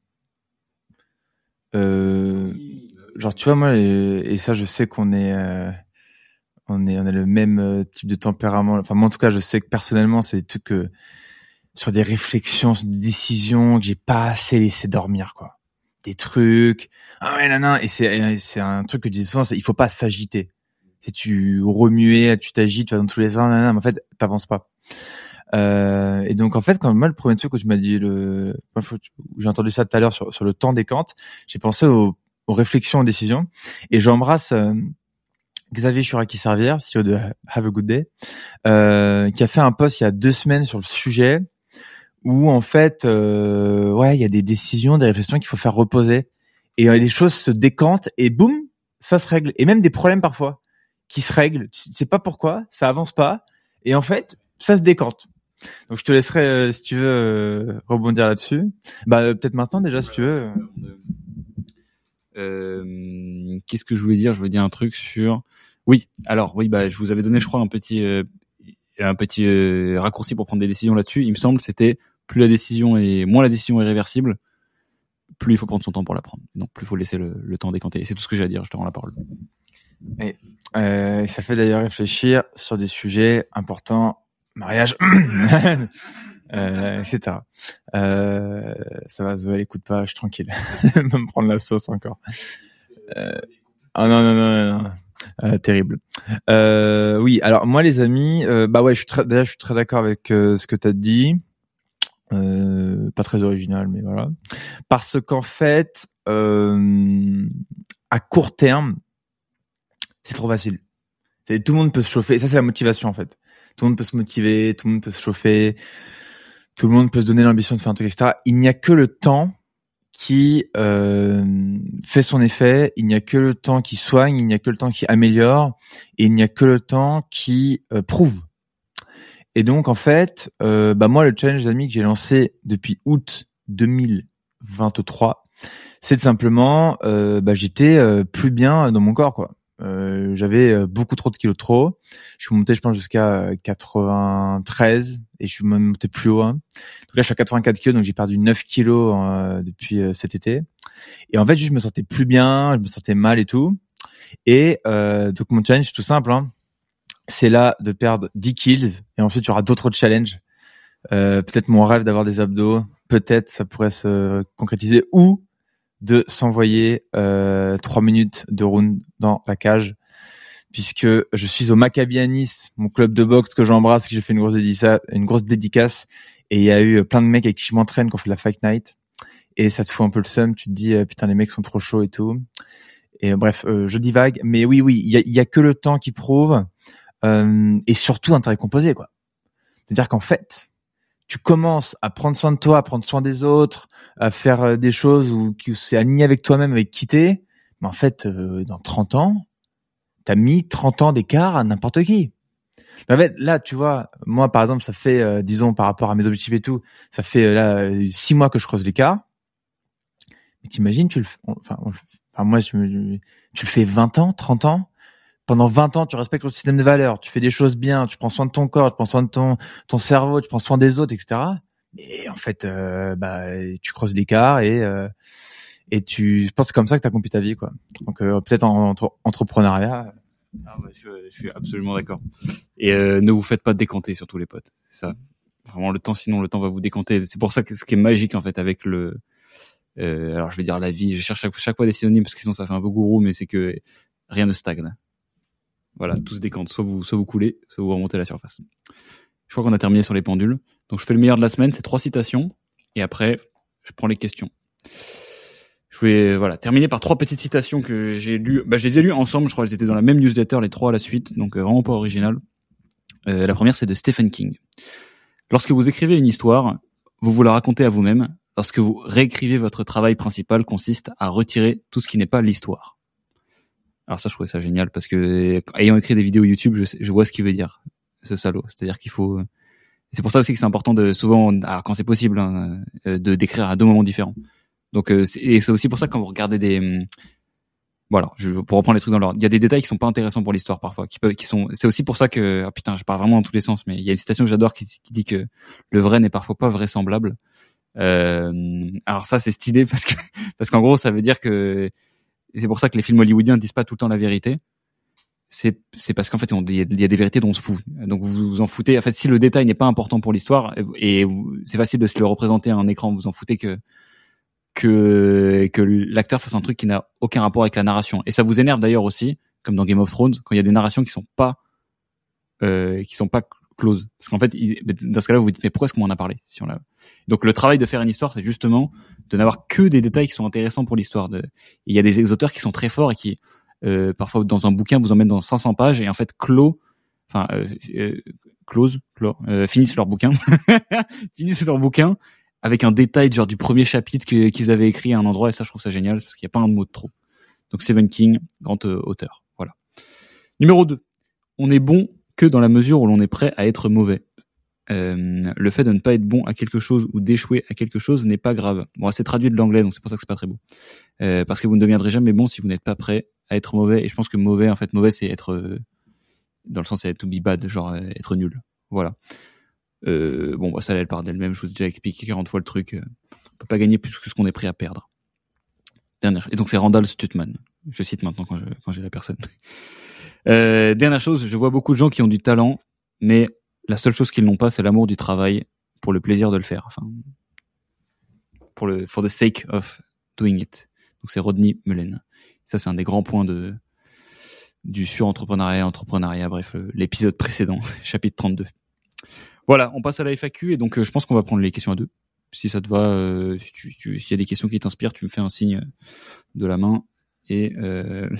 Euh, genre, tu vois, moi, et, et ça, je sais qu'on est, euh, on est, on a le même type de tempérament. Enfin, moi, en tout cas, je sais que personnellement, c'est des trucs que, sur des réflexions, sur des décisions que j'ai pas assez laissé dormir, quoi. Des trucs. Ah ouais, non, non. Et c'est, c'est un truc que je dis souvent, c'est, il faut pas s'agiter. Si tu remues, tu t'agites, tu vas dans tous les sens, non, non, mais en fait, t'avances pas. Euh, et donc, en fait, quand moi, le premier truc où tu m'as dit le, j'ai entendu ça tout à l'heure sur, sur le temps des Kant, j'ai pensé aux, aux réflexions, aux décisions. Et j'embrasse, euh, Xavier Churaki-Servière, C E O de Have a Good Day, euh, qui a fait un post il y a deux semaines sur le sujet où, en fait, euh, ouais, il y a des décisions, des réflexions qu'il faut faire reposer. Et euh, les choses se décantent et boum, ça se règle. Et même des problèmes parfois qui se règlent. Tu sais pas pourquoi, ça avance pas. Et en fait, ça se décante. Donc je te laisserai, euh, si tu veux, euh, rebondir là-dessus. Bah euh, peut-être maintenant déjà, si tu veux. Euh, qu'est-ce que je voulais dire? Je voulais dire un truc sur. Oui. Alors oui, bah je vous avais donné, je crois, un petit, euh, un petit euh, raccourci pour prendre des décisions là-dessus. Il me semble, c'était plus la décision est, moins la décision est réversible, plus il faut prendre son temps pour la prendre. Donc plus il faut laisser le, le temps décanter. Et c'est tout ce que j'ai à dire. Je te rends la parole. Et euh, ça fait d'ailleurs réfléchir sur des sujets importants, mariage, euh, et cetera. Euh, ça va, Zoé, elle écoute pas, je suis tranquille. Elle va me prendre la sauce encore. Euh, ah non, non, non, non, non. Euh, terrible. Euh, oui, alors moi les amis, euh, bah ouais, je suis très, déjà je suis très d'accord avec euh, ce que t'as dit. Euh, pas très original, mais voilà. Parce qu'en fait, euh, à court terme, c'est trop facile. C'est, tout le monde peut se chauffer. Et ça, c'est la motivation, en fait. Tout le monde peut se motiver, tout le monde peut se chauffer, tout le monde peut se donner l'ambition de faire un truc, et cetera. Il n'y a que le temps qui euh, fait son effet, il n'y a que le temps qui soigne, il n'y a que le temps qui améliore, et il n'y a que le temps qui euh, prouve. Et donc, en fait, euh, bah moi, le challenge, les amis, que j'ai lancé depuis août deux mille vingt-trois, c'est de simplement, euh, bah, j'étais euh, plus bien dans mon corps, quoi. Euh, j'avais beaucoup trop de kilos de trop. Je suis monté, je pense, jusqu'à quatre-vingt-treize et je suis même monté plus haut. Hein. Donc là, je suis à quatre-vingt-quatre kilos, donc j'ai perdu neuf kilos euh, depuis euh, cet été. Et en fait, juste, je me sentais plus bien, je me sentais mal et tout. Et euh, donc, mon challenge, c'est tout simple. Hein. C'est là de perdre dix kilos et ensuite, il y aura d'autres challenges. Euh, peut-être mon rêve d'avoir des abdos, peut-être ça pourrait se concrétiser ou de s'envoyer euh, trois minutes de round dans la cage, puisque je suis au Maccabi à Nice, mon club de boxe que j'embrasse, que j'ai fait une grosse dédicace, une grosse dédicace, et il y a eu plein de mecs avec qui je m'entraîne qui ont fait la Fight Night, et ça te fout un peu le seum, tu te dis euh, putain les mecs sont trop chauds et tout, et euh, bref, euh, je divague, mais oui oui, il y a, y a que le temps qui prouve, euh, et surtout intérêt composé quoi. C'est-à-dire qu'en fait, tu commences à prendre soin de toi, à prendre soin des autres, à faire des choses où qui c'est aligné avec toi-même, avec qui t'es, mais en fait, euh, dans trente ans, t'as mis trente ans d'écart à n'importe qui. En fait, là, tu vois, moi, par exemple, ça fait, euh, disons, par rapport à mes objectifs et tout, ça fait euh, là six mois que je creuse l'écart. Mais t'imagines, tu le, enfin, on, enfin moi, je me, tu le fais vingt ans, trente ans. Pendant vingt ans, tu respectes ton système de valeurs, tu fais des choses bien, tu prends soin de ton corps, tu prends soin de ton ton cerveau, tu prends soin des autres, et cetera. Et en fait, euh, bah, tu creuses l'écart et euh, et tu je pense que c'est comme ça que tu accomplis ta vie, quoi. Donc euh, peut-être en entre, entrepreneuriat. Ah bah, je, je suis absolument d'accord. Et euh, ne vous faites pas décanter, surtout les potes. C'est ça. Vraiment le temps, sinon le temps va vous décanter. C'est pour ça que ce qui est magique en fait avec le. Euh, alors je vais dire la vie. Je cherche chaque, chaque fois des synonymes parce que sinon ça fait un peu gourou, mais c'est que rien ne stagne. Voilà, tout se décante. Soit vous, soit vous coulez, soit vous remontez à la surface. Je crois qu'on a terminé sur les pendules. Donc, je fais le meilleur de la semaine. C'est trois citations. Et après, je prends les questions. Je vais, voilà, terminer par trois petites citations que j'ai lues. Bah, je les ai lues ensemble. Je crois qu'elles étaient dans la même newsletter, les trois à la suite. Donc, euh, vraiment pas original. Euh, la première, c'est de Stephen King. Lorsque vous écrivez une histoire, vous vous la racontez à vous-même. Lorsque vous réécrivez, votre travail principal consiste à retirer tout ce qui n'est pas l'histoire. Alors ça, je trouvais ça génial parce que ayant écrit des vidéos YouTube, je, sais, je vois ce qu'il veut dire, ce salaud. C'est-à-dire qu'il faut. C'est pour ça aussi que c'est important de souvent, alors quand c'est possible, hein, de d'écrire à deux moments différents. Donc, euh, c'est, et c'est aussi pour ça que quand vous regardez des, hum, voilà, je, pour reprendre les trucs dans l'ordre, il y a des détails qui sont pas intéressants pour l'histoire parfois, qui peuvent, qui sont. C'est aussi pour ça que, ah putain, je pars vraiment dans tous les sens, mais il y a une citation que j'adore qui, qui dit que le vrai n'est parfois pas vraisemblable. Euh, alors ça, c'est stylé parce que parce qu'en gros, ça veut dire que et c'est pour ça que les films hollywoodiens disent pas tout le temps la vérité. C'est c'est parce qu'en fait, il y, y a des vérités dont on se fout. Donc vous vous en foutez. En fait, si le détail n'est pas important pour l'histoire et, et vous, c'est facile de se le représenter à un écran, vous vous en foutez que que que l'acteur fasse un truc qui n'a aucun rapport avec la narration. Et ça vous énerve d'ailleurs aussi, comme dans Game of Thrones, quand il y a des narrations qui sont pas euh, qui sont pas close. Parce qu'en fait, il, dans ce cas-là, vous vous dites mais pourquoi est-ce qu'on m'en a parlé si on l'a. Donc le travail de faire une histoire, c'est justement de n'avoir que des détails qui sont intéressants pour l'histoire. De... Il y a des auteurs qui sont très forts et qui euh, parfois dans un bouquin vous emmènent dans cinq cents pages et en fait clos, enfin euh, euh, close, clos, euh, finissent leur bouquin, finissent leur bouquin avec un détail genre du premier chapitre que, qu'ils avaient écrit à un endroit et ça je trouve ça génial parce qu'il n'y a pas un mot de trop. Donc Stephen King, grand euh, auteur. Voilà. Numéro deux. On est bon que dans la mesure où l'on est prêt à être mauvais. Euh, le fait de ne pas être bon à quelque chose ou d'échouer à quelque chose n'est pas grave. Bon, c'est traduit de l'anglais, donc c'est pour ça que c'est pas très beau. Euh, parce que vous ne deviendrez jamais bon si vous n'êtes pas prêt à être mauvais. Et je pense que mauvais, en fait, mauvais, c'est être euh, dans le sens c'est to be bad, genre euh, être nul. Voilà. Euh, bon, bah, ça, elle part d'elle-même. Je vous ai déjà expliqué quarante fois le truc. Euh, on peut pas gagner plus que ce qu'on est prêt à perdre. Dernière. Et donc c'est Randall Stutman. Je cite maintenant quand je quand j'ai la personne. Euh, dernière chose, je vois beaucoup de gens qui ont du talent, mais la seule chose qu'ils n'ont pas, c'est l'amour du travail pour le plaisir de le faire. Enfin, pour le for the sake of doing it. Donc c'est Rodney Mullen. Ça, c'est un des grands points de du sur-entrepreneuriat, entrepreneuriat, bref, l'épisode précédent, chapitre trente-deux. Voilà, on passe à la F A Q et donc euh, je pense qu'on va prendre les questions à deux. Si ça te va, euh, si tu, tu, s'il y a des questions qui t'inspirent, tu me fais un signe de la main et euh...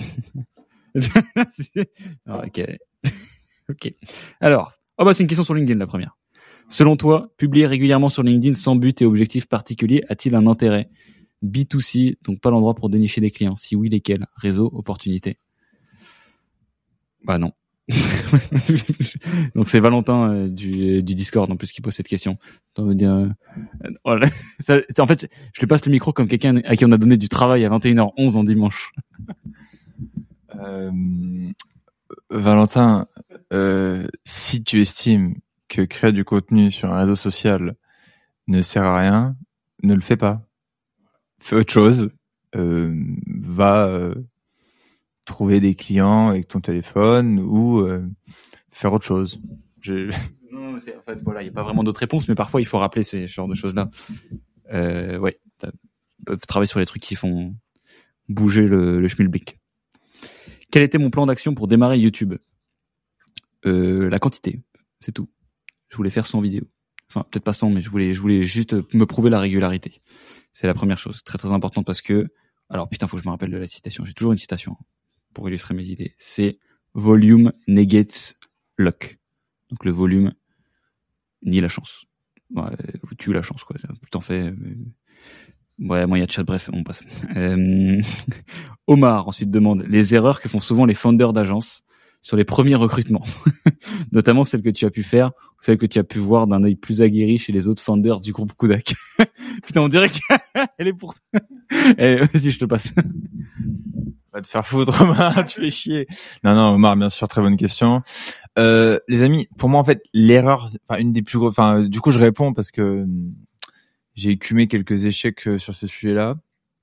ok. Ok. Alors, oh bah c'est une question sur LinkedIn la première. Selon toi, publier régulièrement sur LinkedIn sans but et objectif particulier a-t-il un intérêt ? B deux C, donc pas l'endroit pour dénicher des clients. Si oui, lesquels ? Réseau, opportunité ? Bah non. Donc c'est Valentin euh, du, du Discord en plus qui pose cette question. Dire, euh, oh là, ça, en fait, je lui passe le micro comme quelqu'un à qui on a donné du travail à vingt et une heures onze en dimanche. Euh, Valentin, euh, si tu estimes que créer du contenu sur un réseau social ne sert à rien, ne le fais pas. Fais autre chose. Euh, va euh, trouver des clients avec ton téléphone ou euh, faire autre chose. Je... Non, mais c'est, en fait, voilà, il n'y a pas vraiment d'autres réponses, mais parfois il faut rappeler ces genres de choses-là. Euh, ouais, travailler sur les trucs qui font bouger le, le schmilblick. Quel était mon plan d'action pour démarrer YouTube ? euh, La quantité, c'est tout. Je voulais faire cent vidéos. Enfin, peut-être pas cent, mais je voulais, je voulais juste me prouver la régularité. C'est la première chose, très très importante parce que, alors putain, faut que je me rappelle de la citation. J'ai toujours une citation pour illustrer mes idées. C'est volume negates luck. Donc le volume nie la chance. Ouais, vous tuez la chance, quoi. Tout en fait. Ouais, moi il y a de chat, bref, on passe. Euh... Omar ensuite demande les erreurs que font souvent les founders d'agences sur les premiers recrutements, notamment celles que tu as pu faire ou celles que tu as pu voir d'un œil plus aguerri chez les autres founders du groupe Kudak. Putain, on dirait qu'elle est pour. Eh, vas-y, je te passe. Va te faire foutre, Omar, tu fais chier. Non, non, Omar, bien sûr, très bonne question. Euh, les amis, pour moi, en fait, l'erreur, enfin, une des plus grosses, enfin, du coup, je réponds parce que j'ai écumé quelques échecs sur ce sujet-là.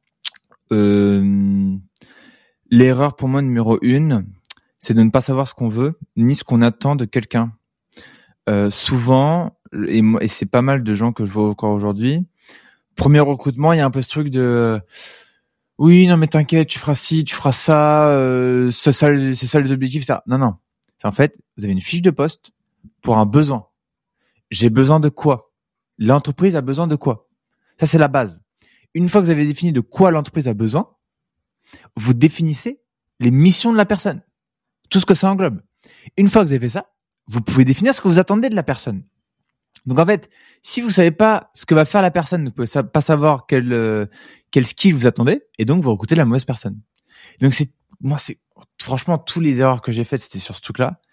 Euh, l'erreur, pour moi, numéro une, c'est de ne pas savoir ce qu'on veut, ni ce qu'on attend de quelqu'un. Euh, souvent, et, moi, et c'est pas mal de gens que je vois encore aujourd'hui, premier recrutement, il y a un peu ce truc de... Oui, non, mais t'inquiète, tu feras ci, tu feras ça, euh, c'est ça, c'est ça les objectifs, et cetera. Non, non. C'est en fait, vous avez une fiche de poste pour un besoin. J'ai besoin de quoi ? L'entreprise a besoin de quoi ? Ça, c'est la base. Une fois que vous avez défini de quoi l'entreprise a besoin, vous définissez les missions de la personne. Tout ce que ça englobe. Une fois que vous avez fait ça, vous pouvez définir ce que vous attendez de la personne. Donc en fait, si vous savez pas ce que va faire la personne, vous pouvez pas savoir quel euh, quel skill vous attendez, et donc vous recrutez la mauvaise personne. Donc c'est moi c'est franchement tous les erreurs que j'ai faites, c'était sur ce truc-là.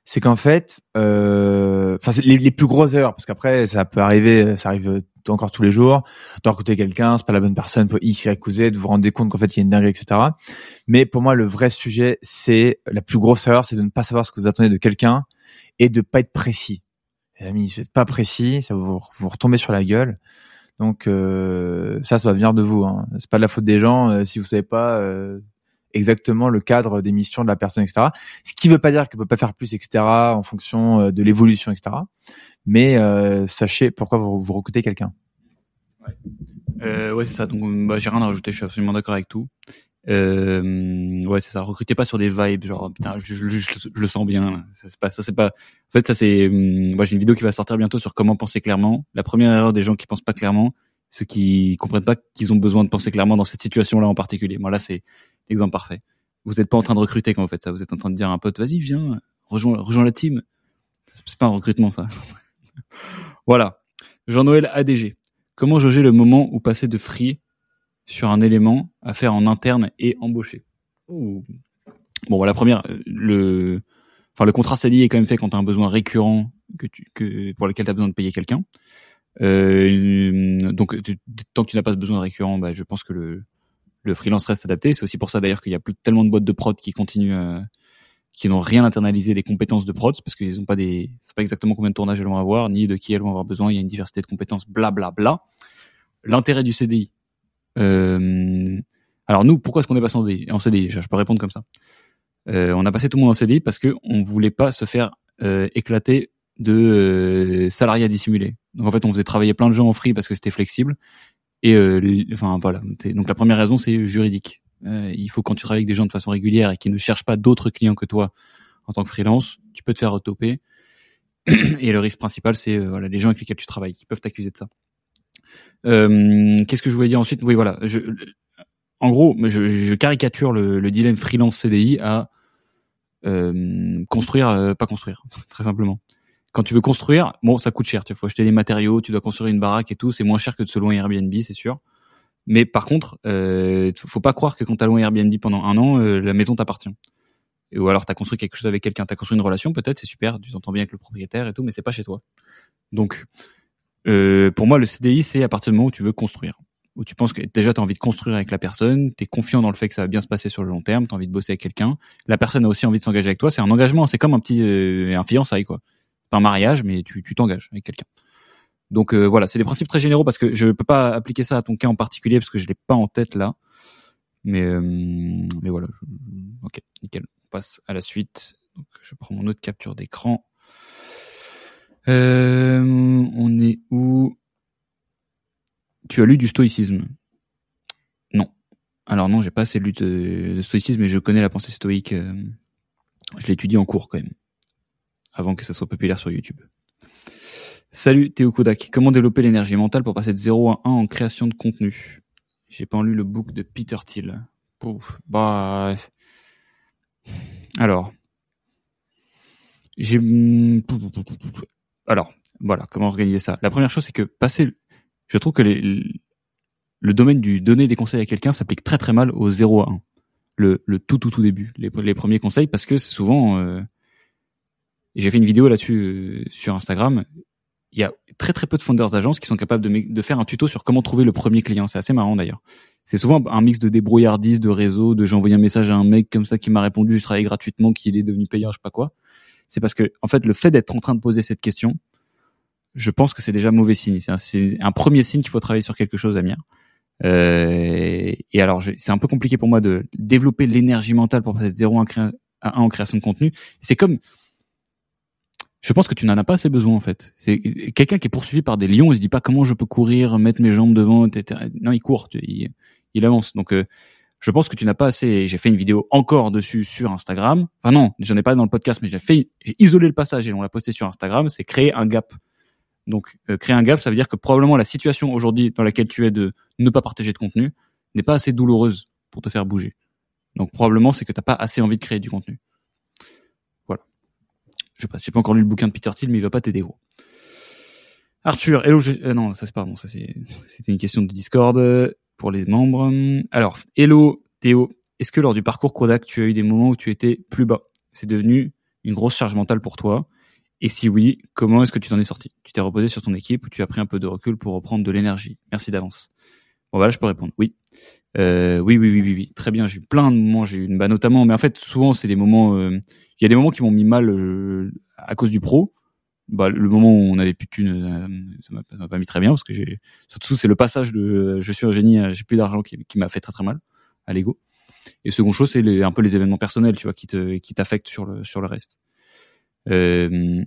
c'est qu'en fait, euh, enfin, c'est les, les plus grosses erreurs, parce qu'après, ça peut arriver, ça arrive encore tous les jours, de recruter quelqu'un, c'est pas la bonne personne pour X, Y ou Z, de vous rendre compte qu'en fait, il y a une dinguerie, et cetera. Mais pour moi, le vrai sujet, c'est la plus grosse erreur, c'est de ne pas savoir ce que vous attendez de quelqu'un et de pas être précis. Les amis, si vous n'êtes pas précis, ça va vous, vous retomber sur la gueule. Donc euh, ça, ça va venir de vous. Hein. C'est pas de la faute des gens euh, si vous savez pas euh, exactement le cadre des missions de la personne, et cetera. Ce qui veut pas dire qu'elle peut pas faire plus, et cetera. En fonction de l'évolution, et cetera. Mais euh, sachez pourquoi vous, vous recrutez quelqu'un. Ouais, euh, ouais c'est ça. Donc bah, j'ai rien à rajouter. Je suis absolument d'accord avec tout. Euh, ouais, c'est ça. Recrutez pas sur des vibes, genre putain, je, je, je, je, je le sens bien. Là. Ça c'est pas, ça c'est pas. En fait, ça c'est. Hum, moi, j'ai une vidéo qui va sortir bientôt sur comment penser clairement. La première erreur des gens qui pensent pas clairement, ceux qui comprennent pas qu'ils ont besoin de penser clairement dans cette situation-là en particulier. Moi, là, c'est l'exemple parfait. Vous êtes pas en train de recruter quand vous faites ça. Vous êtes en train de dire à un pote, vas-y, viens, rejoins, rejoins la team. C'est pas un recrutement, ça. Voilà. Jean-Noël A D G. Comment jauger le moment où passer de free sur un élément à faire en interne et embaucher. Ouh. Bon, voilà, la première, le, enfin, le contrat C D I est quand même fait quand tu as un besoin récurrent que tu, que, pour lequel tu as besoin de payer quelqu'un. Euh, donc, tu, tant que tu n'as pas ce besoin récurrent, bah, je pense que le, le freelance reste adapté. C'est aussi pour ça d'ailleurs qu'il y a plus tellement de boîtes de prod qui continuent, euh, qui n'ont rien internalisé des compétences de prod parce qu'ils n'ont pas des, c'est pas exactement combien de tournages elles vont avoir, ni de qui elles vont avoir besoin. Il y a une diversité de compétences, bla bla bla. L'intérêt du C D I. Euh, alors nous, pourquoi est-ce qu'on est passé en C D I, en C D I? Je peux répondre comme ça. Euh, on a passé tout le monde en C D I parce que on voulait pas se faire euh, éclater de euh, salariat dissimulé. Donc en fait, on faisait travailler plein de gens en free parce que c'était flexible. Et euh, les, enfin voilà. Donc la première raison, c'est juridique. Euh, il faut quand tu travailles avec des gens de façon régulière et qui ne cherchent pas d'autres clients que toi en tant que freelance, tu peux te faire retoper. Et le risque principal, c'est euh, voilà les gens avec lesquels tu travailles qui peuvent t'accuser de ça. Euh, qu'est-ce que je voulais dire ensuite? Oui, voilà. Je, en gros, je, je caricature le, le dilemme freelance C D I à euh, construire, euh, pas construire, très simplement. Quand tu veux construire, bon, ça coûte cher. Tu faut acheter des matériaux, tu dois construire une baraque et tout. C'est moins cher que de se louer un Airbnb, c'est sûr. Mais par contre, euh, faut pas croire que quand t'as loué un Airbnb pendant un an, euh, la maison t'appartient. Ou alors t'as construit quelque chose avec quelqu'un, t'as construit une relation, peut-être, c'est super, tu t'entends bien avec le propriétaire et tout, mais c'est pas chez toi. Donc, euh, pour moi, le C D I, c'est à partir du moment où tu veux construire. Où tu penses que déjà tu as envie de construire avec la personne, tu es confiant dans le fait que ça va bien se passer sur le long terme, tu as envie de bosser avec quelqu'un, la personne a aussi envie de s'engager avec toi, c'est un engagement, c'est comme un petit euh, un fiançailles quoi. C'est pas un mariage mais tu tu t'engages avec quelqu'un. Donc euh, voilà, c'est des principes très généraux parce que je peux pas appliquer ça à ton cas en particulier parce que je l'ai pas en tête là. Mais euh, mais voilà, je... OK, nickel. On passe à la suite. Donc je prends mon autre capture d'écran. Euh, on est où? Tu as lu du stoïcisme? Non. Alors non, j'ai pas assez lu de, de stoïcisme, mais je connais la pensée stoïque. Euh, je l'étudie en cours quand même, avant que ça soit populaire sur YouTube. Salut Théo Kodak. Comment développer l'énergie mentale pour passer de zéro à un en création de contenu? J'ai pas lu le book de Peter Thiel. Pouf, bah... Alors... J'ai... Alors, voilà, comment organiser ça? La première chose, c'est que passer... Je trouve que les... le domaine du donner des conseils à quelqu'un s'applique très très mal au zéro à un. Le, le tout tout tout début, les, les premiers conseils, parce que c'est souvent... Euh, j'ai fait une vidéo là-dessus euh, sur Instagram. Il y a très très peu de founders d'agences qui sont capables de, de faire un tuto sur comment trouver le premier client. C'est assez marrant d'ailleurs. C'est souvent un mix de débrouillardise, de réseau, de j'ai envoyé un message à un mec comme ça qui m'a répondu, je travaille gratuitement, qu'il est devenu payant, je sais pas quoi. C'est parce que, en fait, le fait d'être en train de poser cette question, je pense que c'est déjà mauvais signe. C'est un, c'est un premier signe qu'il faut travailler sur quelque chose, Amir. Euh, et alors, je, c'est un peu compliqué pour moi de développer l'énergie mentale pour passer de zéro à un en création de contenu. C'est comme, je pense que tu n'en as pas assez besoin en fait. C'est quelqu'un qui est poursuivi par des lions, il se dit pas comment je peux courir, mettre mes jambes devant, et cetera. Non, il court, il, il avance. Donc, euh, je pense que tu n'as pas assez. J'ai fait une vidéo encore dessus sur Instagram. Enfin non, j'en ai pas dans le podcast, mais j'ai fait, j'ai isolé le passage et on l'a posté sur Instagram. C'est créer un gap. Donc, euh, créer un gap, ça veut dire que probablement la situation aujourd'hui dans laquelle tu es de ne pas partager de contenu n'est pas assez douloureuse pour te faire bouger. Donc, probablement, c'est que t'as pas assez envie de créer du contenu. Voilà. Je sais pas, j'ai pas encore lu le bouquin de Peter Thiel, mais il va pas t'aider, gros. Arthur, hello, je... euh, non, ça c'est pardon, ça c'est, c'était une question de Discord pour les membres. Alors, hello, Théo, est-ce que lors du parcours Kodak, tu as eu des moments où tu étais plus bas? C'est devenu une grosse charge mentale pour toi? Et si oui, comment est-ce que tu t'en es sorti? Tu t'es reposé sur ton équipe ou tu as pris un peu de recul pour reprendre de l'énergie? Merci d'avance. Bon, voilà, je peux répondre. Oui. Euh, oui, oui, oui, oui, oui. Très bien. J'ai eu plein de moments. J'ai eu une, bah, notamment, mais en fait, souvent, c'est des moments, euh, il y a des moments qui m'ont mis mal, euh, à cause du pro. Bah, le moment où on avait plus de thunes, euh, ça m'a, ça m'a pas mis très bien parce que j'ai, surtout, c'est le passage de, euh, je suis un génie, à j'ai plus d'argent qui, qui m'a fait très très mal à l'ego. Et seconde chose, c'est les, un peu les événements personnels, tu vois, qui te, qui t'affectent sur le, sur le reste. Euh,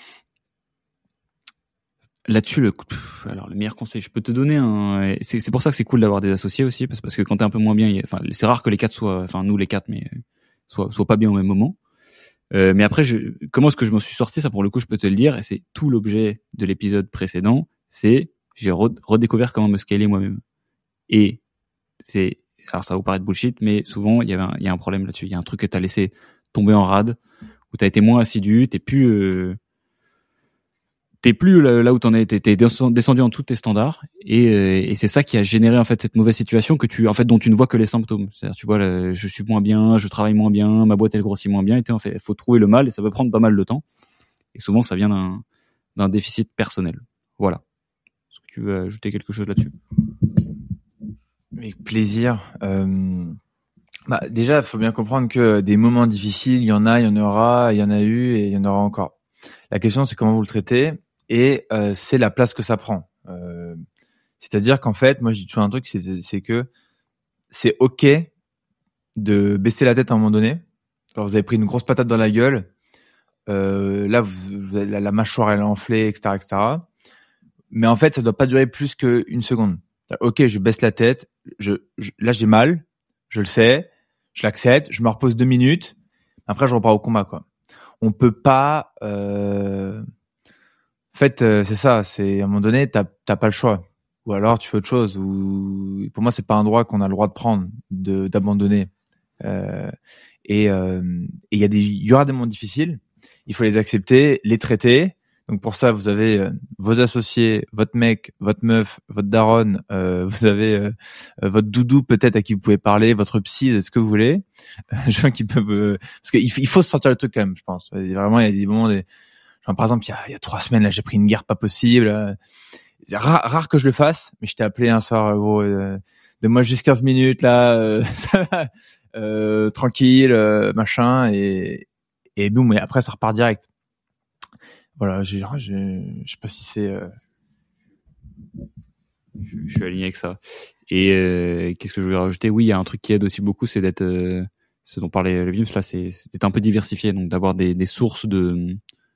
Là-dessus, le, pff, alors le meilleur conseil, je peux te donner un. C'est, c'est pour ça que c'est cool d'avoir des associés aussi, parce, parce que quand t'es un peu moins bien, il y a, enfin, c'est rare que les quatre soient, enfin nous les quatre, mais soient, soient pas bien au même moment. Euh, mais après, je, comment est-ce que je m'en suis sorti? Ça, pour le coup, je peux te le dire, et c'est tout l'objet de l'épisode précédent. C'est j'ai re- redécouvert comment me scaler moi-même. Et c'est, alors ça va vous paraître bullshit, mais souvent il y avait, un, il y a un problème là-dessus. Il y a un truc que t'as laissé tomber en rade, où t'as été moins assidu, t'es plus euh, t'es plus là où t'en es, t'es, t'es descendu en tous tes standards, et, euh, et c'est ça qui a généré en fait cette mauvaise situation que tu, en fait, dont tu ne vois que les symptômes. C'est-à-dire, tu vois, là, je suis moins bien, je travaille moins bien, ma boîte elle grossit moins bien, et en fait, faut trouver le mal, et ça peut prendre pas mal de temps. Et souvent, ça vient d'un, d'un déficit personnel. Voilà. Est-ce que tu veux ajouter quelque chose là-dessus? Avec plaisir. Euh... Bah, déjà, il faut bien comprendre que des moments difficiles, il y en a, il y en aura, il y en a eu et il y en aura encore. La question, c'est comment vous le traitez et euh, c'est la place que ça prend. Euh, c'est-à-dire qu'en fait, moi, je dis toujours un truc, c'est, c'est que c'est OK de baisser la tête à un moment donné. Alors, vous avez pris une grosse patate dans la gueule. Euh, là, vous, vous avez, la, la mâchoire, elle est enflée, et cetera, et cetera. Mais en fait, ça doit pas durer plus qu'une seconde. OK, je baisse la tête. Je, je, là, j'ai mal. Je le sais. Je l'accepte. Je me repose deux minutes. Après, je repars au combat, quoi. On peut pas. Euh... En fait, euh, c'est ça. C'est à un moment donné, t'as t'as pas le choix. Ou alors, tu fais autre chose. Ou pour moi, c'est pas un droit qu'on a le droit de prendre, de d'abandonner. Euh... Et il euh, y a des, il y aura des moments difficiles. Il faut les accepter, les traiter. Donc pour ça, vous avez euh, vos associés, votre mec, votre meuf, votre daronne, euh, vous avez euh, votre doudou peut-être à qui vous pouvez parler, votre psy, ce que vous voulez, gens qui peuvent, euh, parce qu'il il faut se sortir le truc quand même, je pense. Vraiment, il y a des moments, des... genre par exemple, il y a, il y a trois semaines là, j'ai pris une guerre pas possible. Là. C'est rare, rare que je le fasse, mais je t'ai appelé un soir, gros, euh, donne-moi juste quinze minutes là, euh, euh, tranquille, euh, machin, et et boum, et après ça repart direct. Voilà, je, je, je sais pas si c'est. Euh... Je, je suis aligné avec ça. Et euh, qu'est-ce que je voulais rajouter? Oui, il y a un truc qui aide aussi beaucoup, c'est d'être, euh, ce dont parlait le Vims là, c'est, c'est d'être un peu diversifié, donc d'avoir des, des sources de,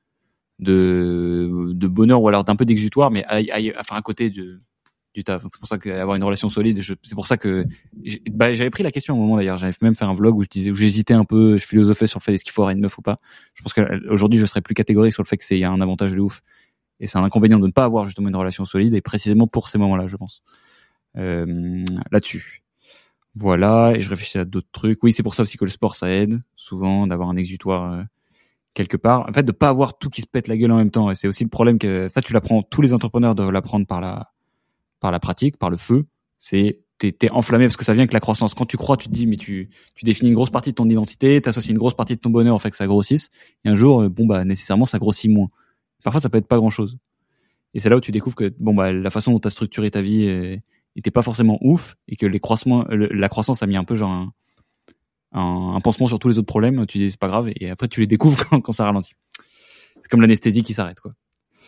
de, de bonheur ou alors d'un peu d'exutoire, mais à, à, enfin à côté de, du taf. Donc c'est pour ça qu'avoir une relation solide, je, c'est pour ça que j'ai, bah, j'avais pris la question à un moment d'ailleurs. J'avais même fait un vlog où je disais, où j'hésitais un peu, je philosophais sur le fait est-ce qu'il faut avoir une meuf ou pas. Je pense qu'aujourd'hui je serais plus catégorique sur le fait que c'est, il y a un avantage de ouf. Et c'est un inconvénient de ne pas avoir justement une relation solide, et précisément pour ces moments-là, je pense. Euh, là-dessus. Voilà, et je réfléchis à d'autres trucs. Oui, c'est pour ça aussi que le sport, ça aide, souvent, d'avoir un exutoire euh, quelque part. En fait, de pas avoir tout qui se pète la gueule en même temps. Et c'est aussi le problème que, ça, tu l'apprends, tous les entrepreneurs doivent l'apprendre par la, par la pratique, par le feu. C'est, t'es, t'es enflammé parce que ça vient avec la croissance. Quand tu crois, tu te dis, mais tu, tu définis une grosse partie de ton identité, t'associes une grosse partie de ton bonheur, en fait, que ça grossisse. Et un jour, euh, bon, bah, nécessairement, ça grossit moins. Parfois, ça peut être pas grand-chose. Et c'est là où tu découvres que bon bah la façon dont tu as structuré ta vie était pas forcément ouf, et que les croissements, le, la croissance a mis un peu genre un, un, un pansement sur tous les autres problèmes. Tu dis c'est pas grave, et après tu les découvres quand, quand ça ralentit. C'est comme l'anesthésie qui s'arrête, quoi.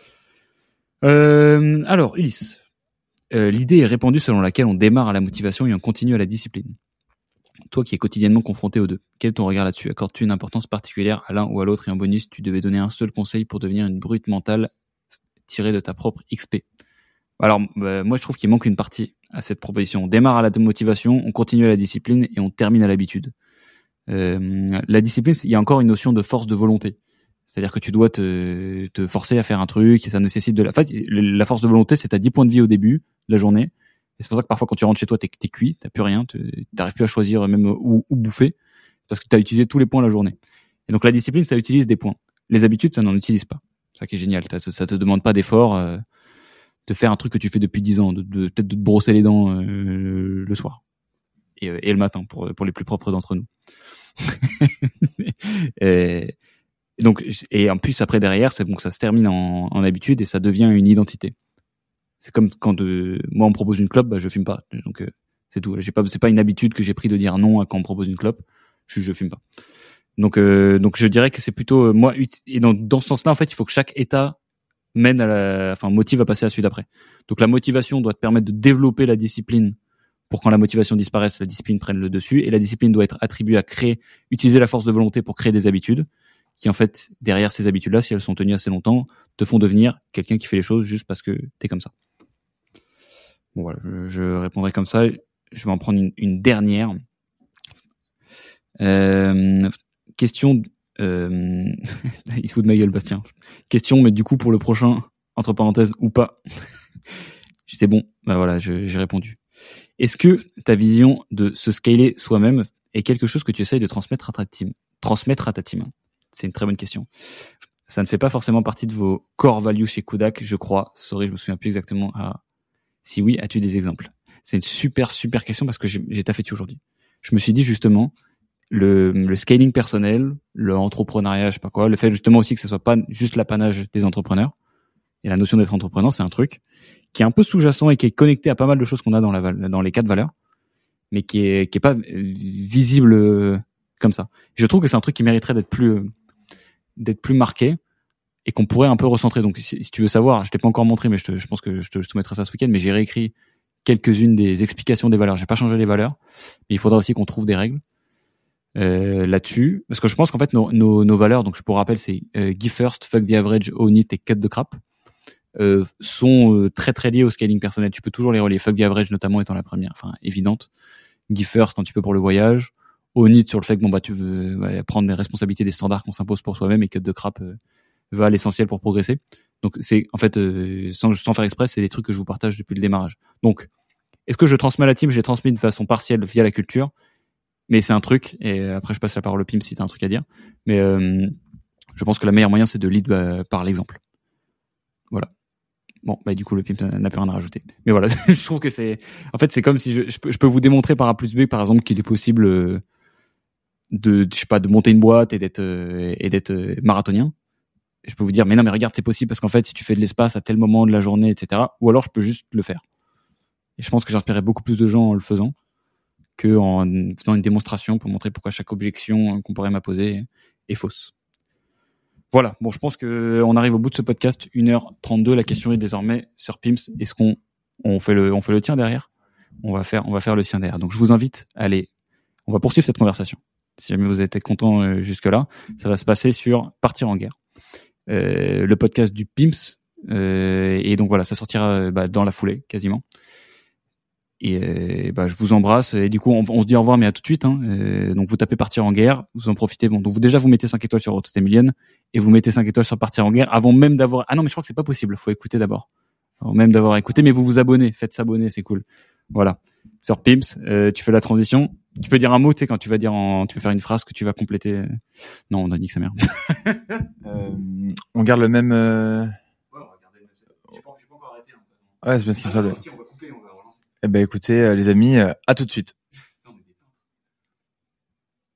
Euh, alors Ulysse, euh, l'idée est répandue selon laquelle on démarre à la motivation et on continue à la discipline. Toi qui es quotidiennement confronté aux deux, quel est ton regard là-dessus? Accordes-tu une importance particulière à l'un ou à l'autre? Et en bonus, tu devais donner un seul conseil pour devenir une brute mentale tirée de ta propre X P. Alors, bah, moi, je trouve qu'il manque une partie à cette proposition. On démarre à la motivation, on continue à la discipline et on termine à l'habitude. Euh, la discipline, il y a encore une notion de force de volonté. C'est-à-dire que tu dois te, te forcer à faire un truc et ça nécessite de la... En fait, la force de volonté, c'est à dix points de vie au début de la journée. Et c'est pour ça que parfois, quand tu rentres chez toi, t'es, t'es cuit, t'as plus rien, t'arrives plus à choisir même où, où bouffer parce que t'as utilisé tous les points la journée. Et donc, la discipline, ça utilise des points. Les habitudes, ça n'en utilise pas. C'est ça qui est génial. Ça te demande pas d'effort euh, de faire un truc que tu fais depuis dix ans, de, de peut-être de te brosser les dents euh, le soir et, et le matin pour pour les plus propres d'entre nous. et, Et donc, et en plus après derrière, c'est bon que ça se termine en, en habitude et ça devient une identité. C'est comme quand de, moi on me propose une clope, bah je fume pas. Donc euh, c'est tout. J'ai pas, c'est pas une habitude que j'ai pris de dire non quand on me propose une clope. Je, je fume pas. Donc euh, donc je dirais que c'est plutôt euh, moi et dans dans ce sens-là en fait, il faut que chaque état mène à la, enfin motive à passer à celui d'après. Donc la motivation doit te permettre de développer la discipline pour quand la motivation disparaisse, la discipline prenne le dessus et la discipline doit être attribuée à créer, utiliser la force de volonté pour créer des habitudes qui en fait derrière ces habitudes-là, si elles sont tenues assez longtemps, te font devenir quelqu'un qui fait les choses juste parce que t'es comme ça. Bon voilà, je, je répondrai comme ça. Je vais en prendre une, une dernière. Euh, question. Euh, il se fout de ma gueule, Bastien. Question, mais du coup pour le prochain, entre parenthèses ou pas. J'étais bon. Bah voilà, je, j'ai répondu. Est-ce que ta vision de se scaler soi-même est quelque chose que tu essayes de transmettre à ta team, transmettre à ta team? C'est une très bonne question. Ça ne fait pas forcément partie de vos core values chez Kudak, je crois. Sorry, je me souviens plus exactement. Ah. Si oui, as-tu des exemples? C'est une super, super question parce que j'ai, j'ai taffé dessus aujourd'hui. Je me suis dit justement, le, le scaling personnel, le entrepreneuriat, je sais pas quoi, le fait justement aussi que ce soit pas juste l'apanage des entrepreneurs. Et la notion d'être entrepreneur, c'est un truc qui est un peu sous-jacent et qui est connecté à pas mal de choses qu'on a dans la, dans les quatre valeurs, mais qui est, qui est pas visible comme ça. Je trouve que c'est un truc qui mériterait d'être plus, d'être plus marqué et qu'on pourrait un peu recentrer. Donc, si, si tu veux savoir, je t'ai pas encore montré, mais je, te, je pense que je te soumettrai ça ce week-end, mais j'ai réécrit quelques-unes des explications des valeurs. J'ai pas changé les valeurs, mais il faudra aussi qu'on trouve des règles euh, là-dessus, parce que je pense qu'en fait nos, nos, nos valeurs, donc je pour rappel, c'est euh, give first, fuck the average, own it et cut the crap, euh, sont euh, très très liés au scaling personnel. Tu peux toujours les relier. Fuck the average notamment étant la première, enfin évidente. Give first un petit peu pour le voyage, own it sur le fait que bon bah tu veux ouais, prendre les responsabilités des standards qu'on s'impose pour soi-même et cut the crap euh, va à l'essentiel pour progresser. Donc c'est en fait euh, sans, sans faire exprès, c'est des trucs que je vous partage depuis le démarrage. Donc est-ce que je transmets à la team? Je l'ai transmis de façon partielle via la culture, mais c'est un truc, et après je passe la parole au Pim si t'as un truc à dire, mais euh, je pense que le meilleur moyen c'est de lead bah, par l'exemple. Voilà. Bon, bah du coup le Pim n'a plus rien à rajouter. Mais voilà, je trouve que c'est, en fait c'est comme si je, je, peux, je peux vous démontrer par A plus B par exemple qu'il est possible euh, de, je sais pas, de monter une boîte et d'être euh, et d'être euh, marathonien. Et je peux vous dire mais non mais regarde c'est possible parce qu'en fait si tu fais de l'espace à tel moment de la journée, et cetera. Ou alors je peux juste le faire. Et je pense que j'inspirerais beaucoup plus de gens en le faisant que en faisant une démonstration pour montrer pourquoi chaque objection qu'on pourrait m'apposer est fausse. Voilà. Bon, je pense que on arrive au bout de ce podcast. une heure trente-deux. La question est désormais, Sir Pims, est-ce qu'on, on fait le, on fait le tien derrière? On va faire, on va faire le sien derrière. Donc, je vous invite à aller, on va poursuivre cette conversation. Si jamais vous êtes content euh, jusque-là, ça va se passer sur Partir en guerre. Euh, le podcast du Pims. Euh, et donc voilà, ça sortira bah, dans la foulée, quasiment. Et euh, bah, je vous embrasse. Et du coup, on, on se dit au revoir, mais à tout de suite. Hein. Euh, donc, vous tapez Partir en guerre, vous en profitez. Bon, donc vous déjà vous mettez cinq étoiles sur Road to ten million et vous mettez cinq étoiles sur Partir en guerre avant même d'avoir. Ah non, mais je crois que c'est pas possible. Faut écouter d'abord. Avant même d'avoir écouté, mais vous vous abonnez. Faites s'abonner, c'est cool. Voilà. Sur Pims, euh, tu fais la transition. Tu peux dire un mot, tu sais, quand tu vas dire, en... tu peux faire une phrase que tu vas compléter. Non, on a dit que ça merde. euh, on garde le même. Euh... Ouais, on va garder le même. Je peux, je peux encore arrêter. Hein, ouais, c'est parce qu'il me semble. On va couper, on va relancer. Eh ben, écoutez, euh, les amis, euh, à tout de suite.